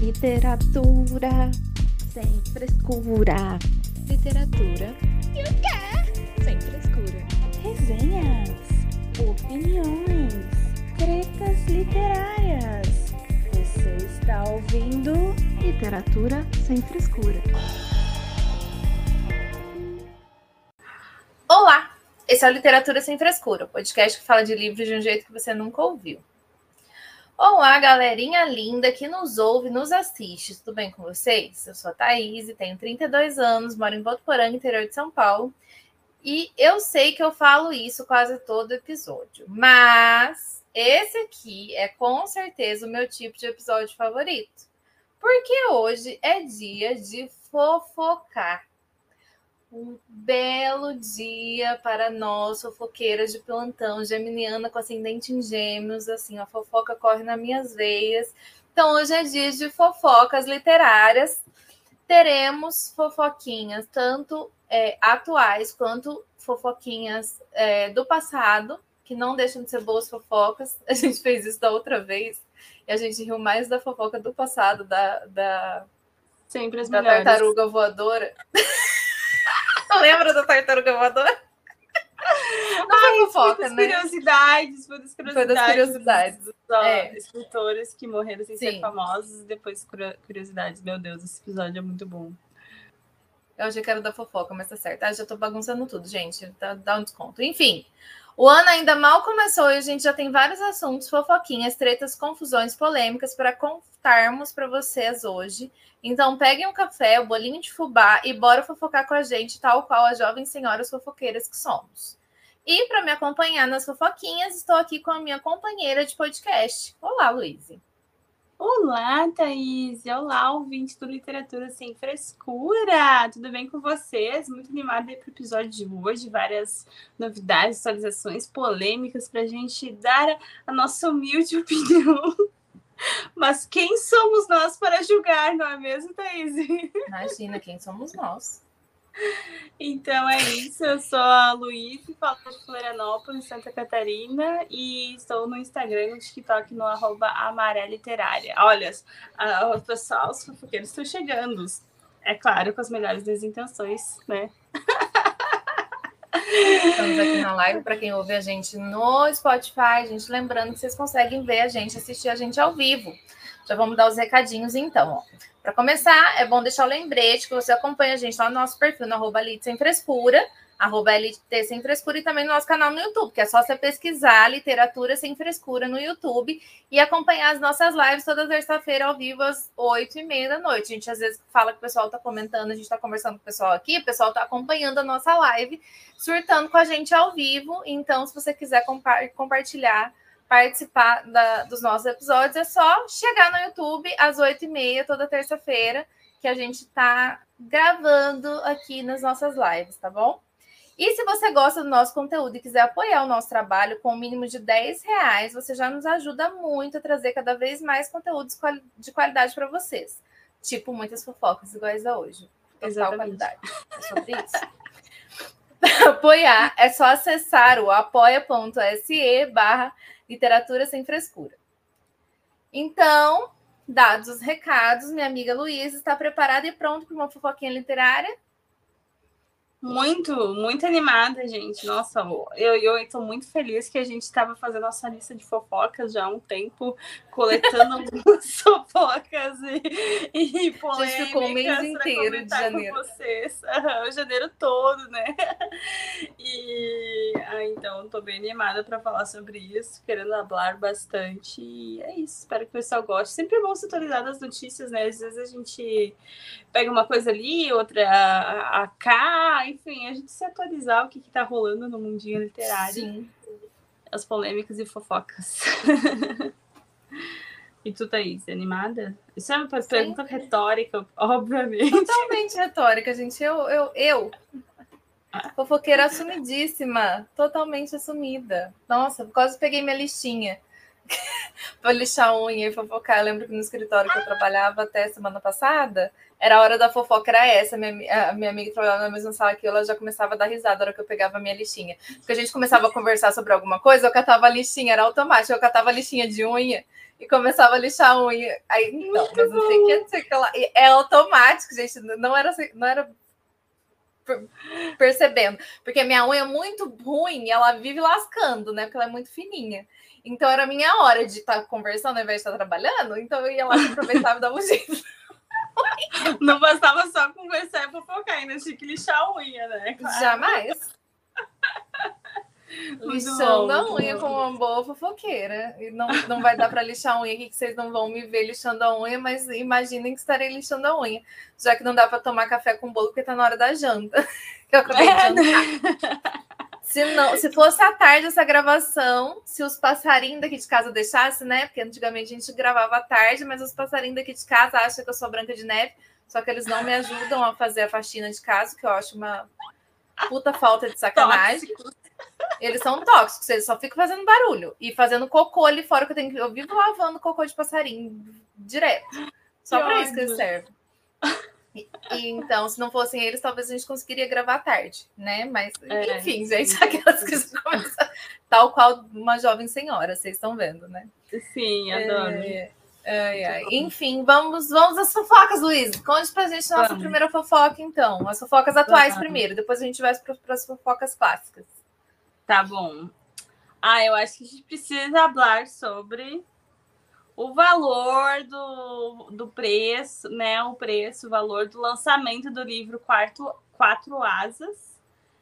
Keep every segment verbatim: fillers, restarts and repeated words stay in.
Literatura sem frescura. Literatura e o quê? Sem frescura. Resenhas, opiniões, tretas literárias. Você está ouvindo Literatura sem frescura. Olá! Esse é o Literatura sem frescura, o podcast que fala de livros de um jeito que você nunca ouviu. Olá, galerinha linda que nos ouve e nos assiste. Tudo bem com vocês? Eu sou a Thaís, tenho trinta e dois anos, moro em Votuporanga, interior de São Paulo. E eu sei que eu falo isso quase todo episódio, mas esse aqui é com certeza o meu tipo de episódio favorito. Porque hoje é dia de fofocar. Um belo dia para nós, fofoqueiras de plantão, geminiana com ascendente em gêmeos, assim, a fofoca corre nas minhas veias. Então, hoje é dia de fofocas literárias. Teremos fofoquinhas, tanto é, atuais, quanto fofoquinhas é, do passado, que não deixam de ser boas fofocas. A gente fez isso da outra vez, e a gente riu mais da fofoca do passado, da, da, Sempre as da melhores. tartaruga voadora. Lembra da tartaruga voadora? Não Ai, foi fofoca, foi das né? curiosidades, foi das curiosidades. Foi das curiosidades. Dos, dos É. escritores que morreram sem Sim. ser famosos e depois curiosidades. Meu Deus, esse episódio é muito bom. Eu achei que era da fofoca, mas tá certo. Ah, já tô bagunçando tudo, gente. Dá, dá um desconto. Enfim, o ano ainda mal começou e a gente já tem vários assuntos, fofoquinhas, tretas, confusões, polêmicas para contarmos para vocês hoje. Então peguem um café, o um bolinho de fubá e bora fofocar com a gente, tal qual as jovens senhoras fofoqueiras que somos. E para me acompanhar nas fofoquinhas, estou aqui com a minha companheira de podcast. Olá, Luíse. Olá, Thaís! Olá, ouvinte do Literatura Sem Frescura! Tudo bem com vocês? Muito animada aí para o episódio de hoje. Várias novidades, atualizações, polêmicas para a gente dar a nossa humilde opinião. Mas quem somos nós para julgar, não é mesmo, Thaís? Imagina, quem somos nós. Então é isso, eu sou a Luísa, falo de Florianópolis, Santa Catarina, e estou no Instagram e no TikTok no arroba amareliterária. Olha, o pessoal, os fofoqueiros estão chegando, é claro, com as melhores das intenções, né? Estamos aqui na live para quem ouve a gente no Spotify, gente, lembrando que vocês conseguem ver a gente, assistir a gente ao vivo. Já vamos dar os recadinhos então, ó. Para começar, é bom deixar o lembrete que você acompanha a gente lá no nosso perfil, no arroba Lit Sem Frescura, arroba L T Sem Frescura, e também no nosso canal no YouTube, que é só você pesquisar Literatura Sem Frescura no YouTube e acompanhar as nossas lives toda terça-feira ao vivo às oito e meia da noite. A gente às vezes fala que o pessoal está comentando, a gente está conversando com o pessoal aqui, o pessoal está acompanhando a nossa live, surtando com a gente ao vivo. Então, se você quiser compa- compartilhar, participar da, dos nossos episódios, é só chegar no YouTube às oito e meia, toda terça-feira, que a gente está gravando aqui nas nossas lives, tá bom? E se você gosta do nosso conteúdo e quiser apoiar o nosso trabalho com o mínimo de dez reais, você já nos ajuda muito a trazer cada vez mais conteúdos de qualidade para vocês. Tipo, muitas fofocas iguais a hoje. Total qualidade. É sobre isso. Para apoiar, é só acessar o apoia.se barra Literatura Sem Frescura. Então, dados os recados, minha amiga Luísa está preparada e pronta para uma fofoquinha literária? Muito, muito animada, gente. Nossa, eu estou muito feliz que a gente estava fazendo nossa lista de fofocas já há um tempo, coletando algumas fofocas e, e polêmicas. A gente ficou o mês inteiro de janeiro. Com vocês. Uhum, o janeiro todo, né? E ah, então, estou bem animada para falar sobre isso, querendo falar bastante. E é isso, espero que o pessoal goste. Sempre é bom se atualizar das notícias, né? Às vezes a gente pega uma coisa ali, outra a, a cá, enfim, a gente se atualizar o que está rolando no mundinho literário. Sim. As polêmicas e fofocas. E tu, Thaís, animada? Isso é uma pergunta Sim. retórica, obviamente. Totalmente retórica, gente. Eu, eu, eu, fofoqueira assumidíssima, totalmente assumida. Nossa, quase peguei minha listinha para lixar a unha e fofocar. Eu lembro que no escritório que eu trabalhava até semana passada, era a hora da fofoca, era essa. Minha, a minha amiga que trabalhava na mesma sala que eu, ela já começava a dar risada na hora que eu pegava a minha listinha. Porque a gente começava a conversar sobre alguma coisa, eu catava a listinha, era automático, eu catava a listinha de unha e começava a lixar a unha. Aí, então, mas não sei o que, não sei o que lá. E é automático, gente, não era, não era percebendo, porque minha unha é muito ruim e ela vive lascando, né? Porque ela é muito fininha. Então era minha hora de estar conversando ao invés de estar trabalhando, então eu ia lá e aproveitava e dava um jeito. Não bastava só conversar e fofocar, ainda tinha que lixar a unha, né? Claro. Jamais. Lixando a unha com uma boa fofoqueira. E não, não vai dar para lixar a unha aqui, que vocês não vão me ver lixando a unha, mas imaginem que estarei lixando a unha. Já que não dá para tomar café com bolo, porque tá na hora da janta. Que eu acabei de jantar. Se, não, se fosse à tarde essa gravação, se os passarinhos daqui de casa deixassem, né? Porque antigamente a gente gravava à tarde, mas os passarinhos daqui de casa acham que eu sou Branca de Neve, só que eles não me ajudam a fazer a faxina de casa, que eu acho uma puta falta de sacanagem. Tóxicos. Eles são tóxicos, eles só ficam fazendo barulho e fazendo cocô ali fora, que eu tenho que. Eu vivo lavando cocô de passarinho direto. Só para isso que eles servem. E, e, então, se não fossem eles, talvez a gente conseguiria gravar à tarde, né? Mas, é, enfim, gente, sim, aquelas que já começam, tal qual uma jovem senhora, vocês estão vendo, né? Sim, adoro. É, é, é. Enfim, vamos, vamos às fofocas, Luiz. Conte pra gente a nossa vamos. primeira fofoca, então. As fofocas atuais vamos. primeiro, depois a gente vai para as fofocas clássicas. Tá bom. Ah, eu acho que a gente precisa falar sobre o valor do, do preço, né? O preço, o valor do lançamento do livro Quarto, Quatro Asas,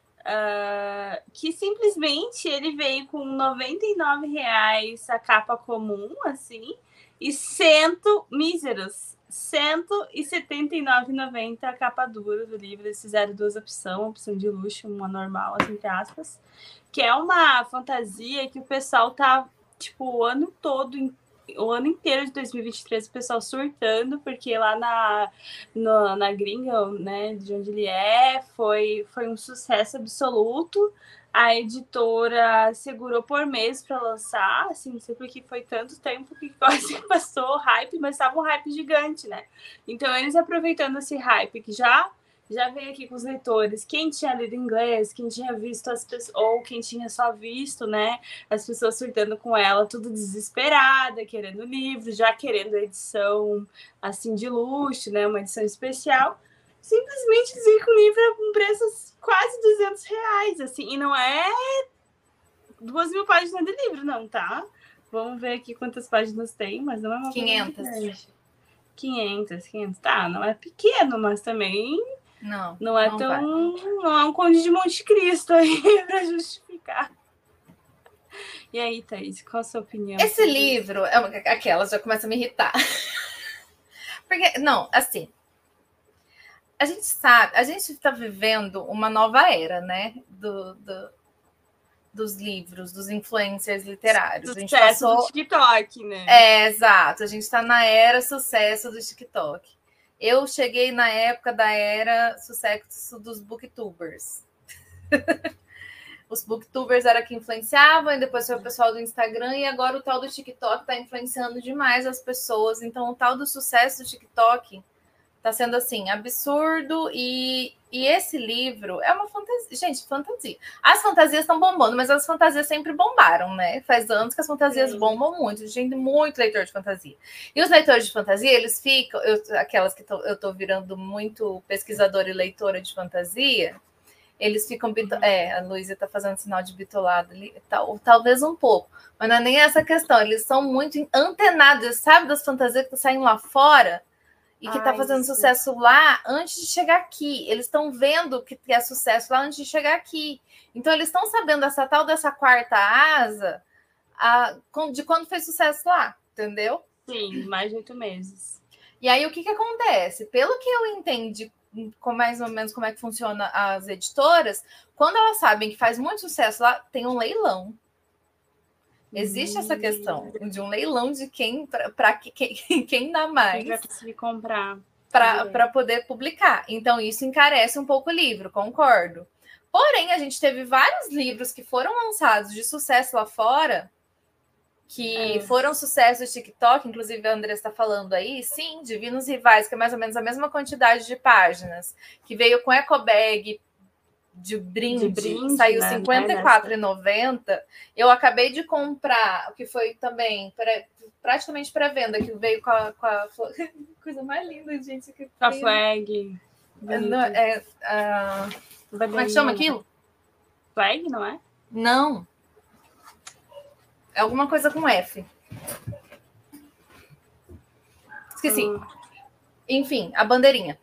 uh, que simplesmente ele veio com noventa e nove reais a capa comum, assim, e cento míseros, cento e setenta e nove reais e noventa centavos a capa dura do livro. Eles fizeram duas opções, uma opção de luxo, uma normal, assim, entre aspas, que é uma fantasia que o pessoal tá, tipo, o ano todo, o ano inteiro de dois mil e vinte e três, o pessoal surtando, porque lá na, no, na gringa, né, de onde ele é, foi, foi um sucesso absoluto. A editora segurou por mês para lançar, assim, não sei porque foi tanto tempo que quase passou o hype, mas estava um hype gigante, né? Então, eles aproveitando esse hype que já, já veio aqui com os leitores, quem tinha lido inglês, quem tinha visto as pessoas, ou quem tinha só visto, né, as pessoas surtando com ela, tudo desesperada, querendo livro, já querendo edição, assim, de luxo, né, uma edição especial. Simplesmente dizer que o livro é com preços quase duzentos reais, assim, e não é duas mil páginas de livro, não, tá? Vamos ver aqui quantas páginas tem, mas não é uma quinhentas. quinhentas, quinhentas, tá, não é pequeno, mas também não, não é não tão, vai. Não é um Conde de Monte Cristo aí para justificar. E aí, Thaís, qual a sua opinião? Esse livro, é uma, aquela já começa a me irritar. Porque, não, assim, a gente sabe, a gente está vivendo uma nova era, né? Do, do, dos livros, dos influencers literários. Sucesso a gente passou... do TikTok, né? É, exato. A gente está na era sucesso do TikTok. Eu cheguei na época da era sucesso dos booktubers. Os booktubers eram que influenciavam, e depois foi o pessoal do Instagram, e agora o tal do TikTok está influenciando demais as pessoas. Então, o tal do sucesso do TikTok tá sendo, assim, absurdo. E, e esse livro é uma fantasia. Gente, fantasia. As fantasias estão bombando, mas as fantasias sempre bombaram, né? Faz anos que as fantasias Sim. bombam muito. Gente, muito leitor de fantasia. E os leitores de fantasia, eles ficam... Eu, aquelas que tô, eu tô virando muito pesquisadora e leitora de fantasia, eles ficam... Bito, é, a Luísa tá fazendo sinal de bitolado ali. Tal, talvez um pouco. Mas não é nem essa questão. Eles são muito antenados, sabe? Das fantasias que estão saindo lá fora, e que está fazendo isso. sucesso lá antes de chegar aqui. Eles estão vendo que é sucesso lá antes de chegar aqui. Então, eles estão sabendo essa tal dessa quarta asa a, de quando fez sucesso lá, entendeu? Sim, mais de oito meses. E aí, o que, que acontece? Pelo que eu entendi, com mais ou menos como é que funciona as editoras, quando elas sabem que faz muito sucesso lá, tem um leilão. Existe essa questão de um leilão de quem para quem, quem dá mais vai conseguir comprar para poder publicar. Então, isso encarece um pouco o livro, concordo. Porém, a gente teve vários livros que foram lançados de sucesso lá fora, que é. foram sucesso do TikTok, inclusive a Andressa está falando aí, sim, Divinos Rivais, que é mais ou menos a mesma quantidade de páginas, que veio com eco bag, de brinde, De brinde, saiu né? cinquenta e quatro reais e noventa centavos. Eu acabei de comprar, o que foi também pré, praticamente pré-venda, que veio com a, com a coisa mais linda, gente. Que com a flag. É, é, a, como é que chama aquilo? Flag, não é? Não. É alguma coisa com F. Esqueci. Hum. Enfim, a bandeirinha.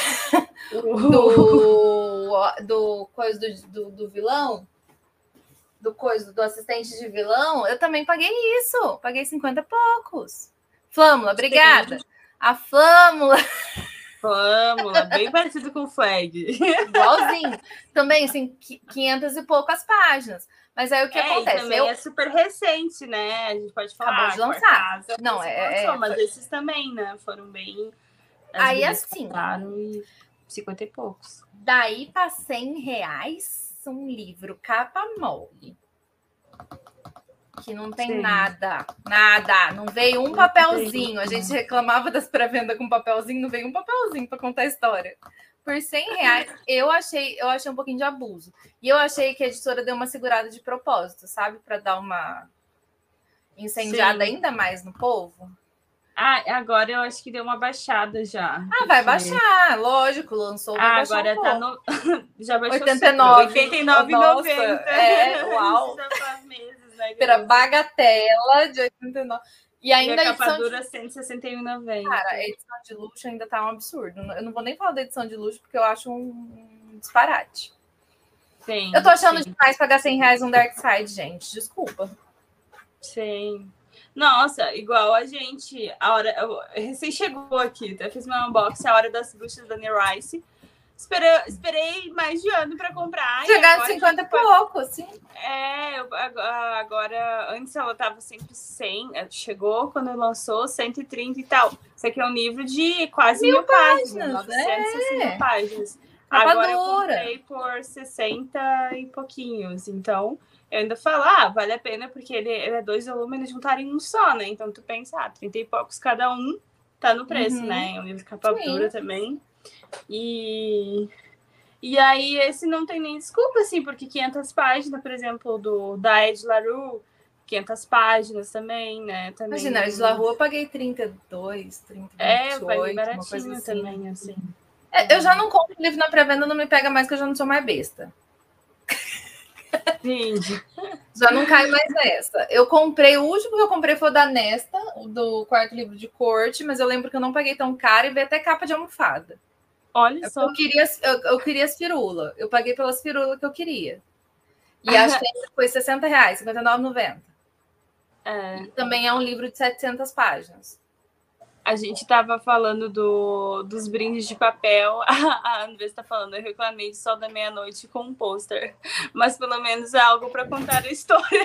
do, do coisa do, do, do vilão, do coisa do assistente de vilão, eu também paguei isso. Paguei cinquenta e poucos. Flâmula, obrigada. Sim. A Flâmula. Flâmula, bem parecido com o Flag. Igualzinho. Também, assim, quinhentas e poucas páginas. Mas aí o que é, acontece? Também eu... é super recente, né? A gente pode falar. Acabou de lançar. Não, é, lançou, é... Mas esses também, né? Foram bem... As aí, assim... E cinquenta e poucos. Daí, para cem reais, um livro capa mole. Que não tem Sim. nada, nada. Não veio um papelzinho. A gente reclamava das pré-vendas com papelzinho, não veio um papelzinho para contar a história. Por cem reais, eu achei, eu achei um pouquinho de abuso. E eu achei que a editora deu uma segurada de propósito, sabe? Para dar uma incendiada Sim. ainda mais no povo. Ah, agora eu acho que deu uma baixada já. Ah, porque... vai baixar, lógico, lançou, vai ah, baixar agora um tá no... já baixou oitenta e nove. oitenta e nove reais e noventa centavos. É, uau. Já faz meses, né? Pela bagatela de oitenta e nove. E ainda e a capa de... dura cento e sessenta e um reais e noventa centavos. Cara, a edição de luxo ainda tá um absurdo. Eu não vou nem falar da edição de luxo, porque eu acho um disparate. Sim, eu tô achando sim. demais pagar cem reais no Dark Side, gente. Desculpa. Sim. Nossa, igual a gente, a hora, eu, recém chegou aqui, até fiz meu unboxing, a Hora das Bruxas da Anne Rice. Esperei, esperei mais de ano para comprar. Chegar de cinquenta e pouco, assim. É, eu, agora, antes ela tava sempre cem, chegou quando lançou cento e trinta e tal. Isso aqui é um livro de quase mil, mil páginas, novecentas e sessenta é. páginas. Capa agora dura. Eu comprei por sessenta e pouquinhos, então... Eu ainda falo, ah, vale a pena, porque ele, ele é dois volumes, eles juntarem em um só, né? Então tu pensa, ah, trinta e poucos cada um, tá no preço, uhum. né? É um livro de capa dura também. E, e aí esse não tem nem desculpa, assim, porque quinhentas páginas, por exemplo, do da Ed LaRue, quinhentas páginas também, né? Também... Imagina, Ed LaRue eu paguei trinta e dois, trinta e oito, é, eu paguei baratinho uma coisa assim. também, assim. É, eu já não compro livro na pré-venda, não me pega mais, que eu já não sou mais besta. Entendi. Já não cai mais nessa. Eu comprei, o último que eu comprei foi o da Nesta, o do quarto livro de corte, mas eu lembro que eu não paguei tão caro e veio até capa de almofada. Olha só. Eu queria, eu, eu queria as firulas. Eu paguei pelas firulas que eu queria. E acho que foi sessenta reais, cinquenta e nove reais e noventa centavos. É. Também é um livro de setecentas páginas. A gente estava falando do, dos brindes de papel. A Andressa está falando, eu reclamei de Sol da Meia-Noite com um pôster. Mas pelo menos é algo para contar a história.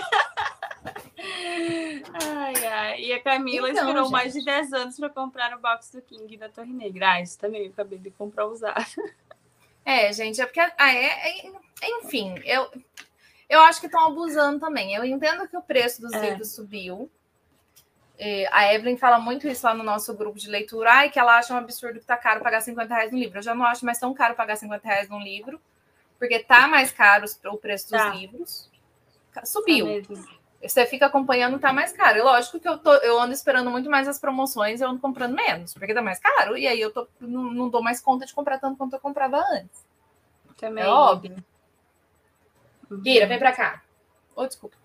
Ai, ai. E a Camila então, esperou gente. mais de dez anos para comprar o box do King da Torre Negra. Ah, isso também, eu acabei de comprar usado. É, gente, é porque... Ah, é, é, enfim, eu, eu acho que estão abusando também. Eu entendo que o preço dos é. livros subiu. A Evelyn fala muito isso lá no nosso grupo de leitura, ai, que ela acha um absurdo que tá caro pagar cinquenta reais no livro. Eu já não acho mais tão caro pagar cinquenta reais num livro, porque tá mais caro o preço dos tá. livros. Subiu. Tá Você fica acompanhando, tá mais caro. E lógico que eu, tô, eu ando esperando muito mais as promoções, eu ando comprando menos, porque tá mais caro, e aí eu tô, não, não dou mais conta de comprar tanto quanto eu comprava antes. Também. É óbvio. Uhum. Guira, vem pra cá. Oh, desculpa.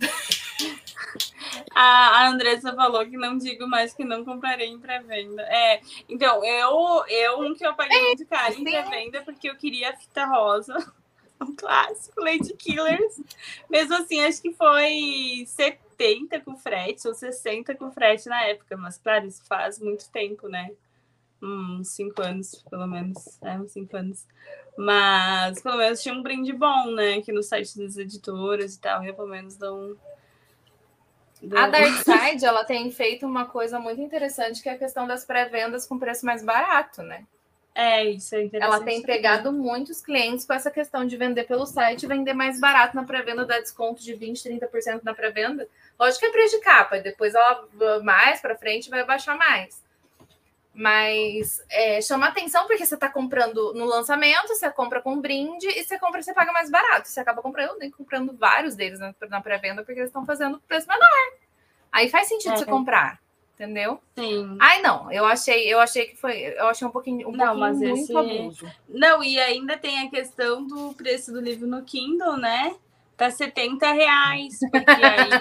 A Andressa falou que não digo mais que não comprarei em pré-venda. É, então, eu, eu um que eu paguei muito caro em pré-venda porque eu queria a fita rosa, um clássico, Lady Killers. Mesmo assim, acho que foi setenta com frete ou sessenta com frete na época, mas claro, isso faz muito tempo, né? Uns cinco anos, pelo menos. É, uns cinco anos. Mas pelo menos tinha um brinde bom, né? Aqui no site das editoras e tal, eu pelo menos dão. A Dark Side, ela tem feito uma coisa muito interessante, que é a questão das pré-vendas com preço mais barato, né? É, isso é interessante. Ela tem pegado muitos clientes com essa questão de vender pelo site e vender mais barato na pré-venda, dar desconto de vinte, trinta por cento na pré-venda. Lógico que é preço de capa, e depois ela mais para frente vai baixar mais. Mas é, chama atenção porque você está comprando no lançamento, você compra com brinde e você compra, você paga mais barato. Você acaba comprando, nem comprando vários deles na, na pré-venda porque eles estão fazendo preço menor. Aí faz sentido é. você comprar, entendeu? Sim. Ai, não, eu achei, eu achei que foi, eu achei um pouquinho, um não, pouquinho mas muito esse... abuso. Não, e ainda tem a questão do preço do livro no Kindle, né? Tá setenta reais, porque aí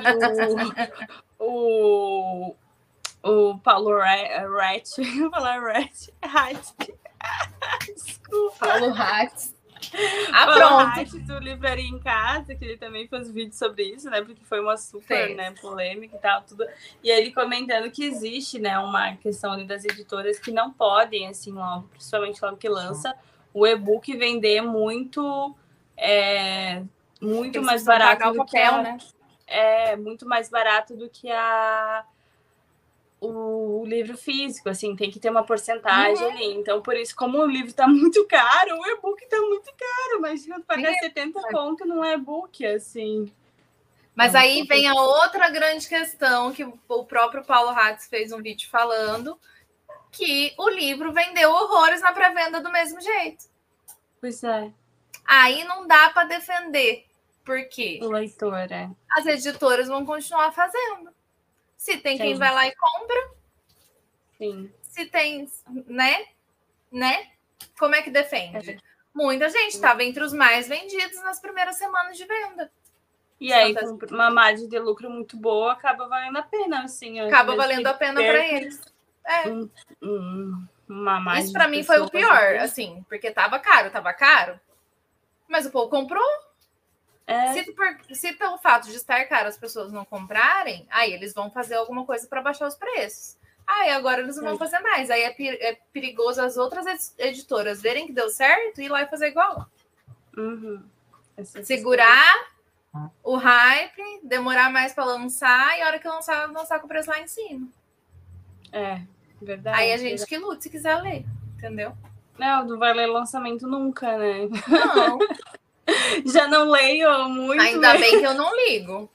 o, o, o Paulo Rat, eu vou falar Rat, Rat, desculpa. Paulo Rat. Ah, Paulo pronto. Rat do Livraria em Casa, que ele também fez vídeo sobre isso, né? Porque foi uma super né, polêmica e tal, tudo. E ele comentando que existe, né, uma questão ali das editoras que não podem, assim, logo, principalmente logo que lança, o e-book vender muito... É, muito mais barato pagar do o papel, que a, né? É muito mais barato do que a o, o livro físico, assim, tem que ter uma porcentagem uhum. ali. Então, por isso, como o livro tá muito caro, o e-book tá muito caro. Imagina pagar Sim. setenta conto num e-book, assim. Mas Não, aí vem a outra grande questão que o próprio Paulo Ratz fez um vídeo falando, que o livro vendeu horrores na pré-venda do mesmo jeito. Pois é. Aí não dá para defender. Por quê? O leitor, é. As editoras vão continuar fazendo. Se tem Sim. quem vai lá e compra. Sim. Se tem, né? Né? Como é que defende? É. Muita gente estava entre os mais vendidos nas primeiras semanas de venda. E aí, com uma margem de lucro muito boa, acaba valendo a pena, assim. Acaba valendo a pena para eles. É. Um, um, uma margem Isso para mim foi o pior, assim, porque tava caro, tava caro. Mas o povo comprou. É. Se, por, se pelo fato de estar caro as pessoas não comprarem, aí eles vão fazer alguma coisa para baixar os preços. Aí agora eles não vão fazer mais. Aí é, é perigoso as outras editoras verem que deu certo e ir lá e fazer igual. Uhum. Segurar o hype, demorar mais para lançar e a hora que lançar, lançar com o preço lá em cima. É, verdade. Aí a gente verdade. que lute se quiser ler, entendeu? Não, não vai ler lançamento nunca, né? Não. Já não leio muito. Ainda bem que eu não ligo.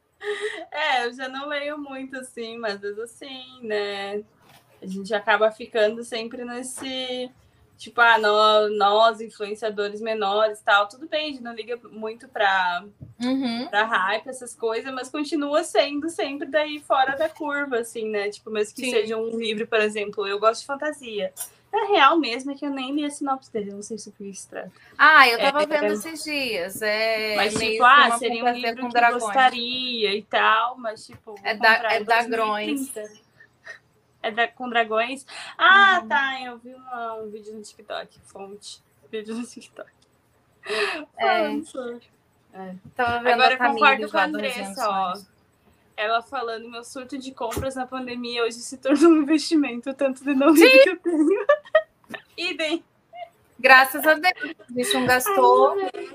É, eu já não leio muito, assim, mas às vezes assim, né? A gente acaba ficando sempre nesse... Tipo, ah, nós, nós influenciadores menores e tal, tudo bem, a gente não liga muito pra, uhum. pra hype, essas coisas, mas continua sendo sempre daí fora da curva, assim, né? Tipo, mesmo que Sim. seja um livro, por exemplo, eu gosto de fantasia. Na real mesmo é que eu nem li a sinopse dele, não sei se eu isso trata. Ah, eu tava é, vendo é... esses dias. É mas, meio tipo, ah, uma seria um livro com que dragões. gostaria e tal, mas, tipo... É da, é da Grões. É da, com dragões? Ah, uhum. tá, eu vi uma, um vídeo no TikTok, fonte. Vídeo no TikTok. É. é. Agora eu concordo com a Andressa, ó. Ela falando, meu surto de compras na pandemia hoje se tornou um investimento, tanto de não livro que eu tenho. Idem. Graças a Deus. A gente não gastou. Ai,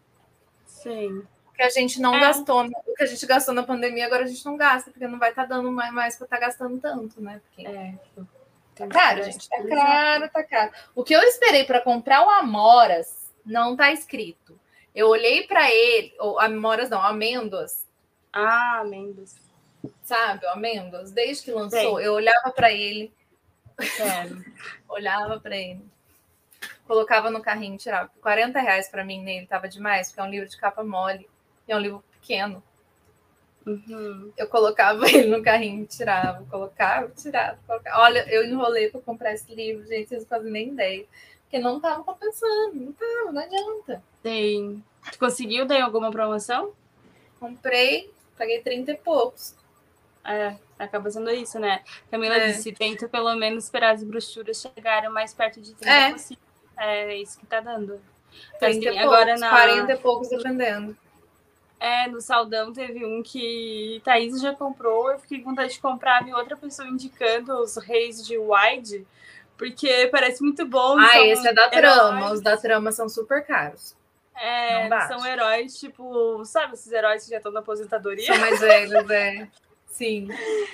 sim. O que a gente não é. gastou, o que a gente gastou na pandemia, agora a gente não gasta, porque não vai estar tá dando mais, mais para estar tá gastando tanto, né? Porque... É. Tá caro, gente. Tá caro, tá caro. O que eu esperei para comprar o Amoras não tá escrito. Eu olhei para ele, ou Amoras não, Amêndoas. Ah, amêndoas. Sabe, amêndoas. Desde que lançou, Sim. eu olhava para ele. Sério. olhava para ele. Colocava no carrinho, tirava. quarenta reais para mim nele tava demais, porque é um livro de capa mole. E é um livro pequeno. Uhum. Eu colocava ele no carrinho, tirava, colocava, tirava, colocava. Olha, eu enrolei para comprar esse livro, gente, vocês não fazem nem ideia. Porque não tava compensando, não tava, não adianta. Tem. Tu conseguiu ter alguma promoção? Comprei, paguei trinta e poucos. É, acaba sendo isso, né? Camila é. disse, tenta pelo menos esperar as brochuras chegarem mais perto de trinta é. possível. É isso que tá dando. trinta assim, e poucos, agora na... quarenta e poucos dependendo. É, no Saldão teve um que Thaís já comprou, eu fiquei com vontade de comprar, vi outra pessoa indicando os Reis de Wide, porque parece muito bom. Ah, esse é da trama, heróis. Os da trama são super caros. É, são heróis, tipo, sabe esses heróis que já estão na aposentadoria? São mais velhos, é. Sim.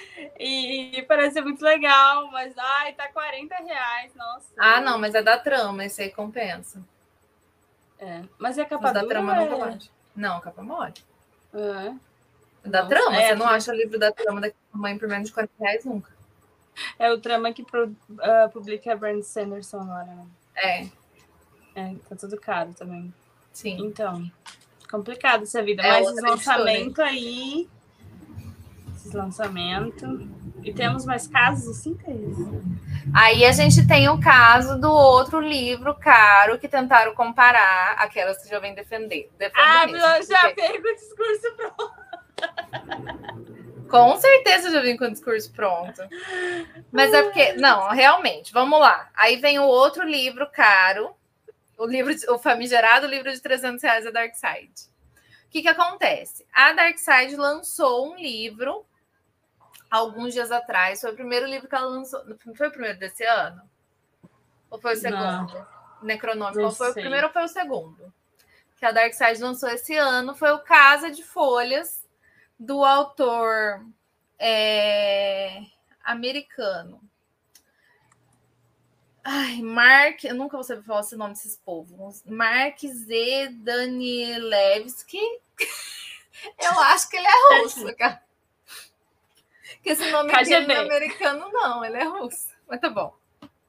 E parece muito legal, mas, ai, tá quarenta reais, nossa. Ah, não, mas é da trama, esse aí compensa. É, mas é capa dura? Da trama não pode. Não, capa mole. É. Da Nossa, trama, é, você não que... acha livro da trama daquele tamanho por menos de quarenta reais nunca. É o trama que pro, uh, publica a Brandon Sanderson agora, né? É. É, tá tudo caro também. Sim. Então, complicado essa vida. É Mas outra os lançamentos aí... Esses lançamentos... E temos mais casos assim, Thaís? Aí a gente tem o caso do outro livro caro que tentaram comparar aquelas que já vem defender. Ah, mesmo, eu já porque... veio com o discurso pronto. Com certeza já vim com o discurso pronto. Mas é porque... Não, realmente, vamos lá. Aí vem o outro livro caro, o livro, o famigerado livro de trezentos reais da Dark Side. O que que acontece? A Dark Side lançou um livro alguns dias atrás. Foi o primeiro livro que ela lançou. Foi o primeiro desse ano? Ou foi o segundo? Não. Necronômico. Ou foi o primeiro ou foi o segundo? Que a Dark Side lançou esse ano. Foi o Casa de Folhas, do autor é, americano. Ai, Mark... Eu nunca vou saber falar esse nome desses povos. Mark Z. Danielewski. Eu acho que ele é russo, cara. Que esse nome dele é americano, não, ele é russo. Mas tá bom.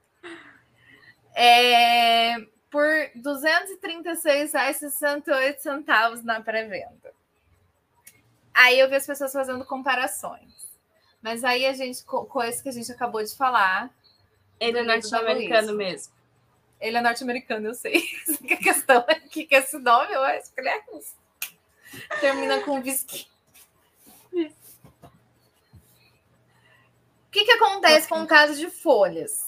É, por duzentos e trinta e seis reais e sessenta e oito centavos na pré-venda. Aí eu vi as pessoas fazendo comparações. Mas aí a gente, com esse que a gente acabou de falar... Ele é norte-americano mesmo. Ele é norte-americano, eu sei. A questão é que esse nome, eu acho que ele é russo. Termina com whisky. O que, que acontece com o Casa de Folhas?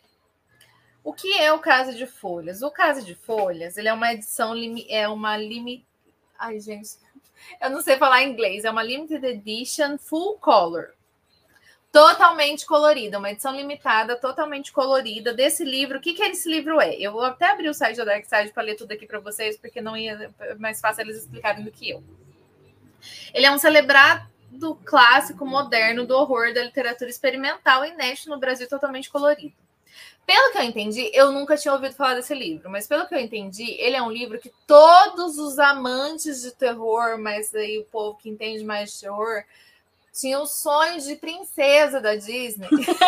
O que é o Casa de Folhas? O Casa de Folhas, ele é uma edição, é uma limit... Ai, gente, eu não sei falar inglês. É uma limited edition full color. Totalmente colorida, uma edição limitada, totalmente colorida desse livro. O que, que esse livro é? Eu vou até abrir o site da Dark Side para ler tudo aqui para vocês, porque não ia é mais fácil eles explicarem do que eu. Ele é um celebrado clássico moderno do horror da literatura experimental inédito no Brasil, totalmente colorido. Pelo que eu entendi, eu nunca tinha ouvido falar desse livro, mas pelo que eu entendi, ele é um livro que todos os amantes de terror, mas aí o povo que entende mais de terror, tinham sonhos de princesa da Disney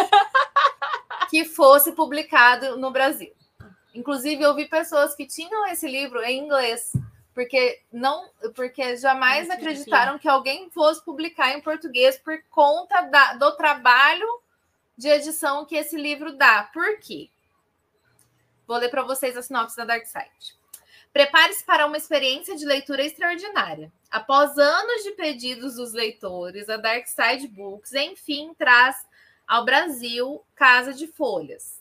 que fosse publicado no Brasil. Inclusive, eu vi pessoas que tinham esse livro em inglês, porque não, porque jamais acreditaram que alguém fosse publicar em português por conta da, do trabalho de edição que esse livro dá. Por quê? Vou ler para vocês a sinopse da Dark Side. Prepare-se para uma experiência de leitura extraordinária. Após anos de pedidos dos leitores, a Dark Side Books, enfim, traz ao Brasil Casa de Folhas,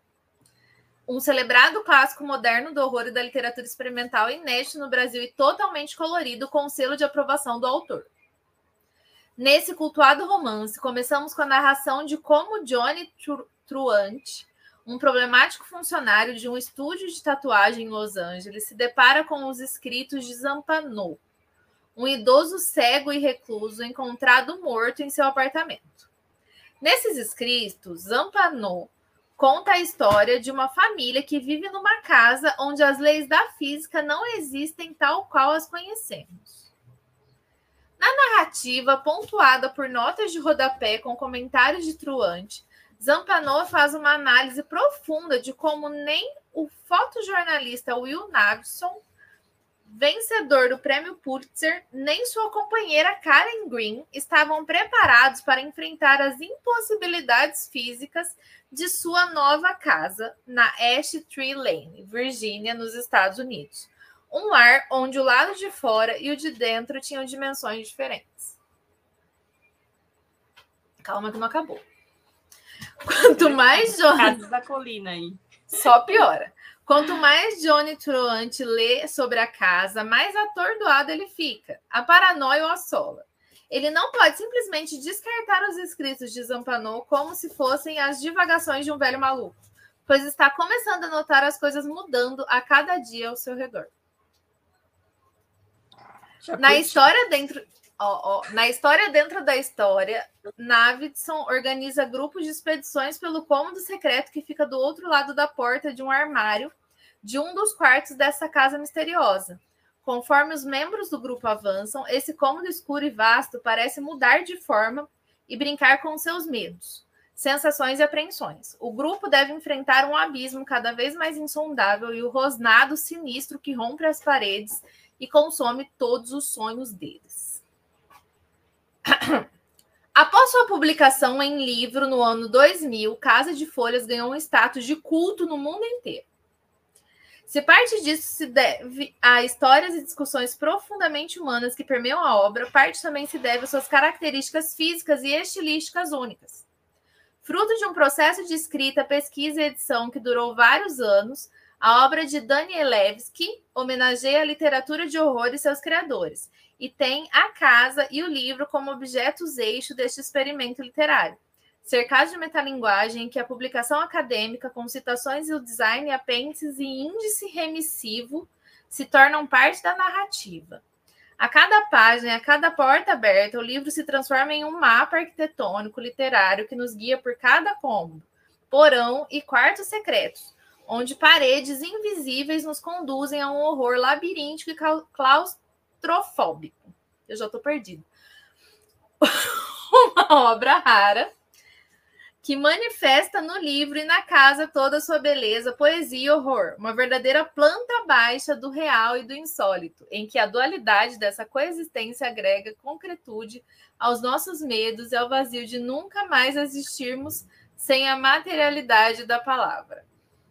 um celebrado clássico moderno do horror e da literatura experimental inédito no Brasil e totalmente colorido, com selo de aprovação do autor. Nesse cultuado romance, começamos com a narração de como Johnny Truant, um problemático funcionário de um estúdio de tatuagem em Los Angeles, se depara com os escritos de Zampano, um idoso cego e recluso encontrado morto em seu apartamento. Nesses escritos, Zampano conta a história de uma família que vive numa casa onde as leis da física não existem tal qual as conhecemos. Na narrativa, pontuada por notas de rodapé com comentários de Truant, Zampano faz uma análise profunda de como nem o fotojornalista Will Navison, vencedor do prêmio Pulitzer, nem sua companheira Karen Green estavam preparados para enfrentar as impossibilidades físicas de sua nova casa na Ash Tree Lane, Virgínia, nos Estados Unidos. Um lar onde o lado de fora e o de dentro tinham dimensões diferentes. Calma que não acabou. Quanto mais Johnny... Casas da colina aí. Só piora. Quanto mais Johnny Truant lê sobre a casa, mais atordoado ele fica. A paranoia o assola. Ele não pode simplesmente descartar os escritos de Zampano como se fossem as divagações de um velho maluco, pois está começando a notar as coisas mudando a cada dia ao seu redor. Já Na curte. história dentro... Oh, oh. Na história dentro da história, Navidson organiza grupos de expedições pelo cômodo secreto que fica do outro lado da porta de um armário de um dos quartos dessa casa misteriosa. Conforme os membros do grupo avançam, esse cômodo escuro e vasto parece mudar de forma e brincar com seus medos. sensações e apreensões. O grupo deve enfrentar um abismo cada vez mais insondável e o rosnado sinistro que rompe as paredes e consome todos os sonhos deles. Após sua publicação em livro no ano dois mil, Casa de Folhas ganhou um status de culto no mundo inteiro. Se parte disso se deve a histórias e discussões profundamente humanas que permeiam a obra, parte também se deve às suas características físicas e estilísticas únicas. Fruto de um processo de escrita, pesquisa e edição que durou vários anos, a obra de Danielewski homenageia a literatura de horror e seus criadores, e tem a casa e o livro como objetos eixo deste experimento literário, cercado de metalinguagem em que a publicação acadêmica, com citações e o design, apêndices e índice remissivo se tornam parte da narrativa. A cada página, a cada porta aberta, o livro se transforma em um mapa arquitetônico literário que nos guia por cada cômodo, porão e quartos secretos, onde paredes invisíveis nos conduzem a um horror labiríntico e claustrofóbico. Eu já estou perdido. Uma obra rara que manifesta no livro e na casa toda a sua beleza, poesia e horror. Uma verdadeira planta baixa do real e do insólito, em que a dualidade dessa coexistência agrega concretude aos nossos medos e ao vazio de nunca mais existirmos sem a materialidade da palavra.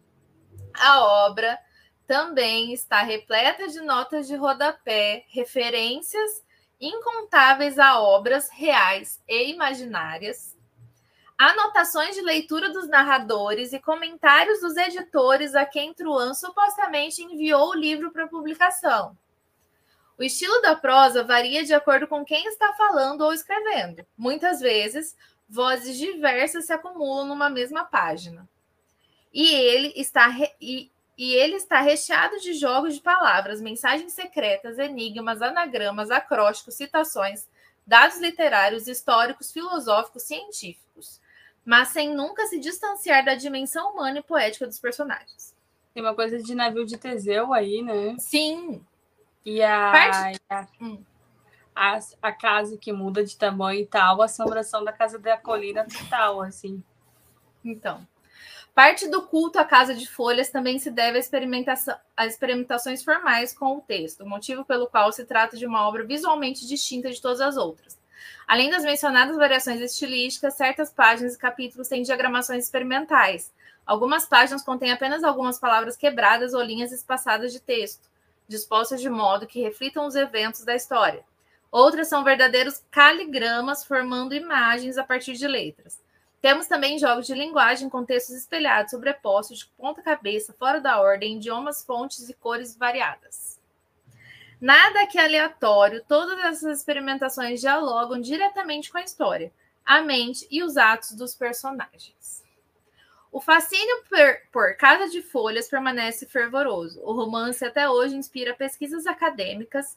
A obra também está repleta de notas de rodapé, referências incontáveis a obras reais e imaginárias, anotações de leitura dos narradores e comentários dos editores a quem Truan supostamente enviou o livro para publicação. O estilo da prosa varia de acordo com quem está falando ou escrevendo. Muitas vezes, vozes diversas se acumulam numa mesma página. E ele está, re... e... e ele está recheado de jogos de palavras, mensagens secretas, enigmas, anagramas, acrósticos, citações, dados literários, históricos, filosóficos, científicos, mas sem nunca se distanciar da dimensão humana e poética dos personagens. Tem uma coisa de navio de Teseu aí, né? Sim. E a, Parte... a, hum. a, a casa que muda de tamanho e tal, a assombração da casa da colina total, assim. Então, parte do culto à Casa de Folhas também se deve à experimentação, a experimentações formais com o texto, motivo pelo qual se trata de uma obra visualmente distinta de todas as outras. Além das mencionadas variações estilísticas, certas páginas e capítulos têm diagramações experimentais. Algumas páginas contêm apenas algumas palavras quebradas ou linhas espaçadas de texto, dispostas de modo que reflitam os eventos da história. Outras são verdadeiros caligramas formando imagens a partir de letras. Temos também jogos de linguagem com textos espelhados, sobrepostos, de ponta-cabeça, fora da ordem, idiomas, fontes e cores variadas. Nada que é aleatório, todas essas experimentações dialogam diretamente com a história, a mente e os atos dos personagens. O fascínio por, por Casa de Folhas permanece fervoroso. O romance até hoje inspira pesquisas acadêmicas,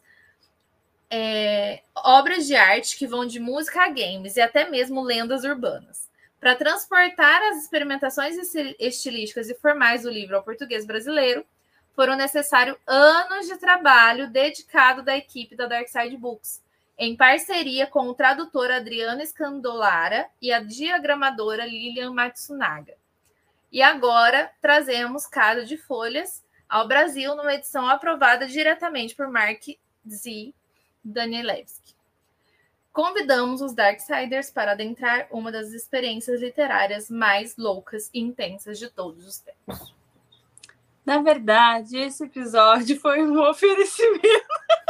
é, obras de arte que vão de música a games e até mesmo lendas urbanas. Para transportar as experimentações estilísticas e formais do livro ao português brasileiro, foram necessários anos de trabalho dedicado da equipe da Dark Side Books, em parceria com o tradutor Adriano Scandolara e a diagramadora Lilian Matsunaga. E agora trazemos Casa de Folhas ao Brasil numa edição aprovada diretamente por Mark Z. Danielewski. Convidamos os Darksiders para adentrar uma das experiências literárias mais loucas e intensas de todos os tempos. Na verdade, esse episódio foi um oferecimento.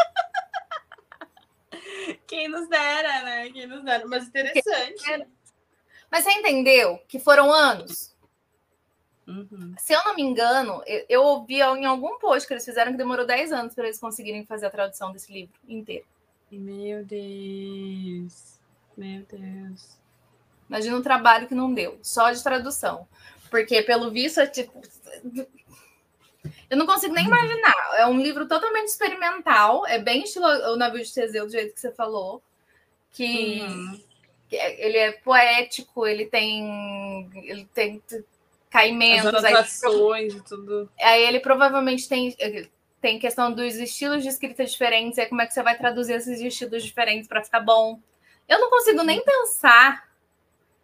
Quem nos dera, né? Quem nos dera, mas interessante. Mas você entendeu que foram anos? Uhum. Se eu não me engano, eu, eu ouvi em algum post que eles fizeram que demorou dez anos para eles conseguirem fazer a tradução desse livro inteiro. Meu Deus. Meu Deus. Imagina um trabalho que não deu, só de tradução. Porque, pelo visto, é tipo... Eu não consigo nem imaginar. É um livro totalmente experimental. É bem estilo O Navio de Teseu, do jeito que você falou. Que, uhum. que ele é poético, ele tem... Ele tem caimentos. As anotações aí, e tudo. Aí ele provavelmente tem... Tem questão dos estilos de escrita diferentes. Aí como é que você vai traduzir esses estilos diferentes para ficar bom? Eu não consigo nem pensar o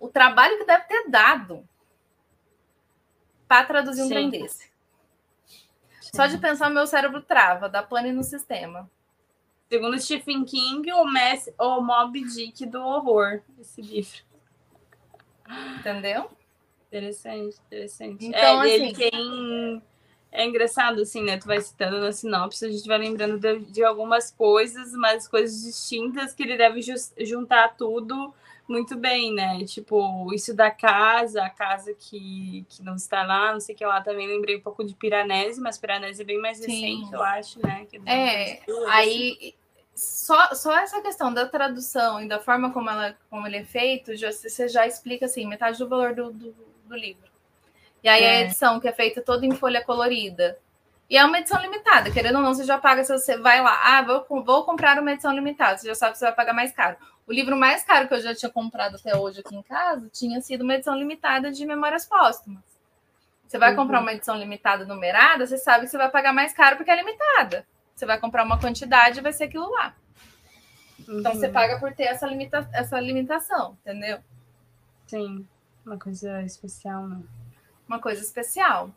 trabalho que deve ter dado para traduzir um Sim. trem desse. Sim. Só de pensar, meu cérebro trava, dá pane no sistema. Segundo Stephen King, o, Mess, o Moby Dick do horror, esse livro. Entendeu? Interessante, interessante. Então, é, ele assim... tem... É engraçado, assim, né? Tu vai citando na sinopse, a gente vai lembrando de, de algumas coisas, mas coisas distintas que ele deve just, juntar tudo muito bem, né? Tipo, isso da casa, a casa que, que não está lá, não sei o que lá. Também lembrei um pouco de Piranesi, mas Piranesi é bem mais recente, Sim. eu acho, né? Que é, tudo, aí... assim. Só, só essa questão da tradução e da forma como, ela, como ele é feito, já, você já explica, assim, metade do valor do, do, do livro. E aí é. a edição, que é feita toda em folha colorida. E é uma edição limitada, querendo ou não, você já paga, se você vai lá, ah, vou, vou comprar uma edição limitada, você já sabe que você vai pagar mais caro. O livro mais caro que eu já tinha comprado até hoje aqui em casa tinha sido uma edição limitada de Memórias Póstumas. Você vai uhum. comprar uma edição limitada numerada, você sabe que você vai pagar mais caro porque é limitada. Você vai comprar uma quantidade e vai ser aquilo lá. Uhum. Então, você paga por ter essa, limita essa limitação, entendeu? Sim, uma coisa especial, né? Uma coisa especial.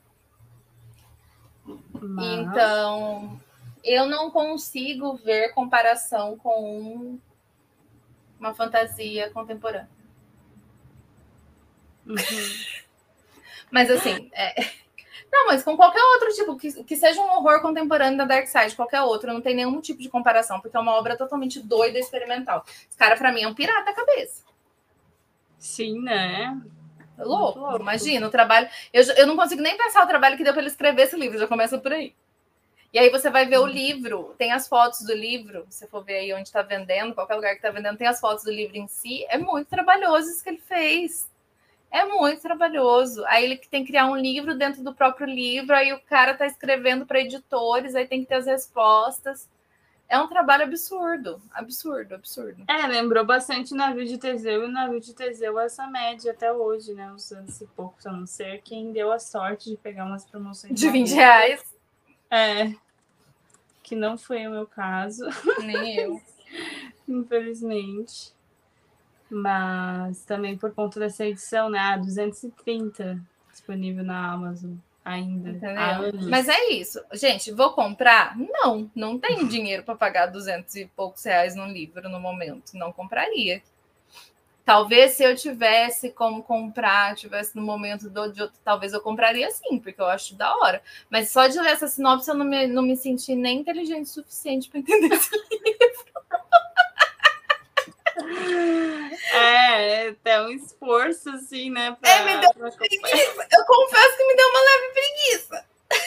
Mas... Então, eu não consigo ver comparação com uma fantasia contemporânea. Uhum. Mas, assim... É... Não, mas com qualquer outro tipo, que, que seja um horror contemporâneo da Dark Side, qualquer outro, não tem nenhum tipo de comparação, porque é uma obra totalmente doida e experimental. Esse cara, pra mim, é um pirata da cabeça. Sim, né? É louco, louco. Imagina o trabalho... Eu, eu não consigo nem pensar o trabalho que deu pra ele escrever esse livro, já começa por aí. E aí você vai ver o livro, tem as fotos do livro, se for ver aí onde tá vendendo, qualquer lugar que tá vendendo, tem as fotos do livro em si. É muito trabalhoso isso que ele fez. É muito trabalhoso. Aí ele tem que criar um livro dentro do próprio livro, aí o cara tá escrevendo para editores, aí tem que ter as respostas. É um trabalho absurdo, absurdo, absurdo. É, lembrou bastante o Navio de Teseu, e o Navio de Teseu é essa média até hoje, né? Uns anos e poucos, a não ser quem deu a sorte de pegar umas promoções de vinte reais. É, que não foi o meu caso. Nem eu. Infelizmente. Mas também por conta dessa edição, né? Ah, duzentos e trinta disponível na Amazon ainda. Entendeu? Mas é isso. Gente, vou comprar? Não, não tenho dinheiro para pagar duzentos e poucos reais num livro no momento. Não compraria. Talvez se eu tivesse como comprar, tivesse no momento do, de outro, talvez eu compraria sim, porque eu acho da hora. Mas só de ler essa sinopse eu não me, não me senti nem inteligente o suficiente para entender esse livro. É, até um esforço, assim, né? Pra, é, me deu pra... preguiça. Eu confesso que me deu uma leve preguiça.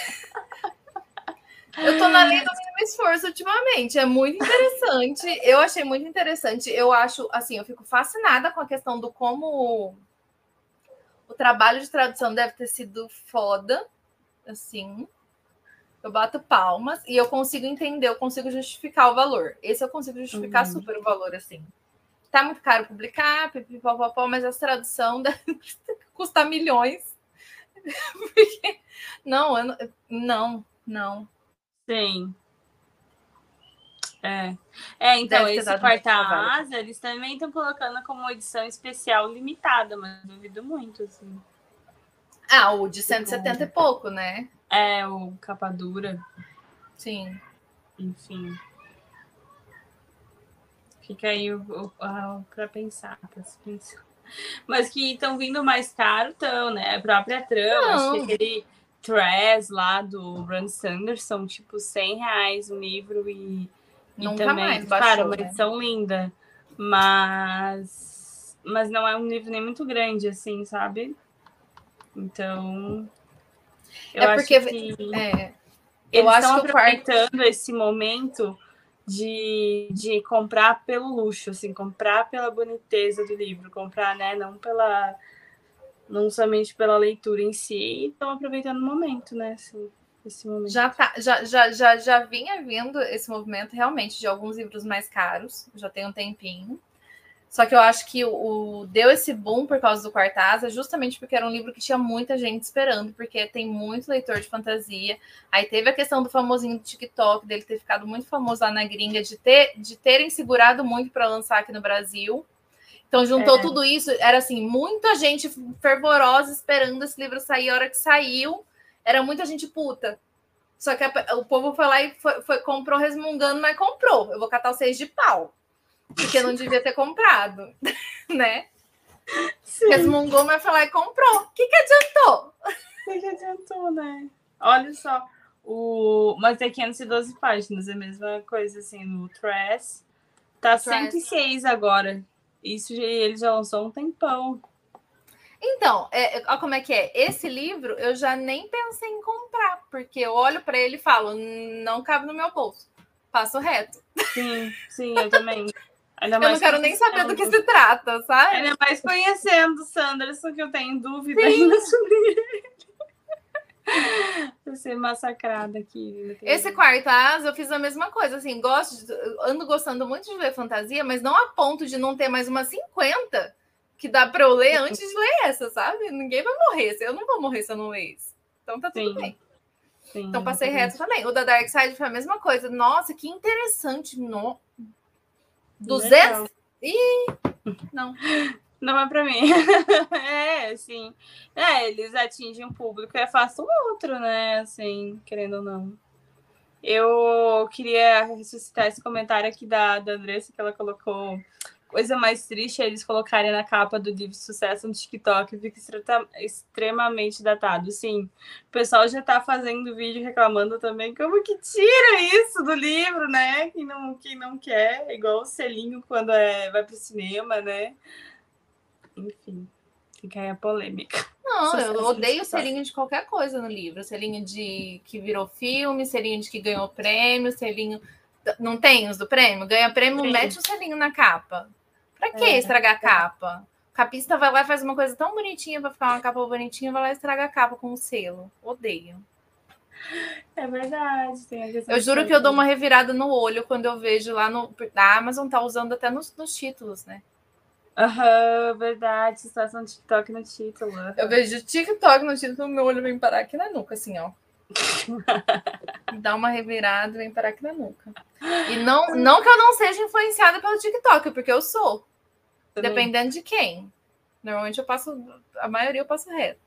Eu tô na lei do mínimo esforço ultimamente. É muito interessante. Eu achei muito interessante. Eu acho, assim, eu fico fascinada com a questão do como o trabalho de tradução deve ter sido foda, assim. Eu bato palmas e eu consigo entender, eu consigo justificar o valor. Esse eu consigo justificar uhum. super o valor, assim. Tá muito caro publicar, pipipopopó, mas essa tradução deve custar milhões. Porque... Não, eu não, não, não. Sim. É. É, então, deve esse Quarta Asa, eles também estão colocando como edição especial limitada, mas duvido muito, assim. Ah, o de cento e setenta e pouco, né? É, o capa dura. Sim. Enfim. Fica aí o, o, o, para pensar, para se pensar. Mas que estão vindo mais caro, estão, né? A própria trama, acho que aquele Tress lá do Brandon Sanderson, tipo, cem reais o livro e, e também, mais baixou, cara, uma né? edição linda. Mas, mas não é um livro nem muito grande, assim, sabe? Então, eu é porque, acho que é, eu eles acho estão que aproveitando quarto... esse momento de, de comprar pelo luxo, assim, comprar pela boniteza do livro, comprar, né, não pela, não somente pela leitura em si, e estão aproveitando o momento, né, assim, esse momento. Já, tá, já, já, já, já vinha vindo esse movimento, realmente, de alguns livros mais caros, já tem um tempinho, só que eu acho que o, o deu esse boom por causa do Quarta Asa, justamente porque era um livro que tinha muita gente esperando, porque tem muito leitor de fantasia. Aí teve a questão do famosinho do TikTok, dele ter ficado muito famoso lá na gringa, de, ter, de terem segurado muito para lançar aqui no Brasil. Então, juntou É. tudo isso. Era, assim, muita gente fervorosa esperando esse livro sair. A hora que saiu, era muita gente puta. Só que a, o povo foi lá e foi, foi, comprou resmungando, mas comprou. Eu vou catar os seis de pau. Porque não devia ter comprado, né? Sim. Resmungou, mas foi lá e comprou. O que que adiantou? O que que adiantou, né? Olha só. O... Mas tem quinhentas e doze páginas. É a mesma coisa, assim, no Trash. Tá Trash. cento e seis agora. Isso ele já lançou um tempão. Então, é, olha como é que é. Esse livro eu já nem pensei em comprar, porque eu olho para ele e falo, não cabe no meu bolso. Passo reto. Sim, sim, eu também. Ainda eu mais não quero nem saber do que se trata, sabe? Ainda mais conhecendo o Sanderson, que eu tenho dúvida sim. ainda sobre ele. Vou ser massacrada aqui. Esse Quarto Asa, eu fiz a mesma coisa. Assim, gosto de, ando gostando muito de ler fantasia, mas não a ponto de não ter mais umas cinquenta que dá para eu ler antes de ler essa, sabe? Ninguém vai morrer. Eu não vou morrer se eu não ler isso. Então tá tudo Sim. bem. Sim, então passei reto também. O da Dark Side foi a mesma coisa. Nossa, que interessante. No... duzentos? Ih, não. Não é para mim. É, sim. É, eles atingem um público e afastam o outro, né? Assim, querendo ou não. Eu queria ressuscitar esse comentário aqui da, da Andressa, que ela colocou. Coisa mais triste é eles colocarem na capa do livro Sucesso no TikTok, fica extremamente datado. Sim, o pessoal já tá fazendo vídeo reclamando também como que tira isso do livro, né? Quem não, quem não quer, igual o selinho quando é, vai pro cinema, né? Enfim, fica aí a polêmica. Não, Sucesso eu odeio o selinho de qualquer coisa no livro. Selinho de que virou filme, selinho de que ganhou prêmio, selinho... Não tem os do prêmio? Ganha prêmio, Sim. mete o selinho na capa. Pra que é, estragar a capa? O capista vai lá e faz uma coisa tão bonitinha pra ficar uma capa bonitinha, vai lá e estraga a capa com o selo. Odeio. É verdade. Tem a eu juro que eu dou uma revirada no olho quando eu vejo lá no... A Amazon tá usando até nos, nos títulos, né? Aham, uhum, verdade. Situação de TikTok no título. Uhum. Eu vejo TikTok no título, meu olho vem parar aqui na nuca, assim, ó. Dá uma revirada e vem parar aqui na nuca. E não, não que eu não seja influenciada pelo TikTok, porque eu sou. Também. Dependendo de quem. Normalmente eu passo... A maioria eu passo reto.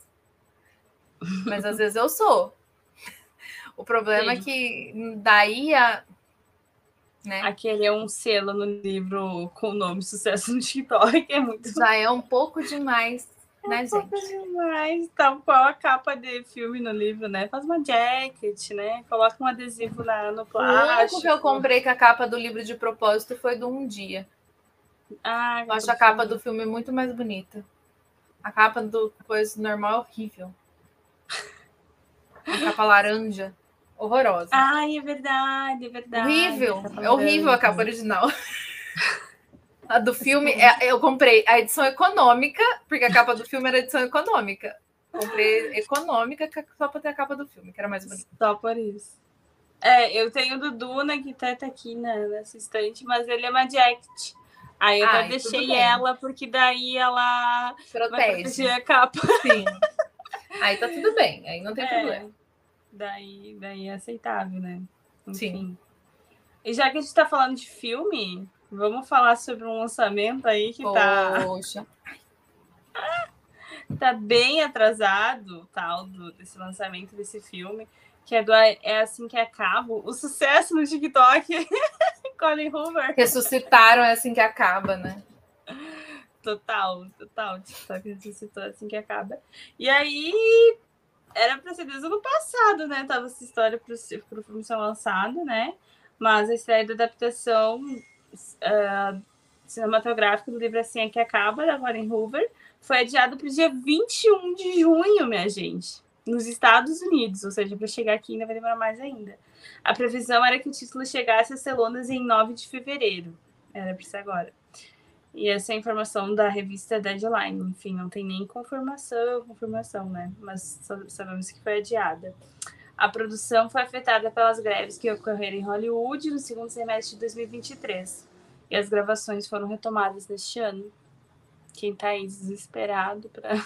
Mas às vezes eu sou. O problema Sim. é que daí a... Né? Aquele é um selo no livro com o nome Sucesso no TikTok. É muito... Já é um pouco demais, é né, um gente? Pouco demais. Tal qual a capa de filme no livro, né? Faz uma jacket, né? Coloca um adesivo lá no plástico. O único que eu comprei com a capa do livro de propósito foi do Um Dia. Ah, eu acho a capa do filme muito mais bonita. A capa do coisa normal é horrível. A capa laranja. Horrorosa. Ai, é verdade, é verdade. Horrível. É horrível a capa original. A do filme, é, eu comprei a edição econômica, porque a capa do filme era edição econômica. Comprei econômica só para ter a capa do filme, que era mais bonita. Só por isso. É, eu tenho o do Duna, que tá aqui na, nessa estante, mas ele é uma jacket. Aí eu até deixei ela, porque daí ela protege. Vai proteger a capa. Sim. Aí tá tudo bem, aí não tem é. problema. Daí, daí é aceitável, né? Enfim. Sim. E já que a gente tá falando de filme, vamos falar sobre um lançamento aí que tá... Poxa. tá bem atrasado, tal, do, desse lançamento desse filme, que é do É Assim Que Acaba, o sucesso no TikTok, Colin Hoover. Ressuscitaram É Assim Que Acaba, né? Total, total, o TikTok ressuscitou Assim Que Acaba. E aí... Era para ser desde o ano passado, né? Tava essa história para o filme ser lançado, né? Mas a estreia da adaptação uh, cinematográfica do livro Assim É Que Acaba, da Colin Hoover, foi adiado para o dia vinte e um de junho, minha gente, nos Estados Unidos, ou seja, para chegar aqui ainda vai demorar mais ainda. A previsão era que o título chegasse às telonas em nove de fevereiro. Era para ser agora. E essa é a informação da revista Deadline. Enfim, não tem nem confirmação, confirmação, né? Mas sabemos que foi adiada. A produção foi afetada pelas greves que ocorreram em Hollywood no segundo semestre de dois mil e vinte e três. E as gravações foram retomadas neste ano. Quem tá aí desesperado para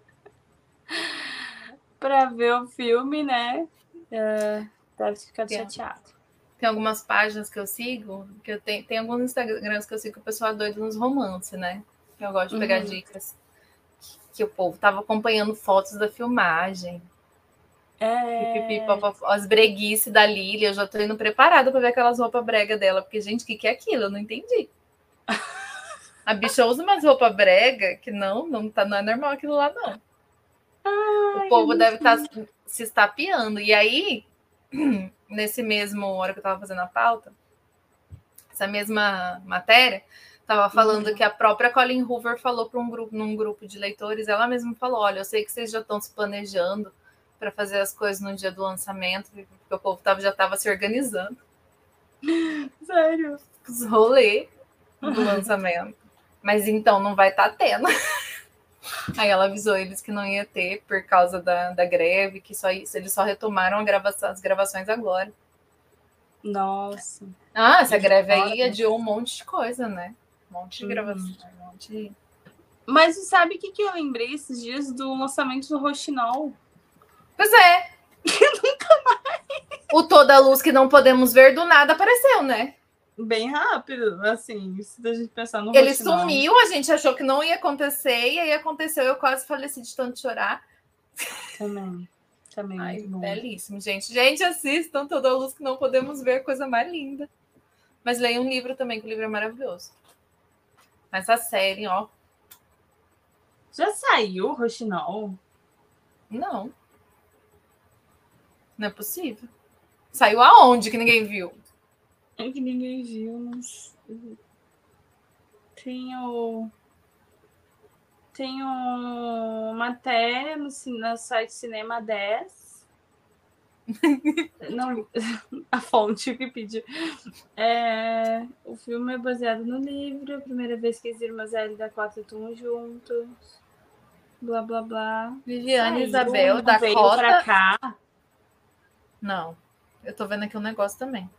para ver o filme, né? Uh, deve ficar Tem. chateado. Tem algumas páginas que eu sigo, que eu tenho, tem alguns Instagrams que eu sigo que o pessoal é doido nos romances, né? Eu gosto de pegar uhum. dicas. Que o povo tava acompanhando fotos da filmagem. É... As breguices da Lilia, eu já tô indo preparada para ver aquelas roupas brega dela, porque, gente, o que, que é aquilo? Eu não entendi. A bicha usa umas roupas brega que não, não, tá, não é normal aquilo lá, não. Ai, o povo deve estar tá se estapeando. E aí, nesse mesmo hora que eu tava fazendo a pauta, essa mesma matéria, tava falando uhum. que a própria Colleen Hoover falou para um grupo, num grupo de leitores, ela mesma falou, olha, eu sei que vocês já estão se planejando para fazer as coisas no dia do lançamento, porque o povo tava, já estava se organizando. Sério? Os rolês do lançamento. Mas então não vai estar tá tendo. Aí ela avisou eles que não ia ter por causa da, da greve, que só eles só retomaram a gravação, as gravações agora. Nossa. Ah, essa greve aí adiou um monte de coisa, né? Um monte de hum. gravação. Um monte de... Mas sabe o que, que eu lembrei esses dias do lançamento do Rochinol? Pois é. Nunca mais. O Toda a Luz que não podemos ver do nada apareceu, né? Bem rápido, assim, se a gente pensar no Ele Rochinol. sumiu, a gente achou que não ia acontecer, e aí aconteceu, eu quase faleci de tanto chorar. Também, também. Ai, muito bom. Belíssimo, gente. Gente, assistam Toda a Luz que não podemos ver, coisa mais linda. Mas leiam um livro também, que o livro é maravilhoso. Mas a série, ó. Já saiu o Rochinol? Não. Não é possível. Saiu aonde que ninguém viu? É que ninguém viu, mas... Tem o... Tem o... matéria no, no site Cinema dez. Não, a fonte Wikipedia. É, o filme é baseado no livro. A primeira vez que as irmãs L da quatro atuam juntos. Blá, blá, blá. Viviane Isabel da veio Cota. Pra cá. Não. Eu tô vendo aqui um negócio também.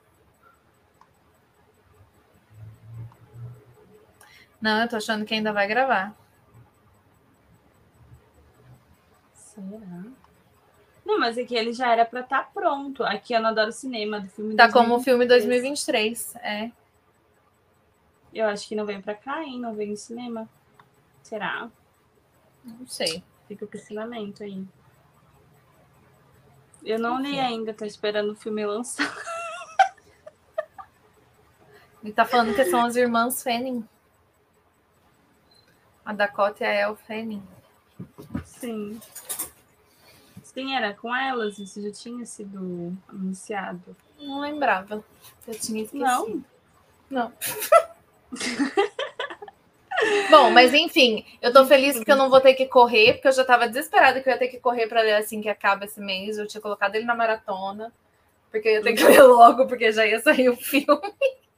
Não, eu tô achando que ainda vai gravar. Será? Não, mas aqui ele já era pra estar tá pronto. Aqui eu não adoro cinema do filme. Tá como o filme dois mil e vinte e três, é. Eu acho que não vem pra cá, hein? Não vem no cinema. Será? Não sei. Fica o questionamento aí. Eu não li ainda, tô esperando o filme lançar. Ele tá falando que são as irmãs Fanning. A Dakota e a Elle Fanning. Sim. Sim, era com elas. Isso já tinha sido anunciado. Não lembrava. Eu tinha esquecido. Não? Não. Bom, mas enfim, eu tô feliz porque eu não vou ter que correr, porque eu já tava desesperada que eu ia ter que correr pra ler assim que acaba esse mês. Eu tinha colocado ele na maratona, porque eu ia ter que ler logo, porque já ia sair o filme.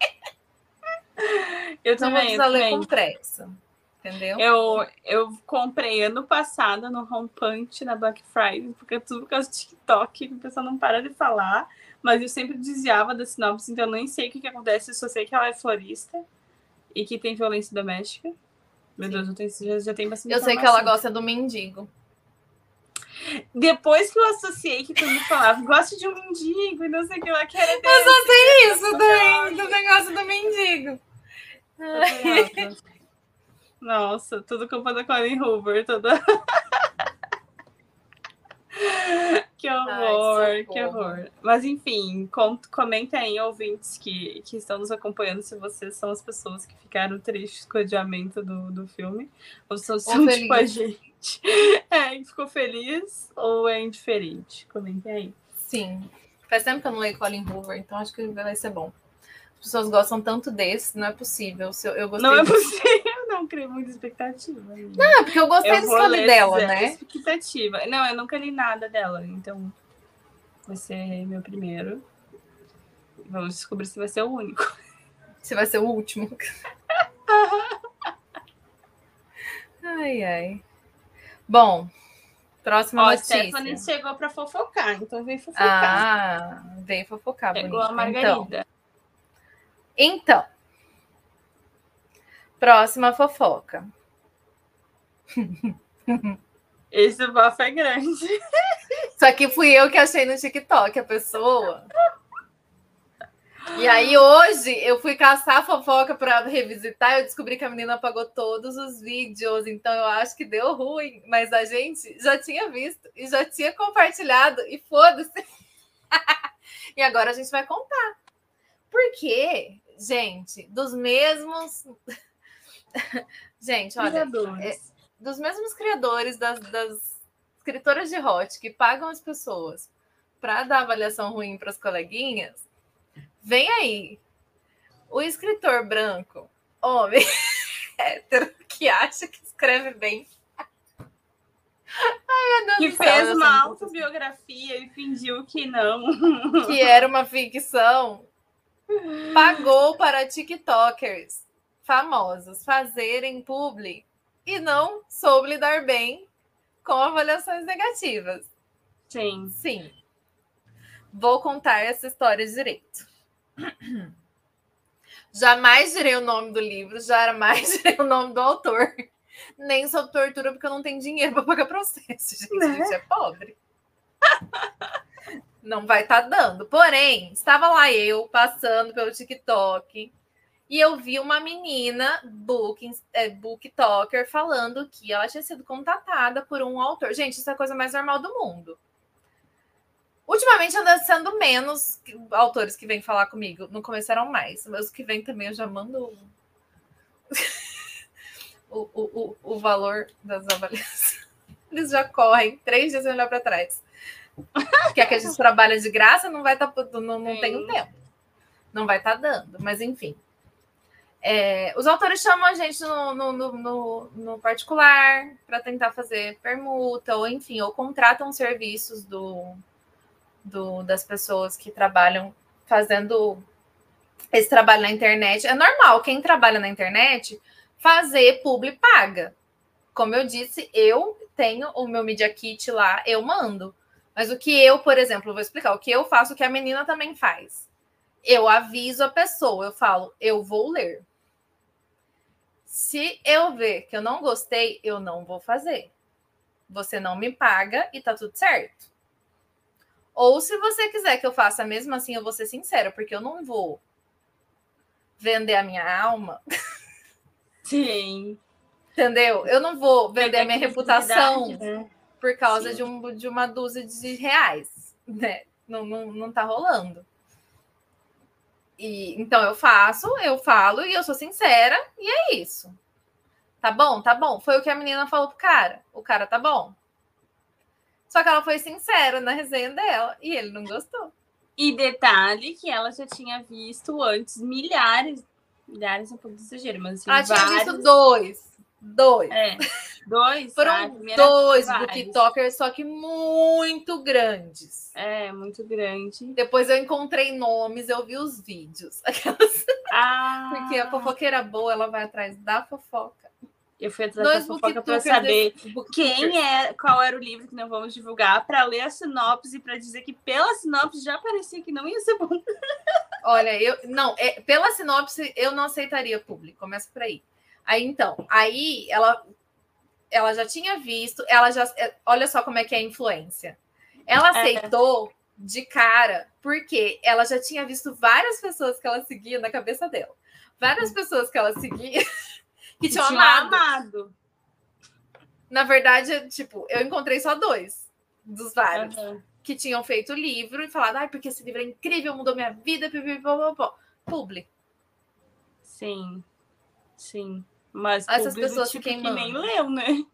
Eu então também. Vou precisar eu ler também. com pressa. Entendeu? Eu, eu comprei ano passado no Home Punch, na Black Friday, porque é tudo por causa do TikTok, que o pessoal não para de falar, mas eu sempre desviava da sinopse, então eu nem sei o que, que acontece, eu só sei que ela é florista e que tem violência doméstica. Meu Sim. Deus, eu tenho, já, já tem bastante Eu sei que ela gosta do mendigo. Depois que eu associei que todo mundo falava, gosto de um mendigo e não sei o que lá, que era desse. Eu só sei isso também, do negócio do mendigo. Nossa, tudo culpa da Colleen Hoover, toda... Que horror, Ai, que horror. Mas enfim, comenta aí, ouvintes que, que estão nos acompanhando, se vocês são as pessoas que ficaram tristes com o adiamento do, do filme, ou se são tipo a gente. É, que ficou feliz ou é indiferente. Comentem aí. Sim. Faz tempo que eu não leio Colleen Hoover, então acho que vai ser bom. As pessoas gostam tanto desse, não é possível. Eu gostei não é disso. possível, não criei muita expectativa. Não, porque eu gostei eu do escolha dela, né? Expectativa. Não, eu nunca li nada dela, então vai ser meu primeiro. Vamos descobrir se vai ser o único. Se vai ser o último. Ai, ai. Bom, próxima Ó, notícia. A Stephanie chegou para fofocar, então vem fofocar. Ah, veio fofocar. Pegou bonita. a Margarida. Então, então, próxima fofoca. Esse bafo é grande. Só que fui eu que achei no TikTok a pessoa. E aí, hoje, eu fui caçar a fofoca para revisitar e eu descobri que a menina apagou todos os vídeos. Então, eu acho que deu ruim. Mas a gente já tinha visto e já tinha compartilhado. E foda-se. E agora a gente vai contar. Porque, gente, dos mesmos... Gente, olha... É, dos mesmos criadores das, das escritoras de hot que pagam as pessoas para dar avaliação ruim para as coleguinhas, vem aí o escritor branco, homem, hétero, que acha que escreve bem. Ai, meu Deus que do céu, fez uma autobiografia e fingiu que não. Que era uma ficção. Pagou para tiktokers famosos fazerem publi e não soube lidar bem com avaliações negativas. Sim. Sim. Vou contar essa história direito. Jamais direi o nome do livro, jamais direi o nome do autor. Nem sob tortura, porque eu não tenho dinheiro para pagar processo. Gente, Né? a gente é pobre. Não vai estar tá dando. Porém, estava lá eu, passando pelo TikTok, e eu vi uma menina, book, é, booktoker, falando que ela tinha sido contatada por um autor. Gente, isso é a coisa mais normal do mundo. Ultimamente anda sendo menos autores que vêm falar comigo. Não começaram mais. Mas os que vêm também eu já mando o, o, o, o valor das avaliações. Eles já correm três dias sem olhar para trás. Porque é que a gente trabalha de graça, não vai estar. Tá, não, não tem um tempo. Não vai estar tá dando. Mas enfim. É, os autores chamam a gente no, no, no, no particular para tentar fazer permuta, ou enfim, ou contratam serviços do, do, das pessoas que trabalham fazendo esse trabalho na internet. É normal, quem trabalha na internet fazer publi paga. Como eu disse, eu tenho o meu Media Kit lá, eu mando. Mas o que eu, por exemplo, vou explicar, o que eu faço, o que a menina também faz. Eu aviso a pessoa, eu falo, eu vou ler. Se eu ver que eu não gostei, eu não vou fazer. Você não me paga e tá tudo certo. Ou se você quiser que eu faça mesmo assim, eu vou ser sincera, porque eu não vou vender a minha alma. Sim. Entendeu? Eu não vou vender a minha reputação, né? por causa de, um, de uma dúzia de reais. Né? Não, não, não tá rolando. E, então eu faço, eu falo e eu sou sincera e é isso. Tá bom? Tá bom. Foi o que a menina falou pro cara. O cara tá bom. Só que ela foi sincera na resenha dela e ele não gostou. E detalhe que ela já tinha visto antes milhares, milhares é um pouco de exagero, mas assim, ela vários... tinha visto dois. Dois. É, dois. Foram dois booktokers, só que muito grandes. É, muito grande. Depois eu encontrei nomes, eu vi os vídeos. Aquelas... Ah. Porque a fofoqueira boa, ela vai atrás da fofoca. Eu fui atrás da fofoca para saber quem é, qual era o livro que não vamos divulgar, para ler a sinopse, para dizer que pela sinopse já parecia que não ia ser bom. Olha, eu não, é, pela sinopse eu não aceitaria público, começa por aí. Aí então, aí ela ela já tinha visto, ela já, olha só como é que é a influência. Ela aceitou é. de cara, porque ela já tinha visto várias pessoas que ela seguia na cabeça dela. Várias pessoas que ela seguia que tinham amado. amado. Na verdade, tipo, eu encontrei só dois dos vários uhum. que tinham feito o livro e falado, ai, porque esse livro é incrível, mudou minha vida, publi. Sim, sim. Mas essas pessoas tipo que nem leu, né?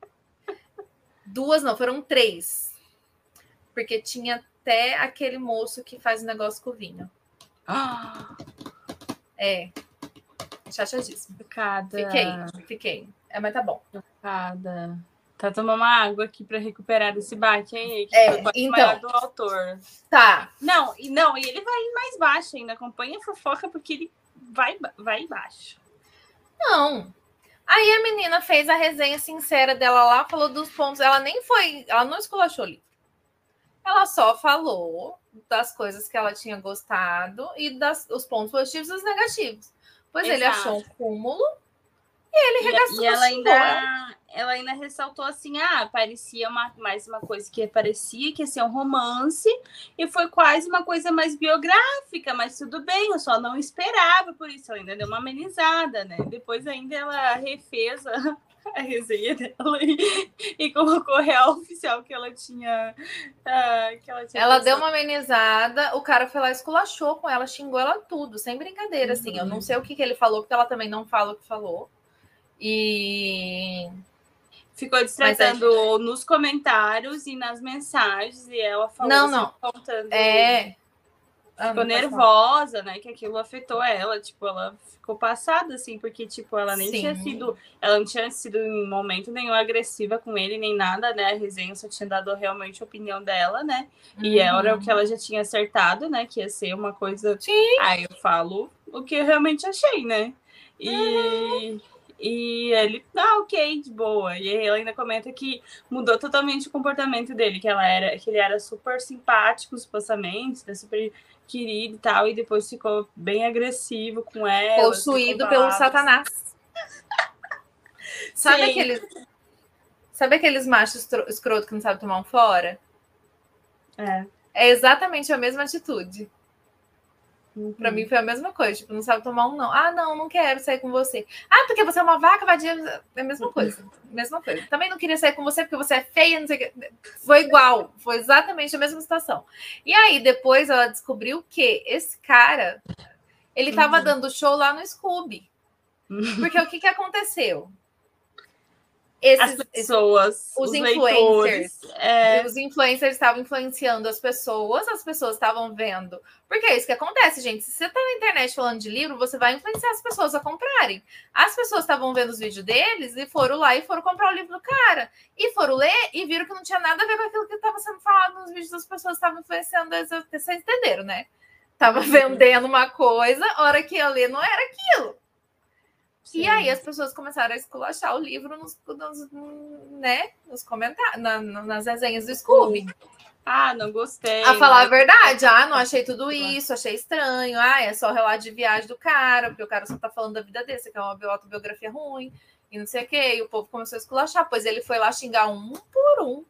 Duas não, foram três. Porque tinha até aquele moço que faz negócio com vinho. Ah. É. Chachadíssimo. Cada... Fiquei, fiquei. É, mas tá bom. Cada... Tá tomando uma água aqui para recuperar esse baque aí. Que é, foi o baque então, maior do autor. Tá. Não, e não, e ele vai mais baixo ainda. Acompanha a fofoca porque ele vai, vai baixo. Não. Aí a menina fez a resenha sincera dela lá, falou dos pontos. Ela nem foi, ela não esculachou ali. Ela só falou das coisas que ela tinha gostado e das, os pontos positivos e os negativos. Pois Exato. Ele achou um cúmulo Ele e, e ela ainda, ela ainda ressaltou assim, ah, parecia uma, mais uma coisa que parecia que ia ser um romance, e foi quase uma coisa mais biográfica, mas tudo bem, eu só não esperava, por isso ela ainda deu uma amenizada, né? Depois ainda ela refez a, a resenha dela e, e colocou real oficial que ela tinha. Uh, que ela tinha ela deu uma amenizada, o cara foi lá, esculachou com ela, xingou ela tudo, sem brincadeira, uhum. assim. Eu não sei o que, que ele falou, porque ela também não fala o que falou. E ficou destratando é... nos comentários e nas mensagens, e ela falou não, assim, não. contando. É. Ficou ah, nervosa, né? Que aquilo afetou ela. Tipo, ela ficou passada, assim, porque, tipo, ela nem Sim. tinha sido. Ela não tinha sido em momento nenhum agressiva com ele, nem nada, né? A resenha só tinha dado realmente a opinião dela, né? Uhum. E era o que ela já tinha acertado, né? Que ia ser uma coisa. Sim. Aí eu falo o que eu realmente achei, né? E. Uhum. E ele, ah, ok, de boa. E ela ainda comenta que mudou totalmente o comportamento dele, que ela era, que ele era super simpático, supostamente, super querido e tal, e depois ficou bem agressivo com ela. Possuído pelo Satanás. Sabe aqueles, sabe aqueles machos escroto que não sabem tomar um fora? É. É exatamente a mesma atitude. Uhum. Pra mim foi a mesma coisa, tipo, não sabe tomar um não. Ah, não, não quero sair com você. Ah, porque você é uma vaca, vadia. É a mesma coisa. Mesma coisa. Também não queria sair com você porque você é feia, não sei o que. Foi igual. Foi exatamente a mesma situação. E aí, depois ela descobriu que esse cara, ele tava uhum. dando show lá no Scooby. Uhum. Porque o que que aconteceu? Esses, as pessoas, esses, os, os influencers, leitores, é... os influencers estavam influenciando as pessoas, as pessoas estavam vendo. Porque é isso que acontece, gente. Se você tá na internet falando de livro, você vai influenciar as pessoas a comprarem. As pessoas estavam vendo os vídeos deles e foram lá e foram comprar o livro do cara. E foram ler e viram que não tinha nada a ver com aquilo que estava sendo falado nos vídeos das pessoas, estavam influenciando. Vocês entenderam, né? Tava vendendo uma coisa, a hora que ia ler não era aquilo. Sim. E aí as pessoas começaram a esculachar o livro nos, nos, né, nos comentários, na, nas resenhas do Scooby. Ah, não gostei. A falar a verdade. Ah, não achei tudo isso, achei estranho. Ah, é só relato de viagem do cara, porque o cara só tá falando da vida dele, que é uma autobiografia ruim, e não sei o quê. E o povo começou a esculachar, pois ele foi lá xingar um por um.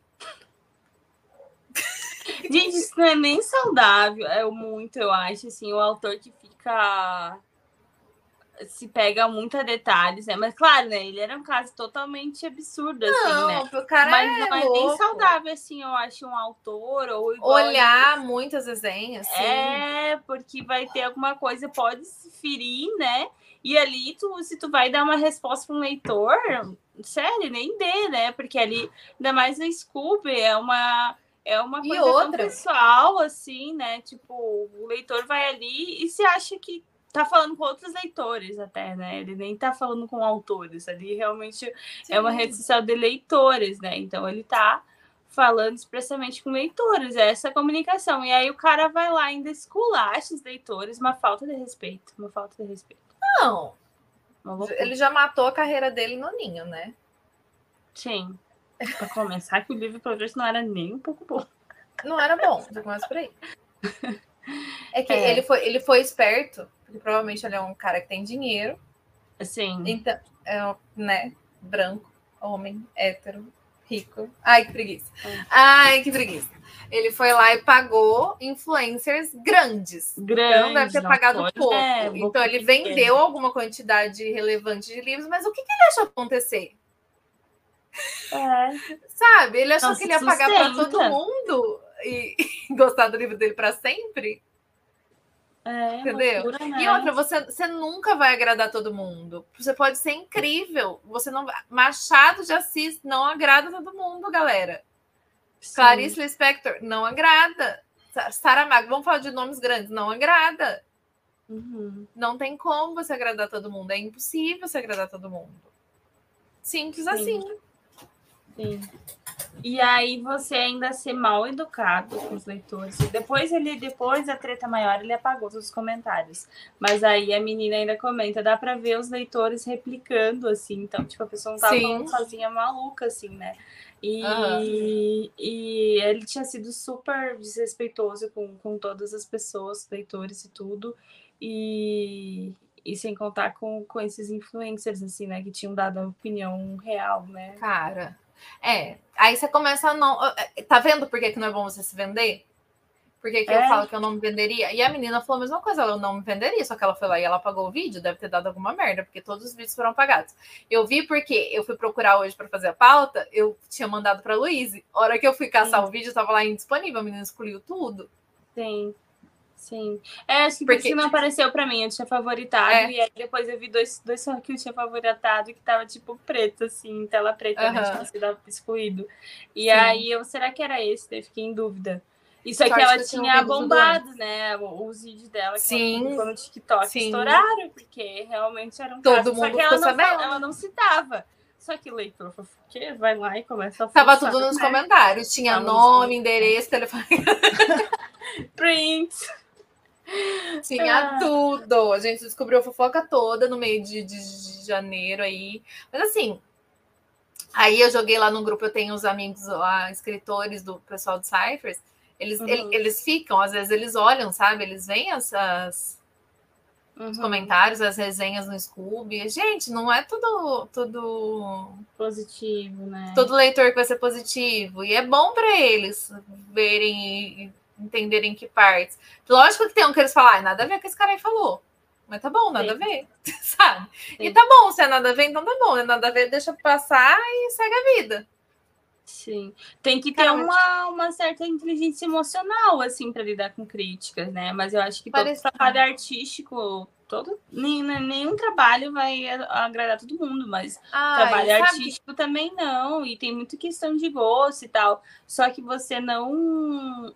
Gente, isso não é nem saudável. É muito, eu acho, assim, o autor que fica... se pega muito a detalhes, né? Mas claro, né? Ele era um caso totalmente absurdo, assim, não, né? O cara Mas é não é louco. nem saudável, assim, eu acho, um autor ou igual olhar gente... muitas resenhas, sim. É, porque vai ter alguma coisa, pode se ferir, né? E ali, tu, se tu vai dar uma resposta para um leitor, sério, nem dê, né? Porque ali, ainda mais na Scooby, é uma... É uma coisa tão pessoal, assim, né? Tipo, o leitor vai ali e se acha que tá falando com outros leitores até, né? Ele nem tá falando com autores. Ali realmente Sim. é uma rede social de leitores, né? Então ele tá falando expressamente com leitores. É essa comunicação. E aí o cara vai lá e ainda esculacha os leitores. Uma falta de respeito. Uma falta de respeito. Não. Ele já matou a carreira dele no ninho, né? Sim. Pra começar, que o livro, pelo visto, não era nem um pouco bom. Não era bom. Já começa por aí. É que é. Ele, foi, ele foi esperto, porque provavelmente ele é um cara que tem dinheiro. Sim. Então, é, né? Branco, homem, hétero, rico. Ai, que preguiça. É. Ai, que preguiça. Ele foi lá e pagou influencers grandes. Grandes. Não deve ter pagado pode, pouco. É, então, ele vendeu é. alguma quantidade relevante de livros, mas o que, que ele achou acontecer? É. Sabe? Ele achou Não que ele ia pagar para todo mundo e gostar do livro dele para sempre. É, entendeu? Loucura, né? E outra, você, você nunca vai agradar todo mundo. Você pode ser incrível. Você não Machado de Assis não agrada todo mundo, galera. Sim. Clarice Lispector não agrada. Saramago, vamos falar de nomes grandes, não agrada. Uhum. Não tem como você agradar todo mundo. É impossível você agradar todo mundo. Simples Sim. assim. Sim. E aí você ainda ser mal educado com os leitores. Depois ele, depois a treta maior, ele apagou todos os comentários. Mas aí a menina ainda comenta, dá pra ver os leitores replicando, assim. Então, tipo, a pessoa não tava Sim. falando sozinha, maluca, assim, né? E, uhum. e ele tinha sido super desrespeitoso com, com todas as pessoas, leitores e tudo. E... E sem contar com, com esses influencers, assim, né? Que tinham dado a opinião real, né? Cara, é. Aí você começa a não... Tá vendo por que, que não é bom você se vender? Por que, que é. eu falo que eu não me venderia? E a menina falou a mesma coisa, ela não me venderia, só que ela foi lá e ela apagou o vídeo, deve ter dado alguma merda, porque todos os vídeos foram apagados. Eu vi porque eu fui procurar hoje para fazer a pauta, eu tinha mandado para a Luíse. A hora que eu fui caçar Sim. o vídeo, tava lá indisponível, a menina excluiu tudo. Sim. Sim. É, acho que porque... por isso não apareceu pra mim. Eu tinha favoritado é. e aí depois eu vi dois, dois só que eu tinha favoritado que tava tipo preto, assim, tela preta, uhum. né? Tinha sido excluído. E Sim. aí eu, será que era esse? Eu fiquei em dúvida. Isso aqui ela tinha bombado, né? Os vídeos dela que Sim. ela ficou no TikTok Sim. estouraram, porque realmente era um Todo caso. mundo Só que ela não, sabendo. ela não citava. Só que leitor fofoqueiro vai lá e começa a Tava tudo nos né? comentários. Tinha Tava nome, endereço, telefone. Print. Tinha ah. tudo. A gente descobriu a fofoca toda no meio de, de, de janeiro aí. Mas assim, aí eu joguei lá no grupo, eu tenho os amigos lá, escritores do pessoal do Cyphers. Eles, uhum. eles, eles ficam, às vezes eles olham, sabe? Eles veem essas, uhum. os comentários, as resenhas no Scooby. Gente, não é tudo, tudo positivo, né? Todo leitor que vai ser positivo. E é bom para eles verem e entenderem que partes. Lógico que tem um que eles falam, ah, nada a ver com o que esse cara aí falou. Mas tá bom, nada Sim. a ver, sabe? Sim. E tá bom, se é nada a ver, então tá bom. É nada a ver, deixa passar e segue a vida. Sim. Tem que ter Cara, uma, uma certa inteligência emocional, assim, para lidar com críticas, né? Mas eu acho que todo Parece... trabalho artístico, todo, nenhum, nenhum trabalho vai agradar todo mundo, mas Ai, trabalho sabe... artístico também não. E tem muita questão de gosto e tal. Só que você não...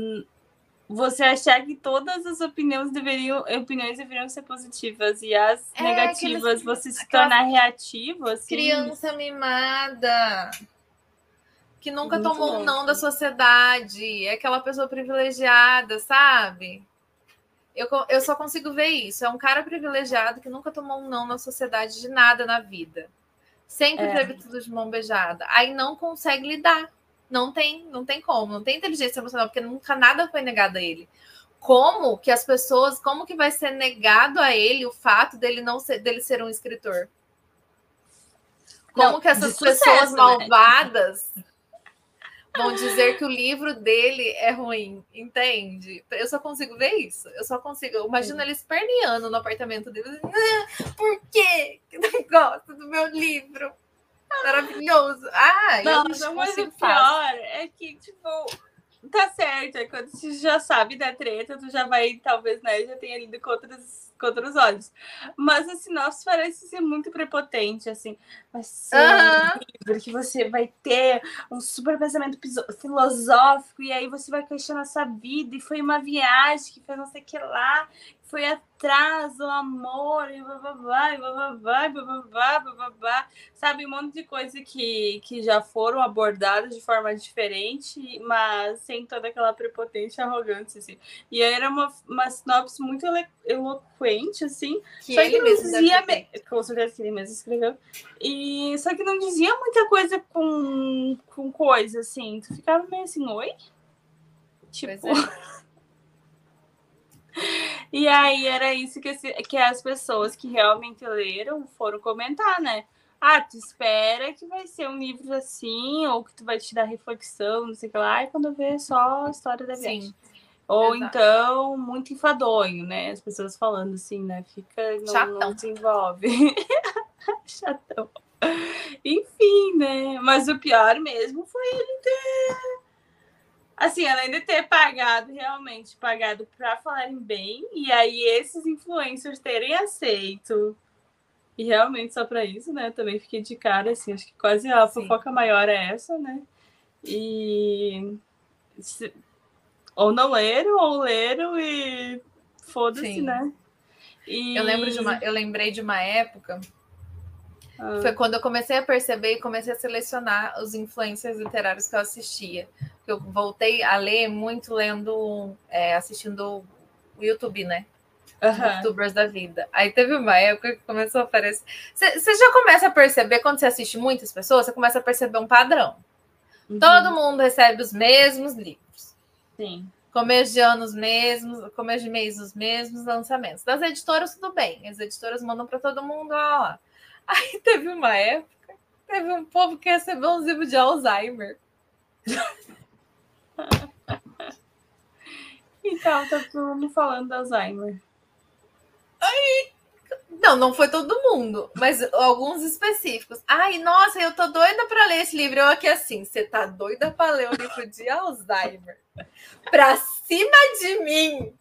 Você achar que todas as opiniões deveriam, opiniões deveriam ser positivas e as é, negativas aqueles, você se tornar reativo, assim... Criança mimada... que nunca Muito tomou um não da sociedade, é aquela pessoa privilegiada, sabe? Eu, eu só consigo ver isso. É um cara privilegiado que nunca tomou um não na sociedade de nada na vida. Sempre é. teve tudo de mão beijada. Aí não consegue lidar. Não tem, não tem como. Não tem inteligência emocional, porque nunca nada foi negado a ele. Como que as pessoas, como que vai ser negado a ele o fato dele não ser, dele ser um escritor? Como não, que essas sucesso, pessoas malvadas... Né? Vão dizer que o livro dele é ruim, entende? Eu só consigo ver isso. Eu só consigo. Eu imagino ele esperneando no apartamento dele. Por quê que não gosta do meu livro? Maravilhoso. Ah, não, eu mas o pior é que, tipo, tá certo. É quando você já sabe da treta, tu já vai, talvez, né? Já tenha lido com outros, com outros olhos. Mas a sinopse parece ser muito prepotente, assim. Vai ser uhum. um livro que você vai ter um super pensamento filosófico, e aí você vai questionar a sua vida, e foi uma viagem que fez não sei o que lá, foi atrás, o amor, e blá, blá, blá, blá, blá, blá, blá, blá, blá, sabe, um monte de coisa que, que já foram abordadas de forma diferente, mas sem toda aquela prepotência e arrogância, assim. E aí era uma, uma sinopse muito elo- eloquente, assim, que só ele que não mesmo dizia... Me... Com certeza que ele mesmo escreveu. E... Só que não dizia muita coisa com, com coisa, assim. Tu ficava meio assim, oi? Tipo... E aí era isso que, que as pessoas que realmente leram foram comentar, né? Ah, tu espera que vai ser um livro assim, ou que tu vai te dar reflexão, não sei o que lá, e quando vê só a história da viagem. Sim, ou exato. Então, muito enfadonho, né? As pessoas falando assim, né? Fica, não, Chatão. não desenvolve. Chatão. Enfim, né? Mas o pior mesmo foi ele ter... Assim, além de ter pagado, realmente pagado para falarem bem, e aí esses influencers terem aceito. E realmente só para isso, né? Também fiquei de cara, assim, acho que quase a Sim. fofoca maior é essa, né? E... Se... Ou não leram, ou leram e foda-se, Sim. né? E... Eu, lembro de uma... eu lembrei de uma época... Foi quando eu comecei a perceber e comecei a selecionar os influencers literários que eu assistia. Eu voltei a ler muito lendo, é, assistindo o YouTube, né? Uhum. Youtubers da vida. Aí teve uma época que começou a aparecer... Você já começa a perceber, quando você assiste muitas pessoas, você começa a perceber um padrão. Uhum. Todo mundo recebe os mesmos livros. Sim. Começo de anos mesmos, começo de mês os mesmos lançamentos. Das editoras, tudo bem. As editoras mandam para todo mundo, ó lá. Aí teve uma época, teve um povo que recebeu uns livros de Alzheimer. Então, tá todo mundo falando de Alzheimer. Aí, não, não foi todo mundo, mas alguns específicos. Ai, nossa, eu tô doida para ler esse livro. Eu aqui assim, você tá doida para ler o livro de Alzheimer? Pra cima de mim!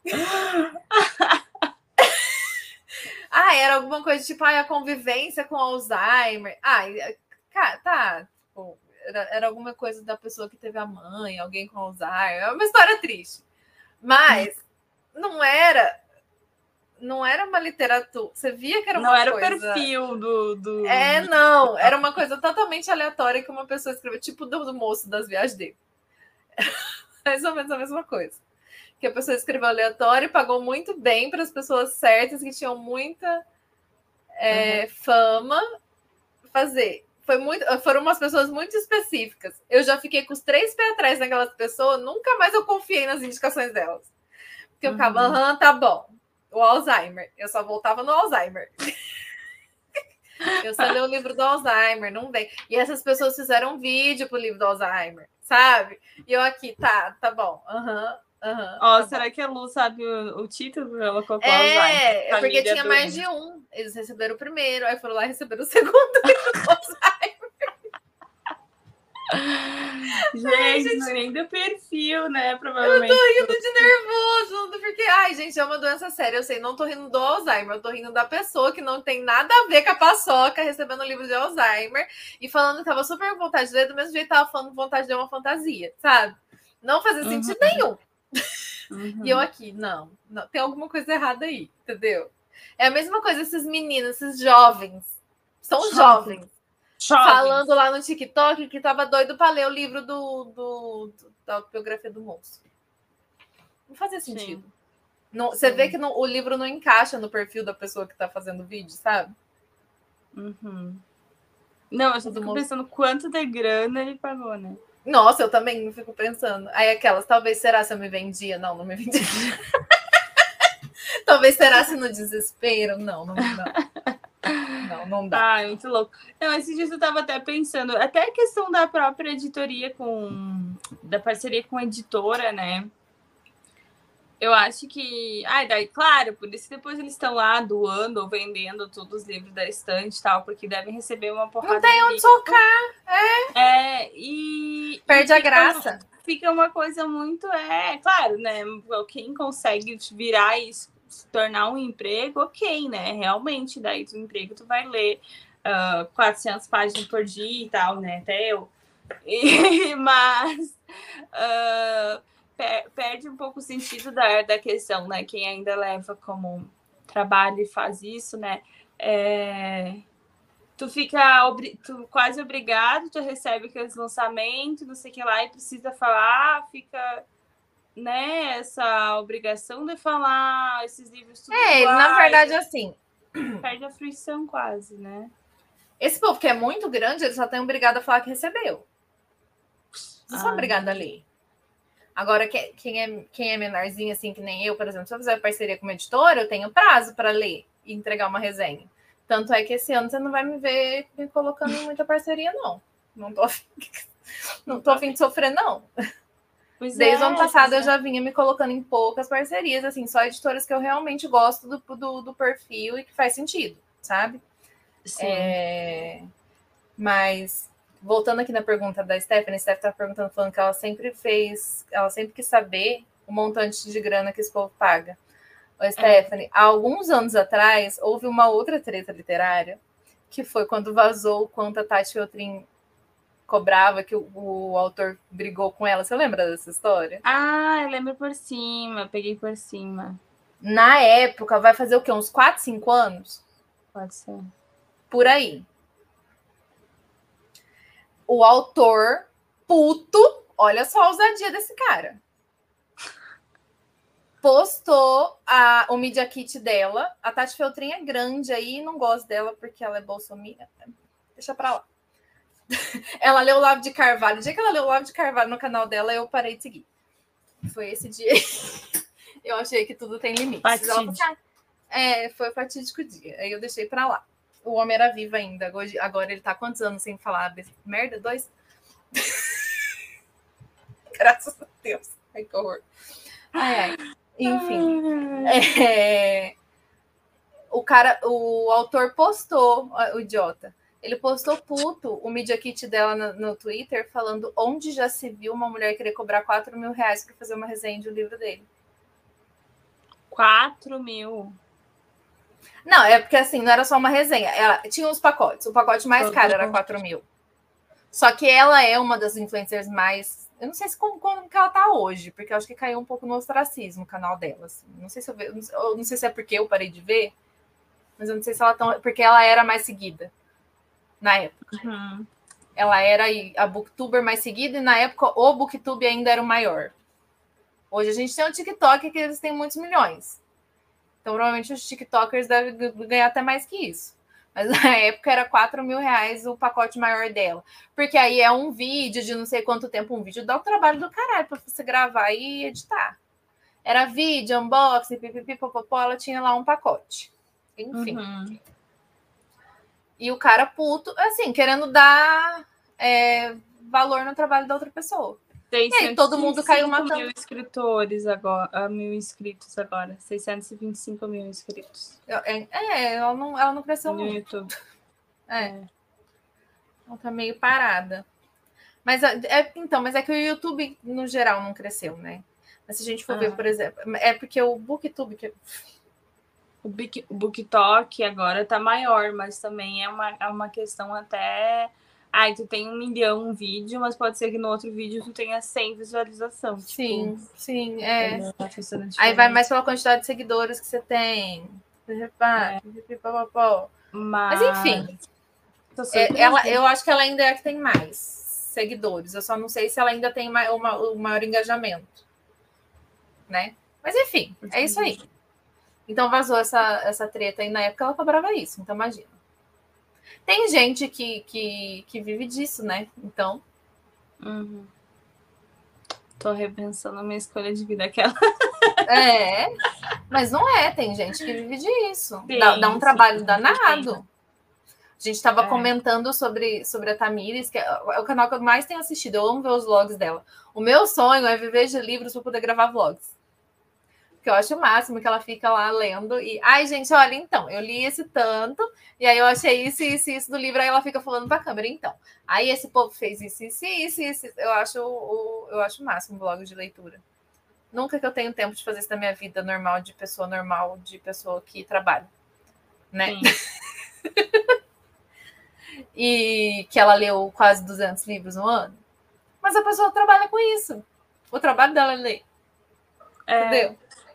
Ah, era alguma coisa tipo, ah, a convivência com Alzheimer. Ah, tá, tipo, era, era alguma coisa da pessoa que teve a mãe, alguém com Alzheimer. É uma história triste. Mas não era... Não era uma literatura. Você via que era uma não era coisa... o perfil do, do... É, não. Era uma coisa totalmente aleatória que uma pessoa escreveu, tipo do, do moço das viagens dele. Mais ou menos a mesma coisa. Que a pessoa escreveu aleatório e pagou muito bem para as pessoas certas que tinham muita é, uhum. fama fazer. Foi muito, foram umas pessoas muito específicas. Eu já fiquei com os três pés atrás naquelas pessoas, nunca mais eu confiei nas indicações delas. Porque eu ficava, aham, uhum, tá bom. O Alzheimer. Eu só voltava no Alzheimer. Eu só li o livro do Alzheimer, não vem. E essas pessoas fizeram um vídeo pro livro do Alzheimer, sabe? E eu aqui, tá, tá bom. Aham, uhum, aham. Uhum, Ó, tá será bom. que a Lu sabe o, o título? Ela colocou é, Alzheimer. É, porque tinha mais de um. Eles receberam o primeiro, aí foram lá e receberam o segundo livro do Alzheimer. Gente, ai, gente, não é nem do perfil, né? Provavelmente. Eu tô rindo de nervoso, porque, ai, gente, é uma doença séria. Eu sei, não tô rindo do Alzheimer, eu tô rindo da pessoa que não tem nada a ver com a paçoca recebendo o livro de Alzheimer e falando que tava super com vontade de ler, do mesmo jeito que tava falando vontade de ler uma fantasia, sabe? Não fazia sentido uhum. nenhum. Uhum. E eu aqui, não, não, tem alguma coisa errada aí, entendeu? É a mesma coisa esses meninos, esses jovens. São jovens. jovens. Jovens. Falando lá no TikTok que tava doido para ler o livro do, do, do, da autobiografia do moço. Não fazia sentido. Não, você vê que não, o livro não encaixa no perfil da pessoa que tá fazendo o vídeo, sabe? Uhum. Não, eu só fico pensando quanto de grana ele pagou, né? Nossa, eu também fico pensando. Aí aquelas, talvez será se eu me vendia? Não, não me vendia. Talvez será se no desespero? Não, não, não. Não, não dá. Ah, muito louco. Não, esses dias eu tava até pensando, até a questão da própria editoria com... da parceria com a editora, né? Eu acho que... Ah, daí, claro, por isso depois eles estão lá doando ou vendendo todos os livros da estante e tal, porque devem receber uma porrada. Não tem onde socar, é. É, e... Perde e a graça. Fica uma coisa muito... É, claro, né? Quem consegue virar isso, se tornar um emprego, ok, né? Realmente, daí do emprego tu vai ler uh, quatrocentas páginas por dia e tal, né? Até eu. E, mas uh, per, perde um pouco o sentido da, da questão, né? Quem ainda leva como trabalho e faz isso, né? É, tu fica obri, tu quase obrigado, tu recebe aqueles lançamentos, não sei o que lá, e precisa falar, fica... né, essa obrigação de falar esses livros tudo é, iguais, na verdade, assim... Perde a fruição quase, né? Esse povo que é muito grande, ele só tem obrigado a falar que recebeu. Você só é obrigado a ler. Agora, quem é, quem é menorzinho, assim, que nem eu, por exemplo, se eu fizer parceria com uma editora, eu tenho prazo para ler e entregar uma resenha. Tanto é que esse ano você não vai me ver me colocando em muita parceria, não. Não tô, não tô a fim de sofrer, não. Pois Desde é, o ano passado eu já vinha me colocando em poucas parcerias, assim, só editoras que eu realmente gosto do, do, do perfil e que faz sentido, sabe? Sim. É... Mas, voltando aqui na pergunta da Stephanie, a Stephanie estava perguntando, falando que ela sempre fez, ela sempre quis saber o montante de grana que esse povo paga. Ô, Stephanie, é. há alguns anos atrás, houve uma outra treta literária, que foi quando vazou o quanto a Tati Otrin cobrava, que o, o autor brigou com ela. Você lembra dessa história? Ah, eu lembro por cima, peguei por cima. Na época, vai fazer o quê? Uns quatro, cinco anos? Pode ser. Por aí. O autor, puto, olha só a ousadia desse cara. Postou a, o Media Kit dela. A Tati Feltrin é grande aí, não gosto dela porque ela é bolsominion. Deixa pra lá. Ela leu o Olavo de Carvalho. O dia que ela leu o Olavo de Carvalho no canal dela, eu parei de seguir. Foi esse dia. Eu achei que tudo tem limite. Ela falou assim, ah, é, foi o fatídico dia. Aí eu deixei pra lá. O homem era vivo ainda. Agora ele tá quantos anos sem falar merda? Dois? Graças a Deus. Ai, que horror. Ai, ai. Enfim. É... O cara, o autor postou, o idiota. Ele postou puto o Media Kit dela no, no Twitter falando onde já se viu uma mulher querer cobrar quatro mil reais pra fazer uma resenha de um livro dele. quatro mil? Não, é porque assim, não era só uma resenha. Ela tinha os pacotes. O pacote mais Todo caro era quatro mil. Só que ela é uma das influencers mais... Eu não sei se como, como que ela tá hoje, porque eu acho que caiu um pouco no ostracismo o canal dela. Assim. Não sei se eu, eu, eu não sei se é porque eu parei de ver, mas eu não sei se ela tão... Porque ela era mais seguida na época. Uhum. Ela era a booktuber mais seguida e na época o booktube ainda era o maior. Hoje a gente tem o TikTok que eles têm muitos milhões. Então provavelmente os TikTokers devem ganhar até mais que isso. Mas na época era quatro mil reais o pacote maior dela. Porque aí é um vídeo de não sei quanto tempo, um vídeo dá o trabalho do caralho para você gravar e editar. Era vídeo, unboxing, pipipi, popopó, ela tinha lá um pacote. Enfim. Uhum. E o cara puto, assim, querendo dar é, valor no trabalho da outra pessoa. Tem e aí todo mundo caiu matando. mil inscritores agora, mil inscritos agora. seiscentos e vinte e cinco mil inscritos. É, é ela, não, ela não cresceu no muito. YouTube. É. é. Ela tá meio parada. Mas, é, então, mas é que o YouTube, no geral, não cresceu, né? Mas se a gente for ah. ver, por exemplo... É porque o BookTube... Que... O, Book, o BookTok agora tá maior, mas também é uma, é uma questão até... Ai, tu tem um milhão um vídeo, mas pode ser que no outro vídeo tu tenha cem visualizações. Sim, tipo, sim, é. Aí vai mais pela quantidade de seguidores que você tem. É. Mas, mas enfim. É, ela, eu acho que ela ainda é que tem mais seguidores. Eu só não sei se ela ainda tem o uma, uma, maior engajamento. Né? Mas enfim, é isso aí. Então vazou essa, essa treta aí. Na época ela cobrava isso, então imagina. Tem gente que, que, que vive disso, né? Então. Uhum. Tô repensando a minha escolha de vida aquela. É, mas não é. Tem gente que vive disso. Sim, dá, dá um sim, trabalho sim, danado. Sim. A gente estava é. comentando sobre, sobre a Tamires, que é o canal que eu mais tenho assistido. Eu amo ver os vlogs dela. O meu sonho é viver de livros para poder gravar vlogs. Que eu acho o máximo que ela fica lá lendo e... Ai, gente, olha, então, eu li esse tanto e aí eu achei isso, isso, isso do livro, aí ela fica falando pra câmera, então. Aí esse povo fez isso, isso, isso, isso. Eu acho o, eu acho o máximo o blog de leitura. Nunca que eu tenho tempo de fazer isso na minha vida normal, de pessoa normal, de pessoa que trabalha, né? E que ela leu quase duzentos livros no ano. Mas a pessoa trabalha com isso. O trabalho dela é ler. É... Entendeu?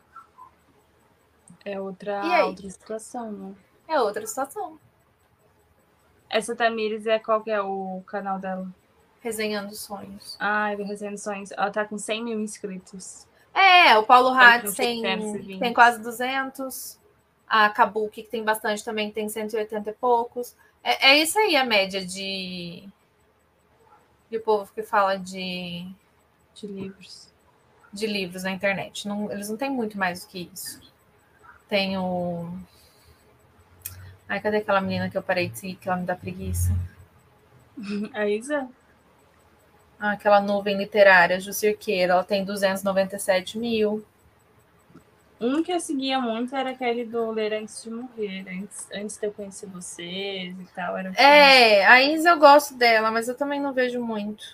É outra, outra situação, né? É outra situação. Essa Tamires é qual que é o canal dela? Resenhando Sonhos. Ah, é Resenhando Sonhos. Ela tá com cem mil inscritos. É, o Paulo Hatz tem, tem quase duzentos. A Kabuki, que tem bastante também, tem cento e oitenta e poucos. É, é isso aí a média de... de povo que fala de... de livros. De livros na internet. Não, eles não têm muito mais do que isso. Tem o... Ai, cadê aquela menina que eu parei de seguir, que ela me dá preguiça? A Isa? Ah, aquela nuvem literária, Jucirqueira, ela tem duzentos e noventa e sete mil. Um que eu seguia muito era aquele do Ler Antes de Morrer, antes, antes de eu conhecer vocês e tal. Era é, a Isa eu gosto dela, mas eu também não vejo muito.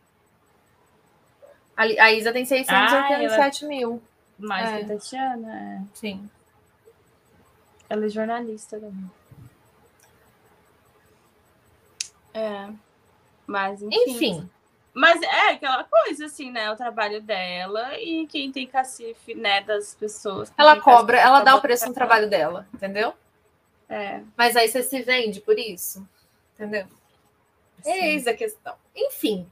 A, a Isa tem seiscentos e oitenta e sete mil. Mais é. que a Tatiana, é. Sim. Ela é jornalista também. É. Mas, enfim. Enfim. Mas é aquela coisa, assim, né? O trabalho dela e quem tem cacife, né, das pessoas. Ela cobra, ela dá o preço no trabalho dela, entendeu? É. Mas aí você se vende por isso, entendeu? Sim. Eis a questão. Enfim.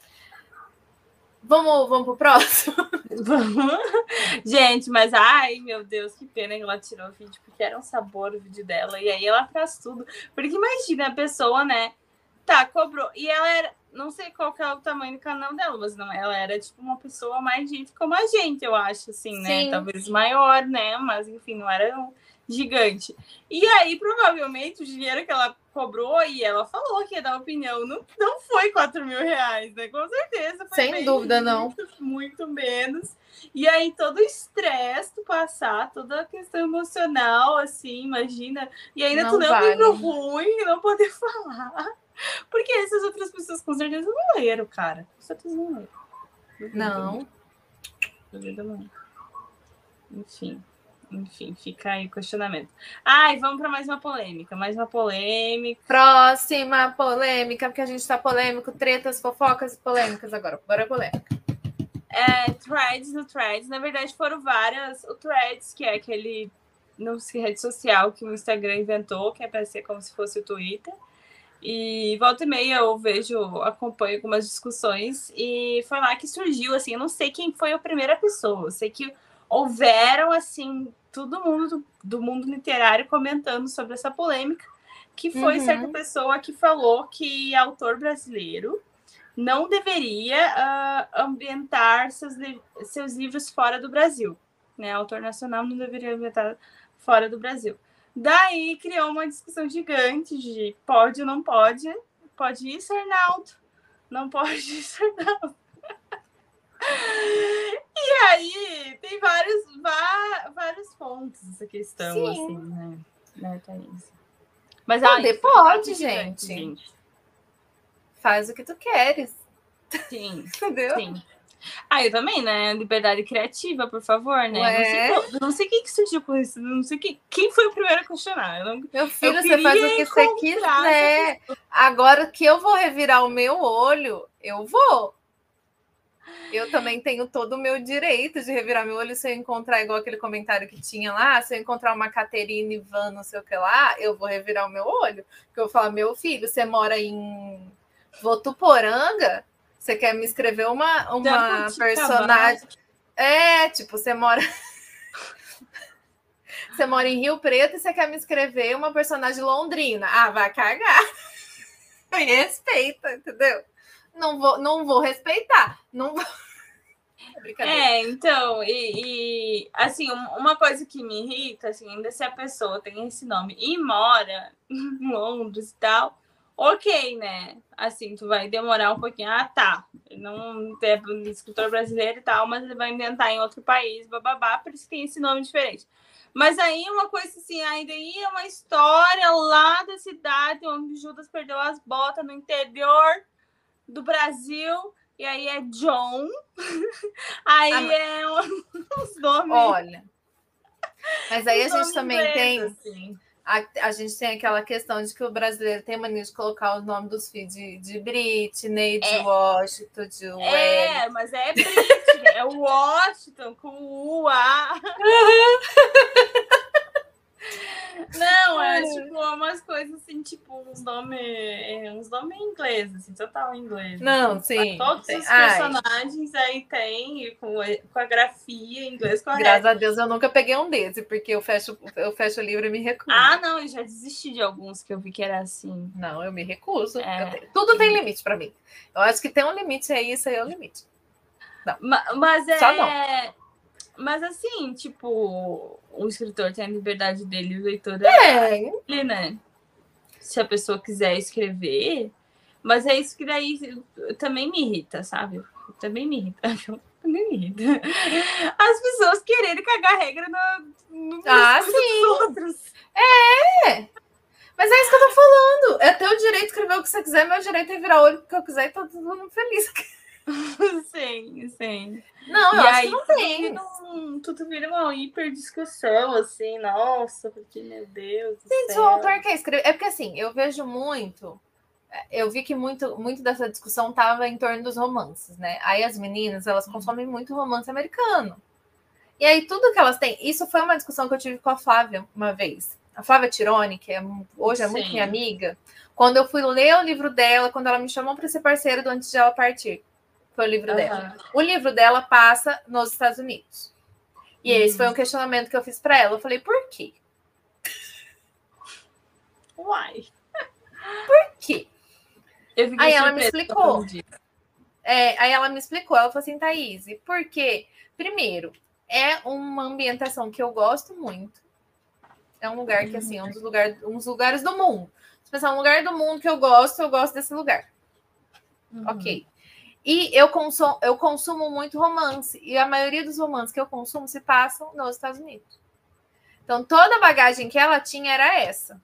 Vamos, vamos pro próximo? Vamos. Gente, mas ai, meu Deus, que pena que ela tirou o vídeo, porque era um sabor o vídeo dela. E aí ela traz tudo. Porque imagina a pessoa, né? Tá, cobrou. E ela era. não sei qual que é o tamanho do canal dela, mas não, ela era tipo uma pessoa mais gente como a gente, eu acho, assim, né? Sim. Talvez maior, né? Mas enfim, não era um gigante. E aí, provavelmente, o dinheiro que ela cobrou, e ela falou que ia dar opinião, não, não foi quatro mil reais, né? Com certeza foi Sem bem, dúvida, não. Muito, muito menos. E aí, todo o estresse tu passar, toda a questão emocional, assim, imagina. E ainda Não tu ler um vale. livro ruim e não poder falar. Porque essas outras pessoas com certeza não leram, cara. Com certeza não leram. Não. Duvido muito. Enfim. Enfim, fica aí o questionamento. Ai, vamos para mais uma polêmica. Mais uma polêmica. Próxima polêmica, porque a gente tá polêmico. Tretas, fofocas e polêmicas agora. Agora é polêmica. É, threads no Threads. Na verdade, foram várias. O Threads, que é aquele não sei, rede social que o Instagram inventou, que é para ser como se fosse o Twitter. E volta e meia eu vejo, acompanho algumas discussões e foi lá que surgiu, assim, eu não sei quem foi a primeira pessoa, eu sei que houveram, assim, todo mundo do, do mundo literário comentando sobre essa polêmica, que foi Uhum. certa pessoa que falou que autor brasileiro não deveria uh, ambientar seus, li- seus livros fora do Brasil, né? Autor nacional não deveria ambientar fora do Brasil. Daí criou uma discussão gigante de pode ou não pode. Pode isso, Arnaldo? Não pode isso, Arnaldo? E aí tem vários, vá, vários pontos essa questão, Sim. assim, né? né Thaís? Mas Poder ai, pode, gigante, gente. gente. Faz o que tu queres. Sim, Entendeu? sim. Ah, eu também, né? Liberdade criativa, por favor, né? Ué? Não sei, qual- não sei quem que surgiu com isso. Não sei quem, quem foi o primeiro a questionar. Eu não, Meu filho, eu você faz o queria que você encontrar quiser. Agora que eu vou revirar o meu olho, eu vou. Eu também tenho todo o meu direito de revirar meu olho se eu encontrar, igual aquele comentário que tinha lá, se eu encontrar uma Caterine Ivan, não sei o que lá, eu vou revirar o meu olho. Porque eu vou falar, meu filho, você mora em Votuporanga? Você quer me escrever uma, uma personagem... É, tipo, você mora... Você mora em Rio Preto e você quer me escrever uma personagem londrina. Ah, vai cagar. Me respeita, entendeu? Não vou, não vou respeitar. Não vou... É, é, então, e, e assim, uma coisa que me irrita, assim, ainda se a pessoa tem esse nome e mora em Londres e tal, ok, né? Assim, tu vai demorar um pouquinho. Ah, tá. Ele não é um escritor brasileiro e tal, mas ele vai inventar em outro país, bababá, por isso que tem esse nome diferente. Mas aí uma coisa assim, ainda é uma história lá da cidade onde Judas perdeu as botas no interior do Brasil, e aí é John, aí ah, é os nomes. Olha, mas aí a gente também inglês, tem. Assim. A, a gente tem aquela questão de que o brasileiro tem mania de colocar o nome dos filhos de, de Britney, de é. Washington, de É, Wellington. Mas é Britney, é Washington com o U A. Não, é tipo umas coisas assim, tipo uns nomes uns nome em inglês, assim, total em inglês. Não, assim. sim. Todos tem. os personagens Ai. aí tem com, com a grafia em inglês correto. Graças a Deus eu nunca peguei um desse, porque eu fecho, eu fecho o livro e me recuso. Ah, não, eu já desisti de alguns que eu vi que era assim. Não, eu me recuso. É, eu tenho, tudo sim. tem limite para mim. Eu acho que tem um limite aí, isso aí é o limite. Não. Mas, mas é. Só não. Mas assim, tipo, o escritor tem a liberdade dele, o leitor é ele, né? Se a pessoa quiser escrever, mas é isso que daí também me irrita, sabe? Também me irrita. Também me irrita. As pessoas quererem cagar regra no, no ah, sim. Dos outros. É! Mas é isso que eu tô falando. É teu direito de escrever o que você quiser, meu direito é virar olho porque eu quiser e tá todo mundo feliz. Sim, sim. Não, eu e acho aí, que não tem. Tudo, um, tudo vira uma hiper discussão, assim, nossa, porque, meu Deus do Gente, céu. o autor quer escrever. É porque assim, eu vejo muito. Eu vi que muito, muito dessa discussão tava em torno dos romances, né? Aí as meninas, elas consomem muito romance americano. E aí tudo que elas têm. Isso foi uma discussão que eu tive com a Flávia uma vez. A Flávia Tironi, que é, hoje é muito Sim. minha amiga. Quando eu fui ler o livro dela, quando ela me chamou para ser parceiro do Antes de Ela Partir. Foi o livro uhum. dela. O livro dela passa nos Estados Unidos. E uhum. esse foi um questionamento que eu fiz para ela. Eu falei, por quê? Uai. Por quê? Eu fiquei Aí ela me surpresa explicou. falando disso. É, aí ela me explicou, ela falou assim, Thaís, porque, primeiro, é uma ambientação que eu gosto muito. É um lugar que, assim, é um dos lugares, um dos lugares do mundo. Se pensar um lugar do mundo que eu gosto, eu gosto desse lugar. Uhum. Ok. E eu consumo, eu consumo muito romance. E a maioria dos romances que eu consumo se passam nos Estados Unidos. Então, toda a bagagem que ela tinha era essa.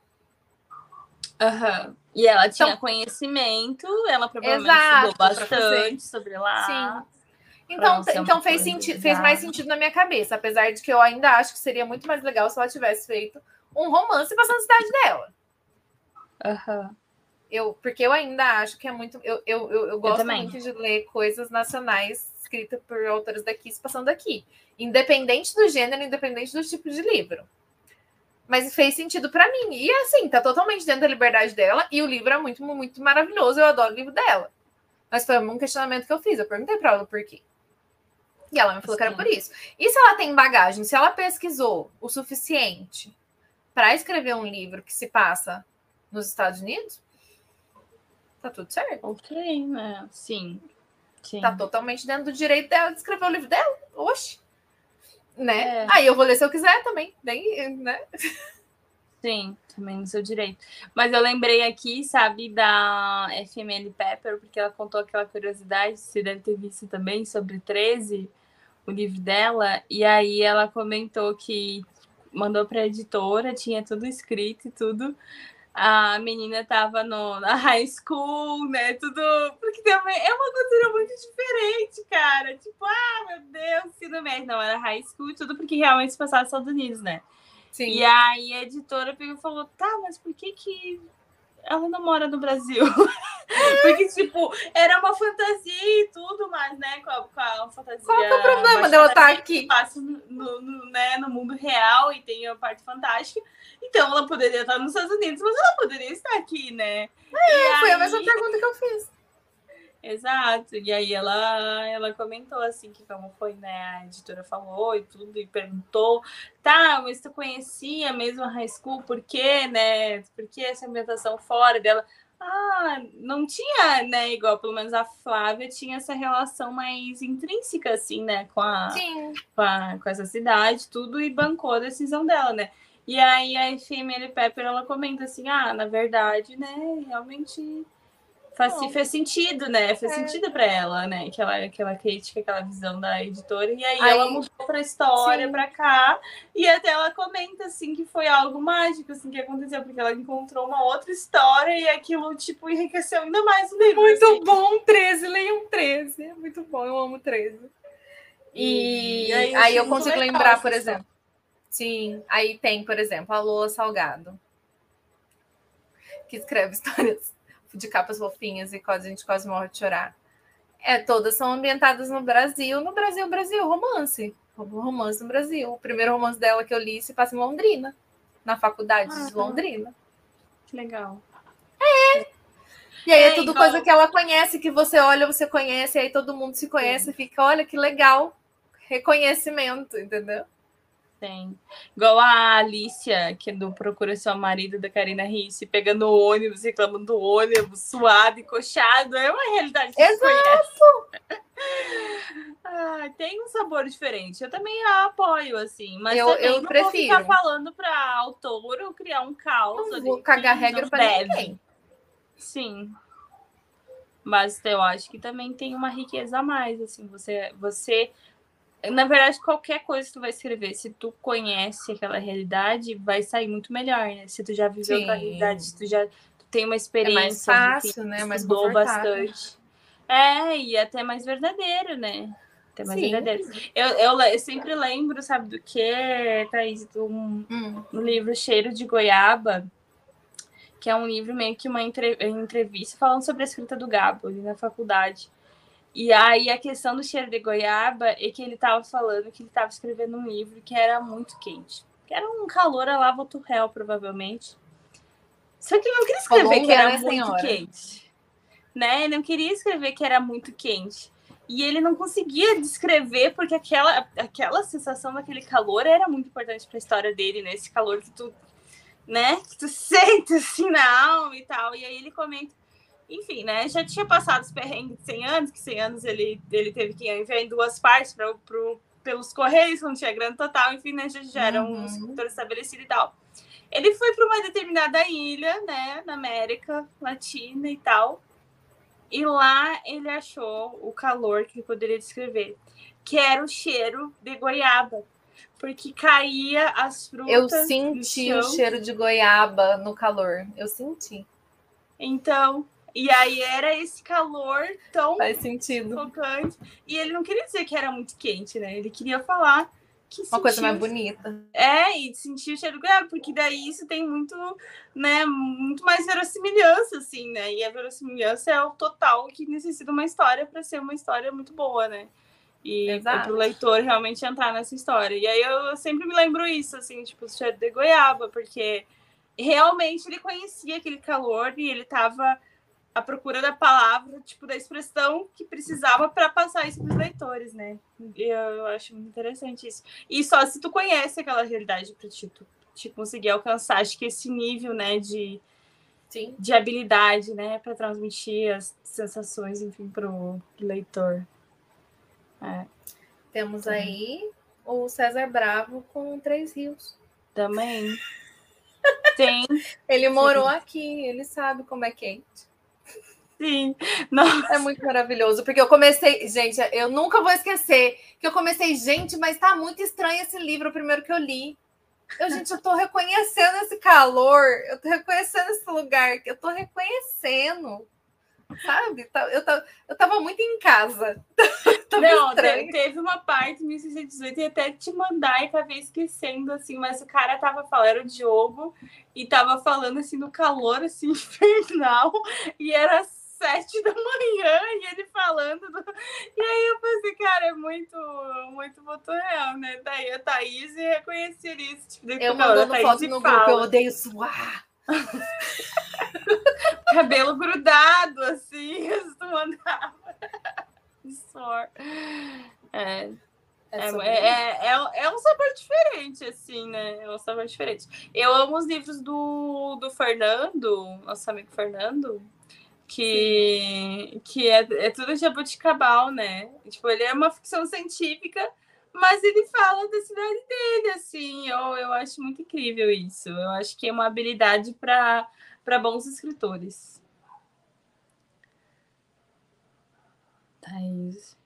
Uhum. E ela tinha Então, conhecimento, ela provavelmente exato, estudou bastante sobre lá. Sim. Então, então fez, sentido, fez mais sentido na minha cabeça, apesar de que eu ainda acho que seria muito mais legal se ela tivesse feito um romance passando na cidade dela. Uhum. Eu, porque eu ainda acho que é muito. Eu, eu, eu, eu gosto também. muito de ler coisas nacionais escritas por autores daqui se passando aqui. Independente do gênero, independente do tipo de livro. Mas fez sentido para mim. E assim, tá totalmente dentro da liberdade dela. E o livro é muito, muito maravilhoso. Eu adoro o livro dela. Mas foi um questionamento que eu fiz. Eu perguntei para ela por quê. E ela me falou Sim. que era por isso. E se ela tem bagagem, se ela pesquisou o suficiente para escrever um livro que se passa nos Estados Unidos, tá tudo certo. Ok, né? Sim. Sim. Tá totalmente dentro do direito dela de escrever o livro dela. Oxe. Né? É. Aí eu vou ler se eu quiser também. Bem, né? Sim, também no seu direito. Mas eu lembrei aqui, sabe, da F M L Pepper, porque ela contou aquela curiosidade, você deve ter visto também, sobre treze, o livro dela, e aí ela comentou que mandou para a editora, tinha tudo escrito e tudo. A menina tava no, na high school, né? Tudo. Porque também é uma cultura muito diferente, cara. Tipo, ah, meu Deus, ensino médio. Não, era high school e tudo, porque realmente se passava nos Estados Unidos, né? Sim. E aí a editora pegou e falou: tá, mas por que que ela não mora no Brasil? Porque, tipo, era uma fantasia e tudo, mas, né, com a, com a fantasia... Qual que é o problema dela estar aqui? Passa no, no, no, né, no mundo real e tem a parte fantástica. Então, ela poderia estar nos Estados Unidos, mas ela poderia estar aqui, né? É, e foi aí... a mesma pergunta que eu fiz. Exato. E aí ela, ela comentou, assim, que como foi, né, a editora falou e tudo, e perguntou, tá, mas tu conhecia mesmo a high school, por quê, né? Por que essa ambientação fora dela? Ah, não tinha, né, igual pelo menos a Flávia tinha essa relação mais intrínseca, assim, né, com a, Sim. com, a, com essa cidade, tudo, e bancou a decisão dela, né? E aí a F M L Pepper, ela comenta assim, ah, na verdade, né, realmente... Faz, fez sentido, né? Fez é. sentido para ela, né? Aquela, aquela crítica, aquela visão da editora. E aí, aí ela mudou para a história, para cá. E até ela comenta, assim, que foi algo mágico, assim, que aconteceu. Porque ela encontrou uma outra história e aquilo, tipo, enriqueceu ainda mais o livro. Muito assim. bom, treze. Leiam treze. É muito bom, eu amo treze. E, e aí, eu, aí eu consigo lembrar, por exemplo. Sim, aí tem, por exemplo, a Lola Salgado. Que escreve histórias de capas fofinhas e quase a gente quase morre de chorar. É, todas são ambientadas no Brasil. No Brasil, Brasil, romance. Romance no Brasil. O primeiro romance dela que eu li se passa em Londrina. Na faculdade ah, de Londrina. Que legal. É. E aí é, é tudo igual... coisa que ela conhece, que você olha, você conhece, e aí todo mundo se conhece Sim. e fica, olha que legal. Reconhecimento, entendeu? Tem. Igual a Alicia, que é do Procura Seu Marido, da Karina Ricci, pegando o ônibus, reclamando do ônibus, suado e coxado. É uma realidade que Exato. se conhece. Ah, tem um sabor diferente. Eu também a apoio, assim. Mas eu, também eu não prefiro. Vou ficar falando para autor ou criar um caos. Não vou cagar regra para ninguém. Sim. Mas eu acho que também tem uma riqueza a mais, assim. Você... você Na verdade, qualquer coisa que tu vai escrever, se tu conhece aquela realidade, vai sair muito melhor, né? Se tu já viveu aquela realidade, se tu já tu tem uma experiência, é mais fácil, né? Mais estudou bastante. É, e até mais verdadeiro, né? Até mais Sim. verdadeiro. Eu, eu, eu sempre lembro, sabe do que, Thaís? Do um, hum. um livro Cheiro de Goiaba, que é um livro meio que uma entre, entrevista falando sobre a escrita do Gabo, ali na faculdade. E aí a questão do cheiro de goiaba é que ele estava falando que ele estava escrevendo um livro que era muito quente. Que era um calor a lava do réu, provavelmente. Só que ele não queria escrever Colômbia, que era né, muito senhora? quente. Né? Ele não queria escrever que era muito quente. E ele não conseguia descrever porque aquela, aquela sensação daquele calor era muito importante para a história dele, né? Esse calor que tu, né? que tu sente assim na alma e tal. E aí ele comenta enfim, né? Já tinha passado os perrengues de cem anos, que cem anos ele, ele teve que enviar em duas partes pra, pro, pelos Correios, não tinha grana total, enfim, né? Já, já era um escritor estabelecido e tal. Ele foi para uma determinada ilha, né? Na América Latina e tal. E lá ele achou o calor que ele poderia descrever, que era o cheiro de goiaba. Porque caía as frutas. Eu senti o cheiro de goiaba no calor. Eu senti. Então, e aí era esse calor tão Faz sentido. focante. E ele não queria dizer que era muito quente, né? Ele queria falar que uma coisa mais bonita. É, e sentir o cheiro do goiaba, porque daí isso tem muito, né, muito mais verossimilhança, assim, né? E a verossimilhança é o total que necessita uma história para ser uma história muito boa, né? E para o leitor realmente entrar nessa história. E aí eu sempre me lembro isso, assim, tipo, o cheiro de goiaba, porque realmente ele conhecia aquele calor e ele estava à procura da palavra, tipo, da expressão que precisava para passar isso para os leitores, né? E eu acho muito interessante isso. E só se tu conhece aquela realidade para ti, tu, te conseguir alcançar, acho que esse nível, né, de, Sim. de habilidade, né, para transmitir as sensações, enfim, para o leitor. É. Temos aí o César Bravo com Três Rios. Também. Tem. Ele morou Sim. aqui, ele sabe como é quente. Sim. Nossa. É muito maravilhoso, porque eu comecei... Gente, eu nunca vou esquecer que eu comecei... Gente, mas tá muito estranho esse livro, o primeiro que eu li. Eu, gente, eu tô reconhecendo esse calor, eu tô reconhecendo esse lugar, eu tô reconhecendo... Sabe? Eu tava, eu tava muito em casa. Não, teve, teve uma parte em mil seiscentos e dezoito e até te mandar e acabei esquecendo, assim, mas o cara tava falando, era o Diogo, e tava falando, assim, no calor, assim, infernal, e era sete da manhã, e ele falando, do... e aí eu pensei, cara, é muito, muito voto real, né? Daí a Thaís reconhecer isso. Tipo, eu mandando foto no fala. grupo, eu odeio suar. Cabelo grudado, assim, tu mandava. Suor. É, é, é, é, é um sabor diferente, assim, né? É um sabor diferente. Eu amo os livros do, do Fernando, nosso amigo Fernando, que, que é, é tudo de jabuticabal, né? Tipo, ele é uma ficção científica, mas ele fala da cidade dele, assim. Eu, eu acho muito incrível isso. Eu acho que é uma habilidade para para bons escritores. Thaís.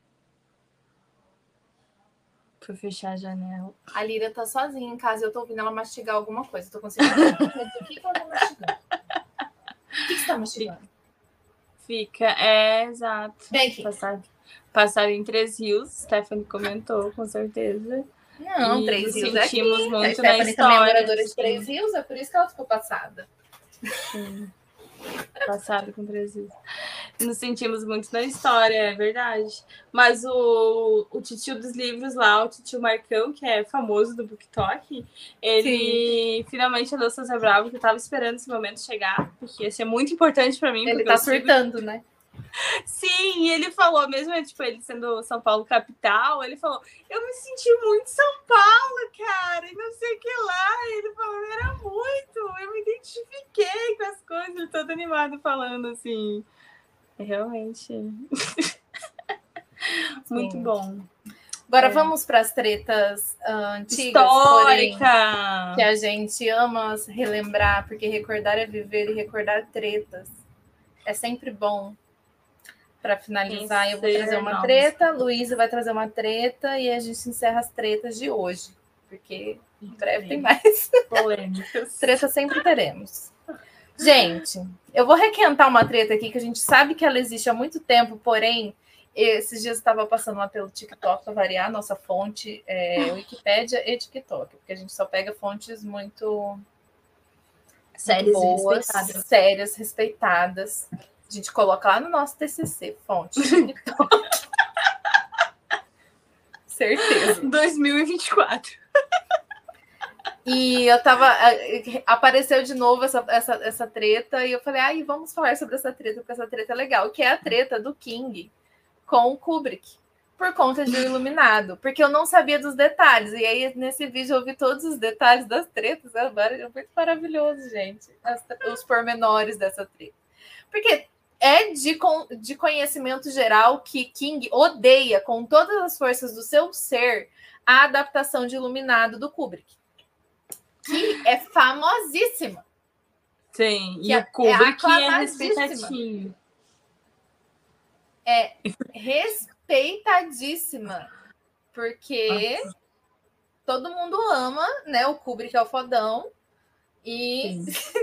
Foi fechar a janela. A Lira tá sozinha em casa e eu tô ouvindo ela mastigar alguma coisa. Eu tô conseguindo ver o que ela tá mastigando. O que você tá mastigando? Fica, é, exato. Vem aqui. Passar, passar em Três Rios, Stephanie comentou, com certeza. Não, e Três Rios é aqui. Sentimos muito a Stephanie na história. Também é moradora de Três Rios, é por isso que ela ficou passada. Sim. Passado com Três Rios. Nos sentimos muito na história, é verdade. Mas o, o titio dos livros lá, o titio Marcão, que é famoso do BookTok, ele Sim. finalmente andou César Bravo, que eu tava esperando esse momento chegar, porque ia ser muito importante para mim. Ele tá surtando, sigo... né? Sim, e ele falou, mesmo tipo, ele sendo São Paulo capital, ele falou, eu me senti muito São Paulo, cara, e não sei o que lá. E ele falou, era muito, eu me identifiquei com as coisas, todo animado falando assim. Realmente. Muito Sim. bom. Agora é. vamos para as tretas uh, antigas. Histórica! Que a gente ama relembrar, porque recordar é viver e recordar tretas. É sempre bom. Para finalizar, Vencer, eu vou trazer uma nossa. treta, Luísa vai trazer uma treta e a gente encerra as tretas de hoje. Porque em breve tem mais. Polêmicas. Treta sempre teremos. Gente, eu vou requentar uma treta aqui que a gente sabe que ela existe há muito tempo, porém, esses dias eu estava passando lá pelo TikTok para variar, nossa fonte é Wikipédia e TikTok, porque a gente só pega fontes muito sérias, boas, respeitadas. sérias, respeitadas. A gente coloca lá no nosso T C C, fonte TikTok. Certeza. dois mil e vinte e quatro. E eu tava. Apareceu de novo essa, essa, essa treta, e eu falei, ai, vamos falar sobre essa treta, porque essa treta é legal, que é a treta do King com o Kubrick, por conta de O Iluminado, porque eu não sabia dos detalhes. E aí, nesse vídeo, eu vi todos os detalhes das tretas. É muito maravilhoso, gente. As, os pormenores dessa treta. Porque é de, de conhecimento geral que King odeia com todas as forças do seu ser a adaptação de Iluminado do Kubrick, que é famosíssima. Sim, e o Kubrick é, é respeitadinho. É respeitadíssima, porque Nossa. todo mundo ama, né? O Kubrick é o fodão e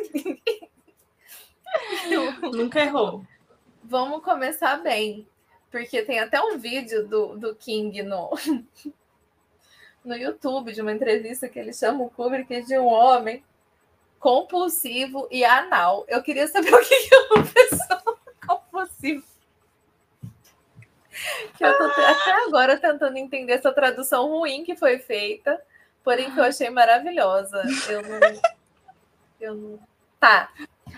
nunca errou. Vamos começar bem, porque tem até um vídeo do, do King no, no YouTube de uma entrevista que ele chama o Kubrick de um homem compulsivo e anal. Eu queria saber o que é uma pessoa compulsiva. Que eu tô até agora tentando entender essa tradução ruim que foi feita, porém que eu achei maravilhosa. Eu não... Eu não... Tá.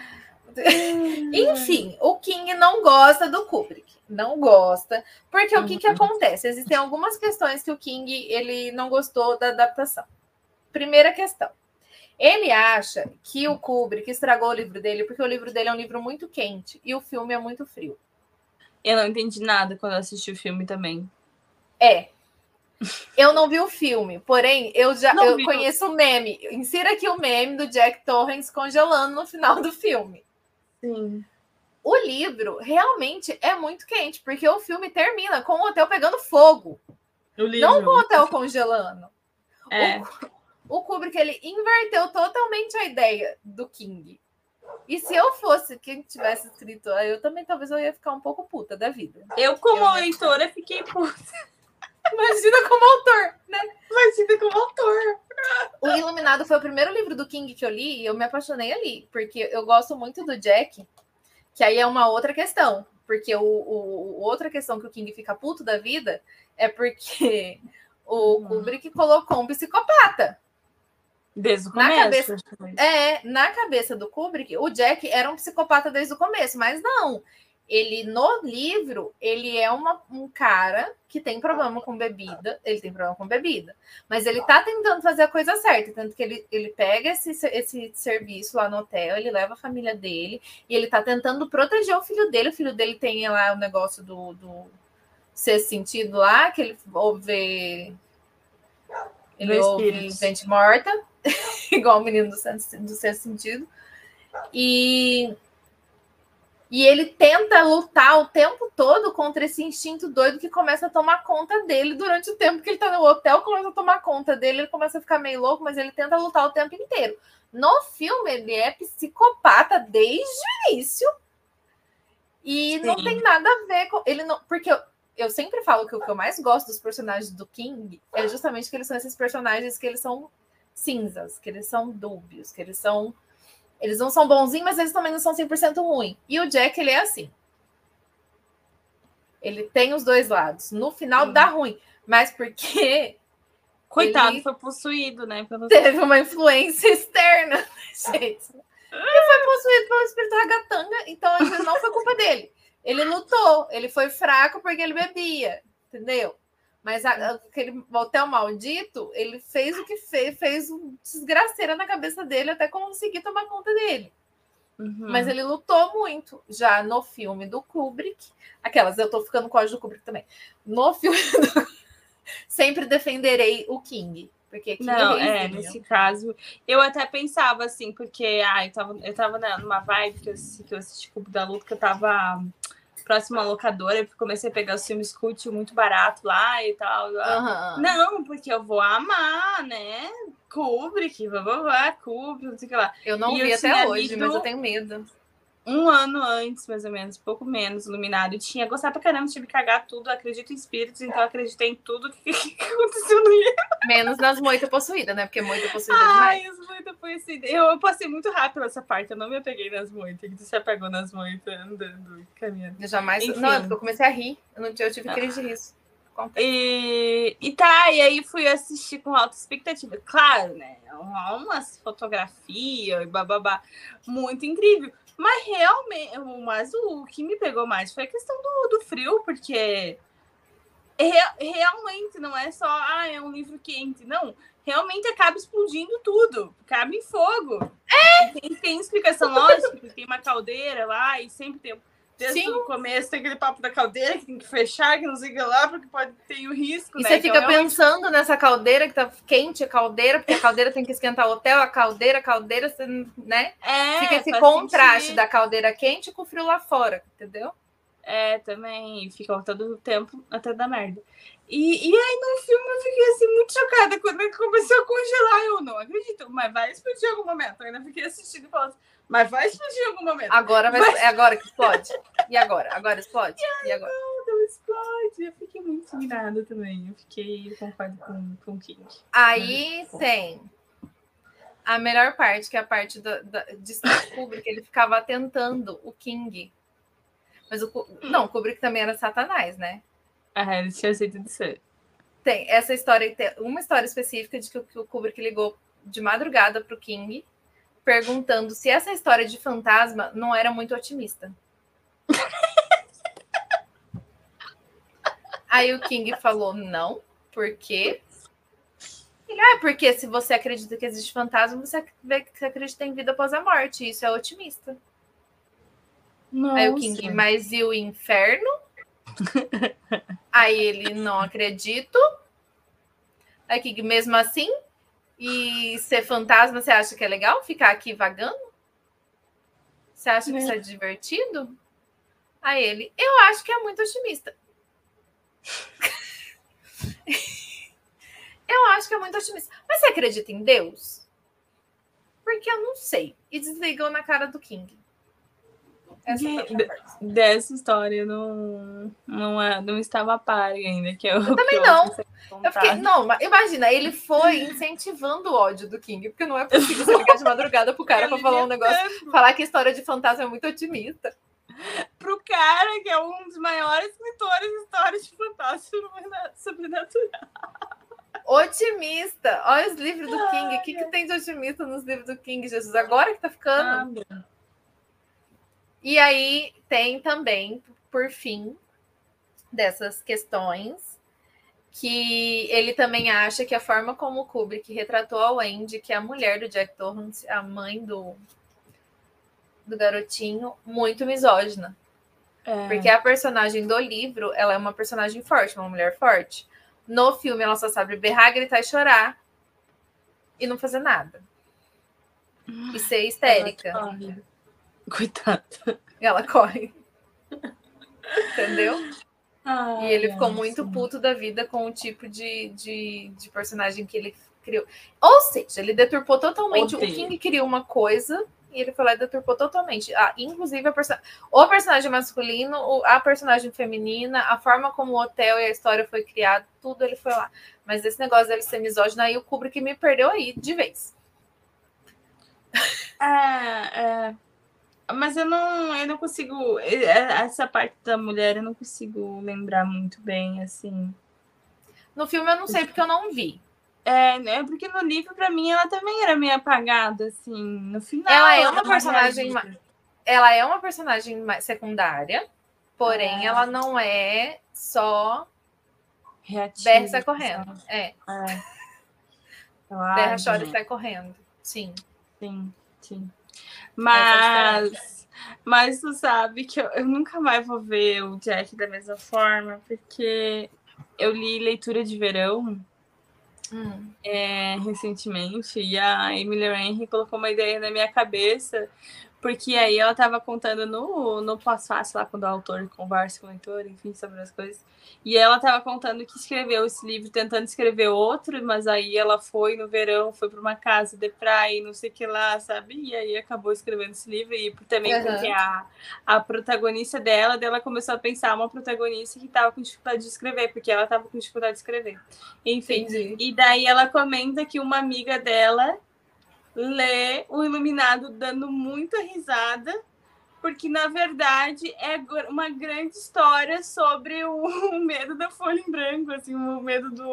Enfim, o King não gosta do Kubrick. Não gosta. Porque o que, que acontece? Existem algumas questões que o King ele não gostou da adaptação. Primeira questão. Ele acha que o Kubrick estragou o livro dele porque o livro dele é um livro muito quente e o filme é muito frio. Eu não entendi nada quando eu assisti o filme também. É. Eu não vi o filme, porém, eu já eu conheço o meme. Insira aqui o meme do Jack Torrance congelando no final do filme. Sim. O livro realmente é muito quente, porque o filme termina com o hotel pegando fogo. O livro. Não com o hotel congelando. É. O... O Kubrick, ele inverteu totalmente a ideia do King. E se eu fosse quem tivesse escrito, eu também talvez eu ia ficar um pouco puta da vida. Eu, como eu leitora, ficar... fiquei puta. Imagina como autor, né? Imagina como autor. O Iluminado foi o primeiro livro do King que eu li e eu me apaixonei ali, porque eu gosto muito do Jack, que aí é uma outra questão. Porque o, o outra questão que o King fica puto da vida é porque o hum. Kubrick colocou um psicopata. Desde o começo. Na cabeça, é, na cabeça do Kubrick, o Jack era um psicopata desde o começo, mas não. Ele, no livro, ele é uma, um cara que tem problema com bebida, ele tem problema com bebida, mas ele tá tentando fazer a coisa certa, tanto que ele, ele pega esse, esse serviço lá no hotel, ele leva a família dele, e ele tá tentando proteger o filho dele, o filho dele tem lá o negócio do, do sexto sentido lá, que ele ouve... Ele ouve gente morta, igual o menino do sexto sentido. E, e ele tenta lutar o tempo todo contra esse instinto doido que começa a tomar conta dele durante o tempo que ele tá no hotel, começa a tomar conta dele, ele começa a ficar meio louco, mas ele tenta lutar o tempo inteiro. No filme, ele é psicopata desde o início. E Sim. não tem nada a ver com... ele não, porque... Eu, Eu sempre falo que o que eu mais gosto dos personagens do King é justamente que eles são esses personagens que eles são cinzas, que eles são dúbios, que eles são... Eles não são bonzinhos, mas eles também não são cem por cento ruins. E o Jack, ele é assim. Ele tem os dois lados. No final, Sim. dá ruim. Mas porque... Coitado, ele foi possuído, né? Pelo... Teve uma influência externa, gente. Ele foi possuído pelo espírito ragatanga, então não foi culpa dele. Ele lutou, ele foi fraco porque ele bebia, entendeu? Mas a, aquele hotel maldito, ele fez o que fez, fez um desgraceira na cabeça dele até conseguir tomar conta dele. Uhum. Mas ele lutou muito. Já no filme do Kubrick, aquelas, eu tô ficando com a do Kubrick também. No filme do... sempre defenderei o King. Porque King não, é, é nesse caso, eu até pensava assim, porque ah, eu tava, eu tava numa vibe que eu, que eu assisti Clube da Luta, que eu tava próxima à locadora, eu comecei a pegar os filmes cult muito barato lá e tal. Uhum. Não, porque eu vou amar, né? Kubrick, blá, blá, blá, Kubrick, não sei o que lá. Eu não e vi eu até hoje, mas eu tenho medo. Um ano antes, mais ou menos, pouco menos, Iluminado. Eu tinha gostado pra caramba, tive que cagar tudo, acredito em espíritos, então acreditei em tudo que, que aconteceu no livro. Menos nas moitas possuídas, né? Porque moita possuída Ai, é demais. as moitas possuídas. Eu, eu passei muito rápido nessa parte, eu não me apeguei nas moitas, que tu se apegou nas moitas, andando, caminhando. Eu jamais... Enfim. Não, é porque eu comecei a rir, eu, não, eu tive crise de riso. E, e tá, e aí fui assistir com alta expectativa. Claro, né? Umas fotografias e bababá, muito incrível. Mas realmente, mas o que me pegou mais foi a questão do, do frio, porque re, realmente não é só, ah, é um livro quente, não. Realmente acaba explodindo tudo, acaba em fogo. É. Tem, tem explicação lógica, porque tem uma caldeira lá e sempre tem, desde Sim. o começo tem aquele papo da caldeira que tem que fechar, que não sei o que lá, porque pode ter o risco, E né? você fica Então, realmente- pensando nessa caldeira que tá quente, a caldeira, porque a caldeira tem que esquentar o hotel, a caldeira, a caldeira, você, né? É, Fica esse faz contraste sentido. da caldeira quente com o frio lá fora, entendeu? É, também fica todo o tempo até dar merda. E, e aí no filme eu fiquei assim muito chocada quando ele começou a congelar. Eu não acredito, mas vai explodir em algum momento. Eu ainda fiquei assistindo e falando, mas vai explodir em algum momento. Agora vai, Vai- é agora que explode. E agora? Agora explode? E agora? Não explode. Eu fiquei muito indignada também. Eu fiquei, eu concordo com, com o King. Aí tem a melhor parte, que é a parte do, da, de Kubrick, ele ficava tentando o King. Mas o não, o Kubrick também era Satanás, né? Ah, eles tinham jeito de ser. Tem essa história, tem uma história específica de que o Kubrick ligou de madrugada para o King, perguntando se essa história de fantasma não era muito otimista. Aí o King falou não, por quê? Ele, ah, porque se você acredita que existe fantasma, você acredita em vida após a morte, isso é otimista. Nossa. Aí o King, mas e o inferno? Aí ele, não acredito. Aí o King, mesmo assim? E ser fantasma, você acha que é legal ficar aqui vagando? Você acha que isso é divertido? Aí ele, eu acho que é muito otimista. Eu acho que é muito otimista. Mas você acredita em Deus? Porque eu não sei. E desligou na cara do King. Essa foi a parte. Dessa história eu não, não, é, não estava a par ainda. Que eu, eu também que eu não. Eu fiquei, não, mas imagina, ele foi incentivando o ódio do King, porque não é possível você ligar de madrugada pro cara pra falar um negócio, falar que a história de fantasma é muito otimista. Pro cara que é um dos maiores escritores de histórias de fantasma sobrenatural. Otimista. Olha os livros do King. O que, que tem de otimista nos livros do King, Jesus? Agora que tá ficando. Ah, e aí tem também, por fim, dessas questões, que ele também acha que a forma como o Kubrick retratou a Wendy, que é a mulher do Jack Torrance, a mãe do, do garotinho, muito misógina. É. Porque a personagem do livro, ela é uma personagem forte, uma mulher forte. No filme, ela só sabe berrar, gritar e chorar e não fazer nada. E ser histérica. Coitada. E ela corre. Entendeu? Ai, e ele ficou ai, muito sim. puto da vida com o tipo de, de, de personagem que ele criou. Ou seja, ele deturpou totalmente. Odeio. O King queria uma coisa e ele foi lá e deturpou totalmente. Ah, inclusive, a person... o personagem masculino, a personagem feminina, a forma como o hotel e a história foi criado, tudo ele foi lá. Mas esse negócio dele ser misógino, aí o Kubrick me perdeu aí de vez. É, é. Mas eu não, eu não consigo... Essa parte da mulher eu não consigo lembrar muito bem, assim. No filme eu não sei porque eu não vi. É, né? Porque no livro, pra mim, ela também era meio apagada, assim. No final... Ela é uma personagem... Ela é uma personagem secundária, porém, é. ela não é só... Reativa. Berra e sai correndo. É. é. Berra, chora e sai correndo. Sim. Sim, sim. Mas, mas tu sabe que eu, eu nunca mais vou ver o Jack da mesma forma, porque eu li Leitura de Verão hum. é, recentemente, e a Emily Henry colocou uma ideia na minha cabeça, porque aí ela estava contando no, no pós-fácil, lá quando o autor conversa com o leitor, enfim, sobre as coisas, e ela estava contando que escreveu esse livro tentando escrever outro, mas aí ela foi no verão, foi para uma casa de praia, não sei o que lá, sabe? E aí acabou escrevendo esse livro, e também uhum. porque a, a protagonista dela, dela começou a pensar uma protagonista que estava com dificuldade de escrever, porque ela estava com dificuldade de escrever. Enfim, Entendi. E daí ela comenta que uma amiga dela lê O Iluminado dando muita risada, porque, na verdade, é uma grande história sobre o, o medo da folha em branco, assim, o medo do...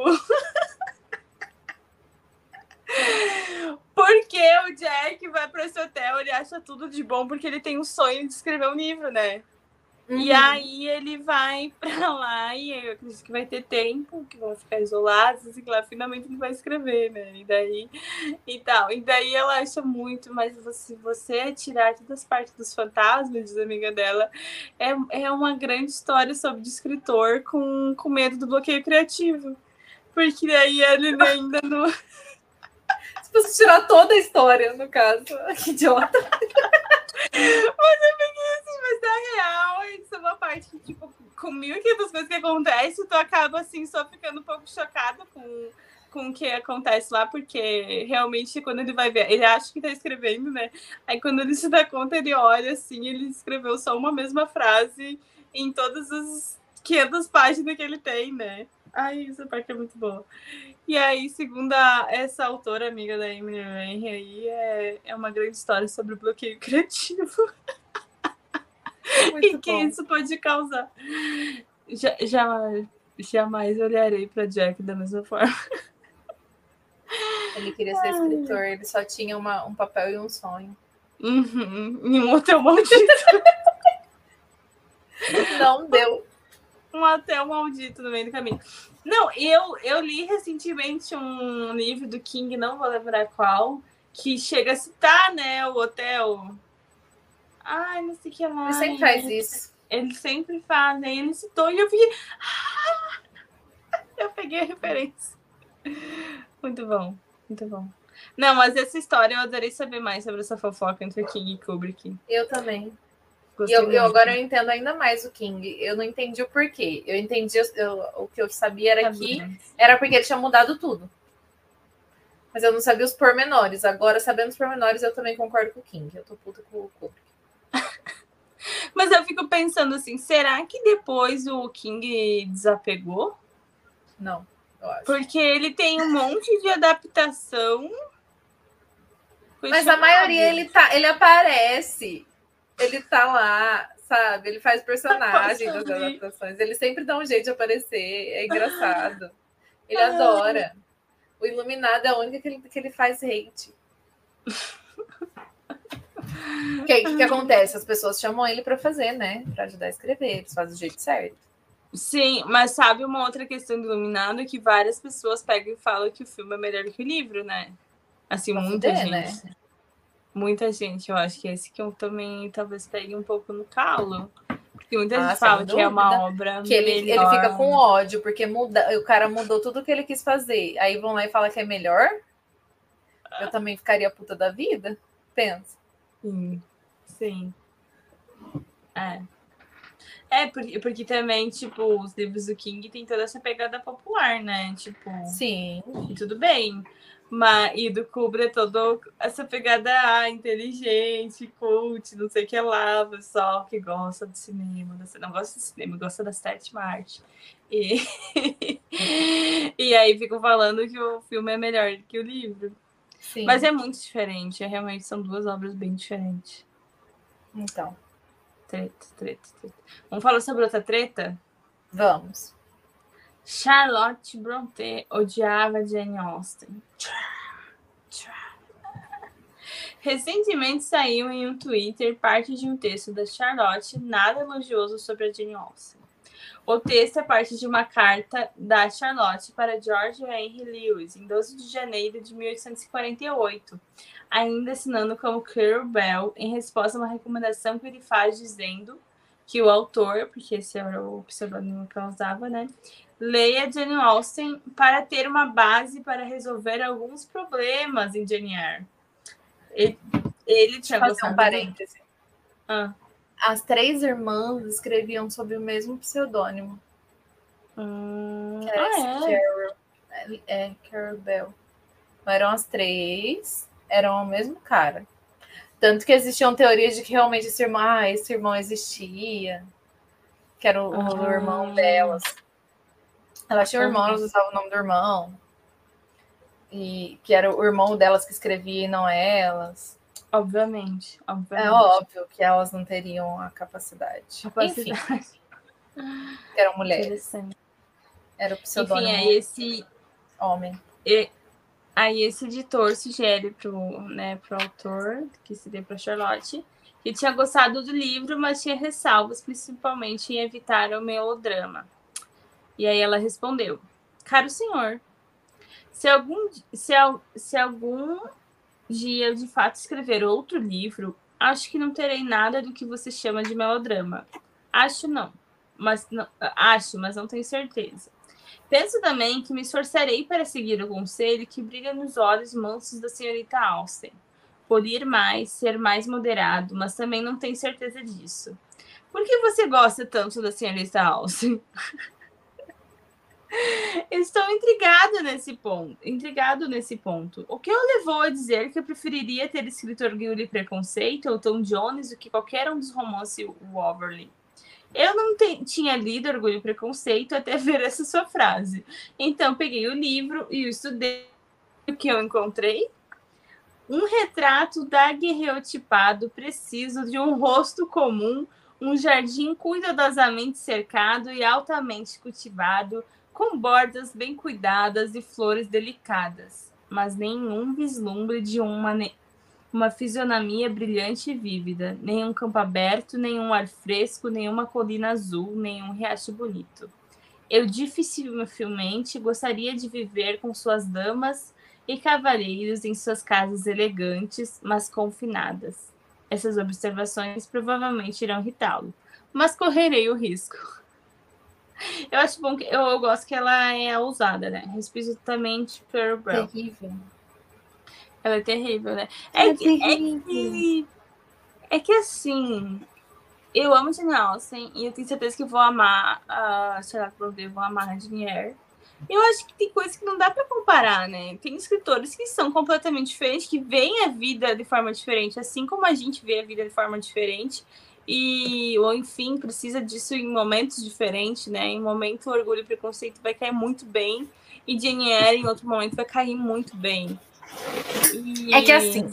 Porque o Jack vai para esse hotel, ele acha tudo de bom, porque ele tem um sonho de escrever um livro, né? Uhum. E aí ele vai pra lá e eu acredito que vai ter tempo, que vão ficar isolados, assim, que lá finalmente ele vai escrever, né? E daí e tal. E daí ela acha muito, mas se você tirar todas as partes dos fantasmas, diz a amiga dela, é, é uma grande história sobre o escritor com, com medo do bloqueio criativo. Porque daí ele ainda não. Se você tirar toda a história, no caso, que idiota. Mas é bem isso, mas na real, isso é uma parte que, tipo, com mil e quinhentas coisas que acontecem, tu acaba, assim, só ficando um pouco chocada com, com o que acontece lá, porque realmente, quando ele vai ver, ele acha que tá escrevendo, né? Aí, quando ele se dá conta, ele olha, assim, ele escreveu só uma mesma frase em todas as quinhentas páginas que ele tem, né? Ai, essa parte é muito boa. E aí, segundo a, essa autora, amiga da Emily Henry, aí é, é uma grande história sobre o bloqueio criativo. E que bom. Isso pode causar. Já, já, jamais olharei para Jack da mesma forma. Ele queria ser escritor, ele só tinha uma, um papel e um sonho. Uhum. E um hotel maldito. Não deu. Um hotel maldito no meio do caminho. Não, eu, eu li recentemente um livro do King, não vou lembrar qual, que chega a citar, né, o hotel. Ai, não sei o que lá. Ele sempre faz isso. Ele sempre faz, né? Ele citou e eu fiquei... Eu peguei a referência. Muito bom, muito bom. Não, mas essa história eu adorei saber mais sobre essa fofoca entre King e Kubrick. Eu também. E eu, eu agora eu entendo ainda mais o King. Eu não entendi o porquê. Eu entendi, eu, o que eu sabia era que era porque ele tinha mudado tudo. Mas eu não sabia os pormenores. Agora, sabendo os pormenores, eu também concordo com o King. Eu tô puta com o Kubrick. Mas eu fico pensando assim, será que depois o King desapegou? Não, eu acho. Porque ele tem um monte de adaptação. Mas a maioria, ele, tá, ele aparece... Ele tá lá, sabe? Ele faz personagem das adaptações. Ele sempre dá um jeito de aparecer. É engraçado. Ele adora. O Iluminado é a única que ele, que ele faz hate. O que, que, que acontece? As pessoas chamam ele para fazer, né? Para ajudar a escrever. Eles fazem do jeito certo. Sim, mas sabe uma outra questão do Iluminado? Que várias pessoas pegam e falam que o filme é melhor que o livro, né? Assim, pra muita fuder, gente. Né? Muita gente, eu acho que esse que eu também talvez pegue um pouco no calo. Porque muita ah, gente fala que é uma obra que ele, ele fica com ódio, porque muda, o cara mudou tudo que ele quis fazer. Aí vão lá e falam que é melhor. Eu também ficaria puta da vida. Pensa. Sim. Sim. É. É, porque, porque também, tipo, os livros do King tem toda essa pegada popular, né? Tipo... Sim. E tudo bem. Mas, e do Kubrick é toda essa pegada ah, inteligente, cult, não sei o que lá, pessoal que gosta do cinema, não gosta do cinema, gosta da sétima arte. E, e aí ficam falando que o filme é melhor do que o livro. Sim. Mas é muito diferente, é, realmente são duas obras bem diferentes. Então. Treta, treta, treta. Vamos falar sobre outra treta? Vamos. Charlotte Brontë odiava Jane Austen. Recentemente saiu em um Twitter parte de um texto da Charlotte nada elogioso sobre a Jane Austen. O texto é parte de uma carta da Charlotte para George Henry Lewes, em doze de janeiro de mil oitocentos e quarenta e oito, ainda assinando como Curl Bell, em resposta a uma recomendação que ele faz dizendo que o autor, porque esse era o pseudônimo que ela usava, né, leia Jane Austen para ter uma base para resolver alguns problemas em Jane Eyre. Ele, ele tinha gostado um parêntese. Ah. As três irmãs escreviam sob o mesmo pseudônimo. Hum... Que era ah, Carol, é? é, Carol Bell. Eram as três, eram o mesmo cara. Tanto que existiam teorias de que realmente esse irmão, ah, esse irmão existia, que era o, ah. o irmão delas. Elas tinham um irmão, elas usavam o nome do irmão. E que era o irmão delas que escrevia e não elas. Obviamente, obviamente. É óbvio que elas não teriam a capacidade. capacidade. Enfim, eram mulheres. Era o pseudônimo. Enfim, aí esse homem. E, aí esse editor sugere pro, né, pro autor, que seria para Charlotte, que tinha gostado do livro, mas tinha ressalvas, principalmente em evitar o melodrama. E aí ela respondeu: caro senhor, se algum, se, se algum dia eu de fato escrever outro livro, acho que não terei nada do que você chama de melodrama. Acho não, mas não, acho, mas não tenho certeza. Penso também que me esforçarei para seguir o conselho que brilha nos olhos mansos da senhorita Austen. Polir mais, ser mais moderado, mas também não tenho certeza disso. Por que você gosta tanto da senhorita Austen? Estou intrigado nesse ponto. Intrigado nesse ponto. O que o levou a dizer que eu preferiria ter escrito Orgulho e Preconceito ou Tom Jones do que qualquer um dos romances Waverley? Eu não te- tinha lido Orgulho e Preconceito até ver essa sua frase. Então peguei o livro e o estudei. O que eu encontrei? Um retrato daguerreotipado preciso de um rosto comum, um jardim cuidadosamente cercado e altamente cultivado, com bordas bem cuidadas e flores delicadas, mas nenhum vislumbre de uma, uma fisionomia brilhante e vívida, nenhum campo aberto, nenhum ar fresco, nenhuma colina azul, nenhum riacho bonito. Eu dificilmente gostaria de viver com suas damas e cavalheiros em suas casas elegantes, mas confinadas. Essas observações provavelmente irão irritá-lo, mas correrei o risco. Eu acho bom que eu, eu gosto que ela é ousada, né? Explicitamente Pearl Brown. Terrível. Ela é terrível, né? É, É, que, terrível. é que é que assim, eu amo Jane Austen e eu tenho certeza que vou amar a Charlotte Brontë, vou amar a Jane Eyre. Eu acho que tem coisas que não dá para comparar, né? Tem escritores que são completamente diferentes, que veem a vida de forma diferente, assim como a gente vê a vida de forma diferente. E, ou enfim, precisa disso em momentos diferentes, né? Em momento, o Orgulho e Preconceito vai cair muito bem, e Jane Eyre, em outro momento, vai cair muito bem. E... É que assim,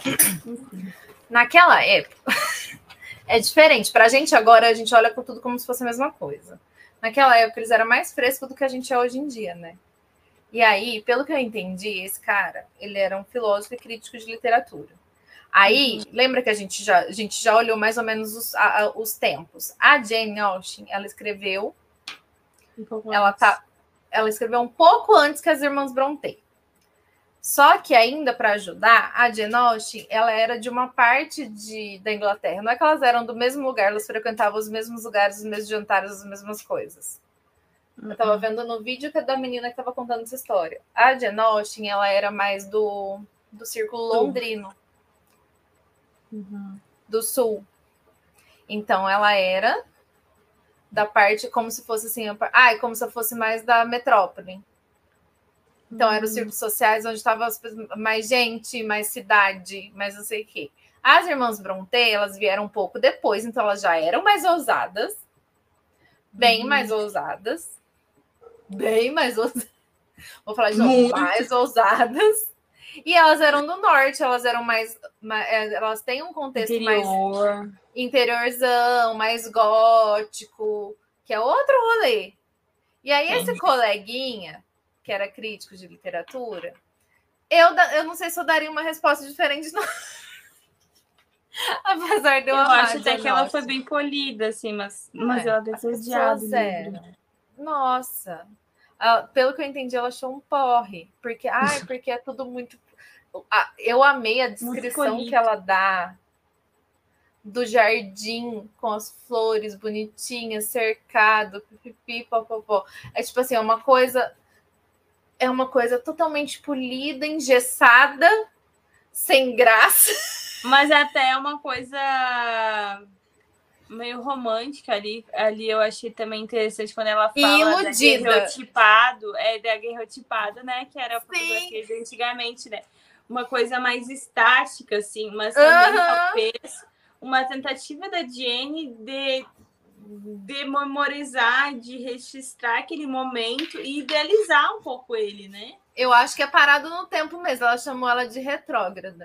naquela época, é diferente. Pra gente agora, a gente olha com tudo como se fosse a mesma coisa. Naquela época, eles eram mais frescos do que a gente é hoje em dia, né? E aí, pelo que eu entendi, esse cara, ele era um filósofo e crítico de literatura. Aí, uhum. lembra que a gente já, a gente já olhou mais ou menos os, a, os tempos. A Jane Austen, ela escreveu... Um ela, tá, ela escreveu um pouco antes que as Irmãs Brontë. Só que ainda para ajudar, a Jane Austen, ela era de uma parte de, da Inglaterra. Não é que elas eram do mesmo lugar, elas frequentavam os mesmos lugares, os mesmos jantares, as mesmas coisas. Uhum. Eu estava vendo no vídeo que é da menina que estava contando essa história. A Jane Austen, ela era mais do, do círculo londrino. Uhum. Do sul. Então, ela era da parte como se fosse assim... Ah, como se fosse mais da metrópole. Então, eram os círculos sociais onde estava mais gente, mais cidade, mais não sei o quê. As Irmãs Brontë, elas vieram um pouco depois, então elas já eram mais ousadas. Bem uhum. mais ousadas. Bem mais ousadas. Vou falar de novo, mais ousadas. E elas eram do norte, elas eram mais... mais elas têm um contexto Interior. mais interiorzão, mais gótico, que é outro rolê. E aí, Sim. esse coleguinha... que era crítico de literatura, eu, eu não sei se eu daria uma resposta diferente, não. Apesar de eu, eu amar. acho até que ela foi bem polida, assim, mas, não mas é, ela deve ter odiado. Nossa, ela, pelo que eu entendi, ela achou um porre, porque, ai, porque é tudo muito... Eu amei a descrição que ela dá do jardim com as flores bonitinhas, cercado, pipipi, popopó. É tipo assim, é uma coisa... É uma coisa totalmente polida, engessada, sem graça. Mas até é uma coisa meio romântica ali. Ali eu achei também interessante quando ela fala daguerreotipado. É, daguerreotipado, né? Que era a fotografia de antigamente, né? Uma coisa mais estática, assim. Mas também uhum. talvez uma tentativa da Jane de... de memorizar, de registrar aquele momento e idealizar um pouco ele, né? Eu acho que é parado no tempo mesmo. Ela chamou ela de retrógrada.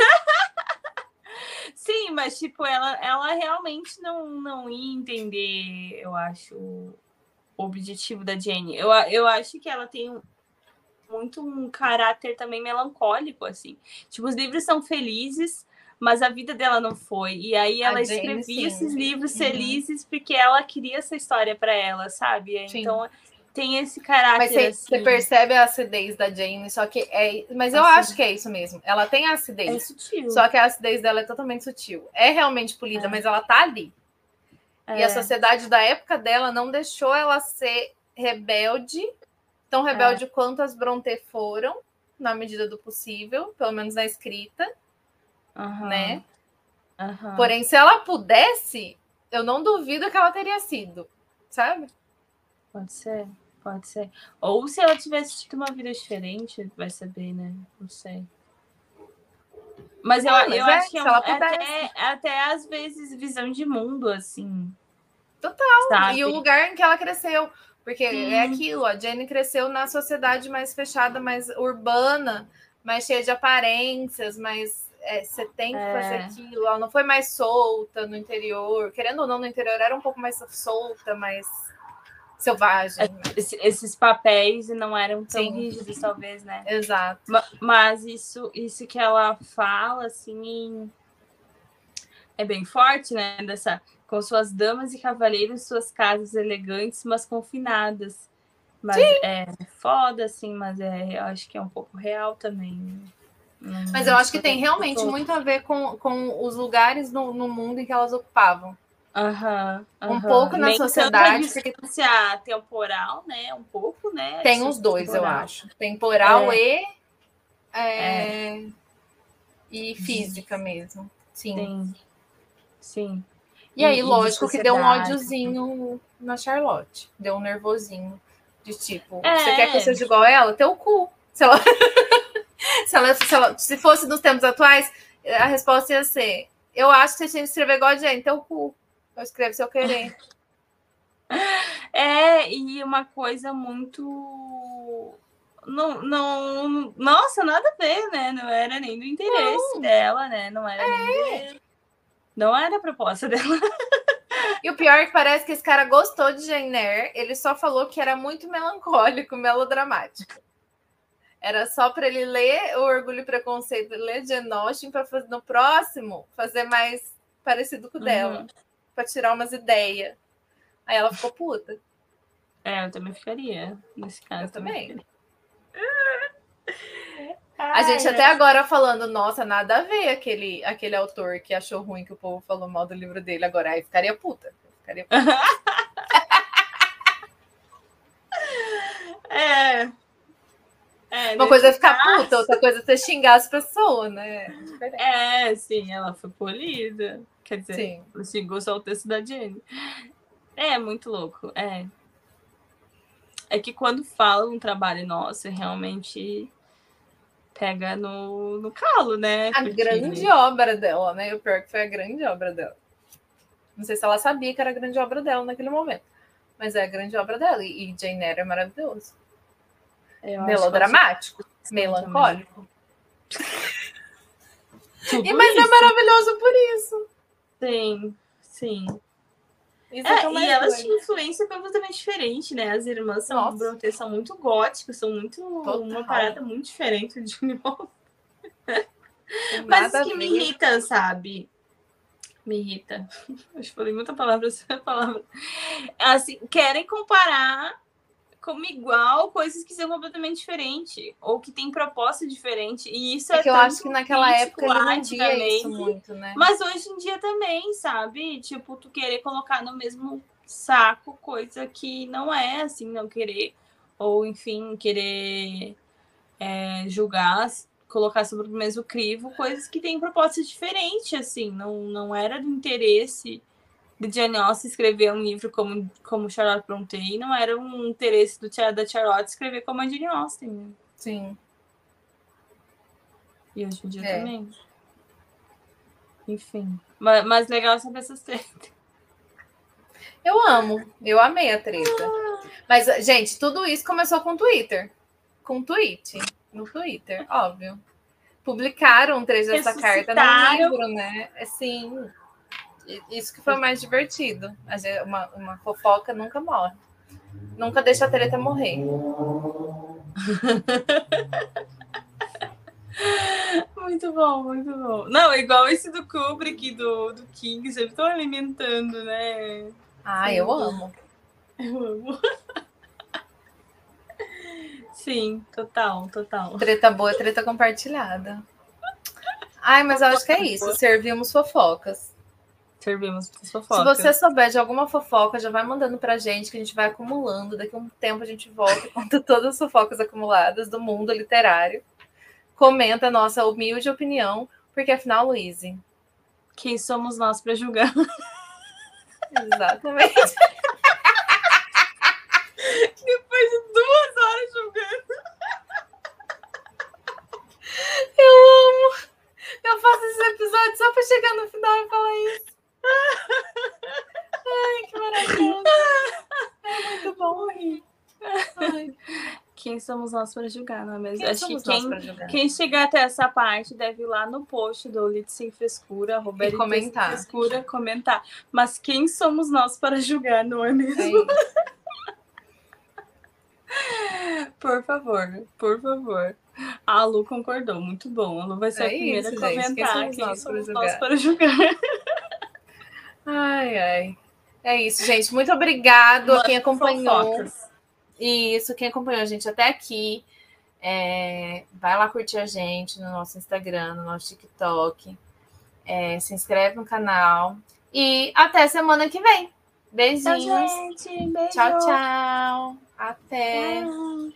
Sim, mas tipo, ela, ela realmente não, não ia entender, eu acho, o objetivo da Jane. Eu, eu acho que ela tem muito um caráter também melancólico, assim. Tipo, os livros são felizes, mas a vida dela não foi. E aí ela A Jane, escrevia sim. esses livros Uhum. felizes porque ela queria essa história para ela, sabe? Sim. Então tem esse caráter. Mas você, assim. você percebe a acidez da Jane, só que é. Mas eu Assim, acho que é isso mesmo. Ela tem a é acidez. sutil. Só que a acidez dela é totalmente sutil. É realmente polida, É. mas ela tá ali. É. E a sociedade da época dela não deixou ela ser rebelde, tão rebelde é. quanto as Brontë foram, na medida do possível, pelo menos na escrita, Uhum. né? Uhum. Porém, se ela pudesse, eu não duvido que ela teria sido, sabe? Pode ser, pode ser. Ou se ela tivesse tido uma vida diferente, vai saber, né? Não sei. Mas eu, ah, mas eu é, acho que é, um, até, até às vezes visão de mundo, assim. Total. Sabe? E o lugar em que ela cresceu. Porque Sim. é aquilo, a Jane cresceu na sociedade mais fechada, mais urbana, mais cheia de aparências, mais é, você tem que é. fazer aquilo. Ela não foi mais solta no interior. Querendo ou não, no interior era um pouco mais solta, mais selvagem. Esse, esses papéis não eram tão Sim. rígidos, talvez, né? Exato. Mas isso, isso que ela fala, assim, é bem forte, né? Dessa, com suas damas e cavaleiros, suas casas elegantes, mas confinadas. Mas Sim. é foda, assim, mas é, eu acho que é um pouco real também. Não, mas eu acho que tem realmente muito a ver com, com os lugares no, no mundo em que elas ocupavam. Uhum, uhum. Um pouco na Nem sociedade. Porque temporal, né? Um pouco, né? Tem os dois, temporal. eu acho. Temporal é. e. É, é. E física mesmo. Sim. Sim. Sim. E, e aí, lógico que deu um ódiozinho na Charlotte. Deu um nervosinho. De tipo, é. você quer que eu seja igual a ela? Teu cu. Se ela... se, ela, se, ela, se fosse nos tempos atuais, a resposta ia ser: eu acho que você tinha que escrever igual a Jane, teu cu. Eu escrevo se eu querer. É, e uma coisa muito. Não, não, nossa, nada a ver, né? Não era nem do interesse não. dela, né? Não era é. nem. De... Não era a proposta dela. E o pior é que parece que esse cara gostou de Jane Eyre, ele só falou que era muito melancólico, melodramático. Era só para ele ler o Orgulho e Preconceito, ler Jane Austen para fazer no próximo fazer mais parecido com o dela, uhum. para tirar umas ideias. Aí ela ficou puta. É, eu também ficaria nesse caso. Eu também. também. A gente Ai, até é. agora falando, nossa, nada a ver aquele, aquele autor que achou ruim que o povo falou mal do livro dele. Agora aí ficaria puta. Ficaria puta. é. é. Uma coisa é ficar caso... puta, outra coisa é você xingar as pessoas, né? É, sim, ela foi polida. Quer dizer, sim. ela xingou só o texto da Jane. É, muito louco. É. É que quando fala um trabalho nosso, realmente pega no, no calo, né? A Porque... grande obra dela, né? O pior que foi a grande obra dela. Não sei se ela sabia que era a grande obra dela naquele momento. Mas é a grande obra dela. E Jane Eyre é maravilhoso. Eu Melodramático. Melancólico. e, mas isso. é maravilhoso por isso. Sim, sim. Isso é, é e elas tinham influência completamente diferente, né? As irmãs são, Brontë, são muito góticas, são muito Total. uma parada muito diferente de Jane Austen. Mas isso que me irrita, sabe? Me irrita. Eu falei muita palavra, essa palavra. Assim, querem comparar como igual coisas que são completamente diferentes ou que têm proposta diferente. E isso é, é que eu acho que naquela época ele não via isso muito, né? Mas hoje em dia também, sabe? Tipo, tu querer colocar no mesmo saco coisa que não é, assim, não querer, ou enfim, querer é, julgar, colocar sobre o mesmo crivo coisas que têm propostas diferentes, assim, não, não era do interesse de Jane Austen escrever um livro como, como Charlotte Brontë, e não era um interesse do, da Charlotte escrever como a Jane Austen. Né? Sim. E hoje em dia é. também. Enfim. Mas, mas legal saber essas tretas. Eu amo. Eu amei a treta. Mas, gente, tudo isso começou com o Twitter. Com tweet. No Twitter, óbvio. Publicaram um trecho dessa carta no livro, né? Assim... Isso que foi mais divertido. Uma, uma fofoca nunca morre. Nunca deixa a treta morrer. Muito muito bom, muito bom. Não, igual esse do Kubrick, do, do King, sempre estão alimentando, né? Ah, Sim, eu amo. Eu amo. Sim, total, total. Treta boa é treta compartilhada. Ai, mas eu acho que é isso. Servimos fofocas. Servimos Se fofocas. você souber de alguma fofoca, já vai mandando pra gente, que a gente vai acumulando. Daqui a um tempo a gente volta e conta todas as fofocas acumuladas do mundo literário. Comenta a nossa humilde opinião, porque afinal, Luíse... Quem somos nós para julgar? Exatamente. Depois de duas horas julgando. Eu amo. Eu faço esse episódio só para chegar no final e falar isso. Ai, que maravilhoso. É muito bom. Ai. Quem somos nós para julgar, não é mesmo? Quem Acho que quem, quem chegar até essa parte deve ir lá no post do Elite Sem Frescura, arroba Elite comentar. Sem Frescura, comentar. Mas quem somos nós para julgar, não é mesmo? É isso. Por favor, por favor. A Lu concordou, muito bom. A Lu vai ser É a primeira isso, a gente. comentar. Quem somos Quem nós somos para nós julgar? para julgar? Ai, ai. É isso, gente. Muito obrigado a quem acompanhou. Fofocas. Isso, quem acompanhou a gente até aqui. É, vai lá curtir a gente no nosso Instagram, no nosso TikTok. É, se inscreve no canal. E até semana que vem. Beijinhos. Tchau, gente. Beijo. Tchau, tchau. Até.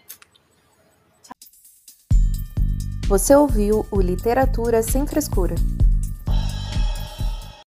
Você ouviu o Literatura Sem Frescura.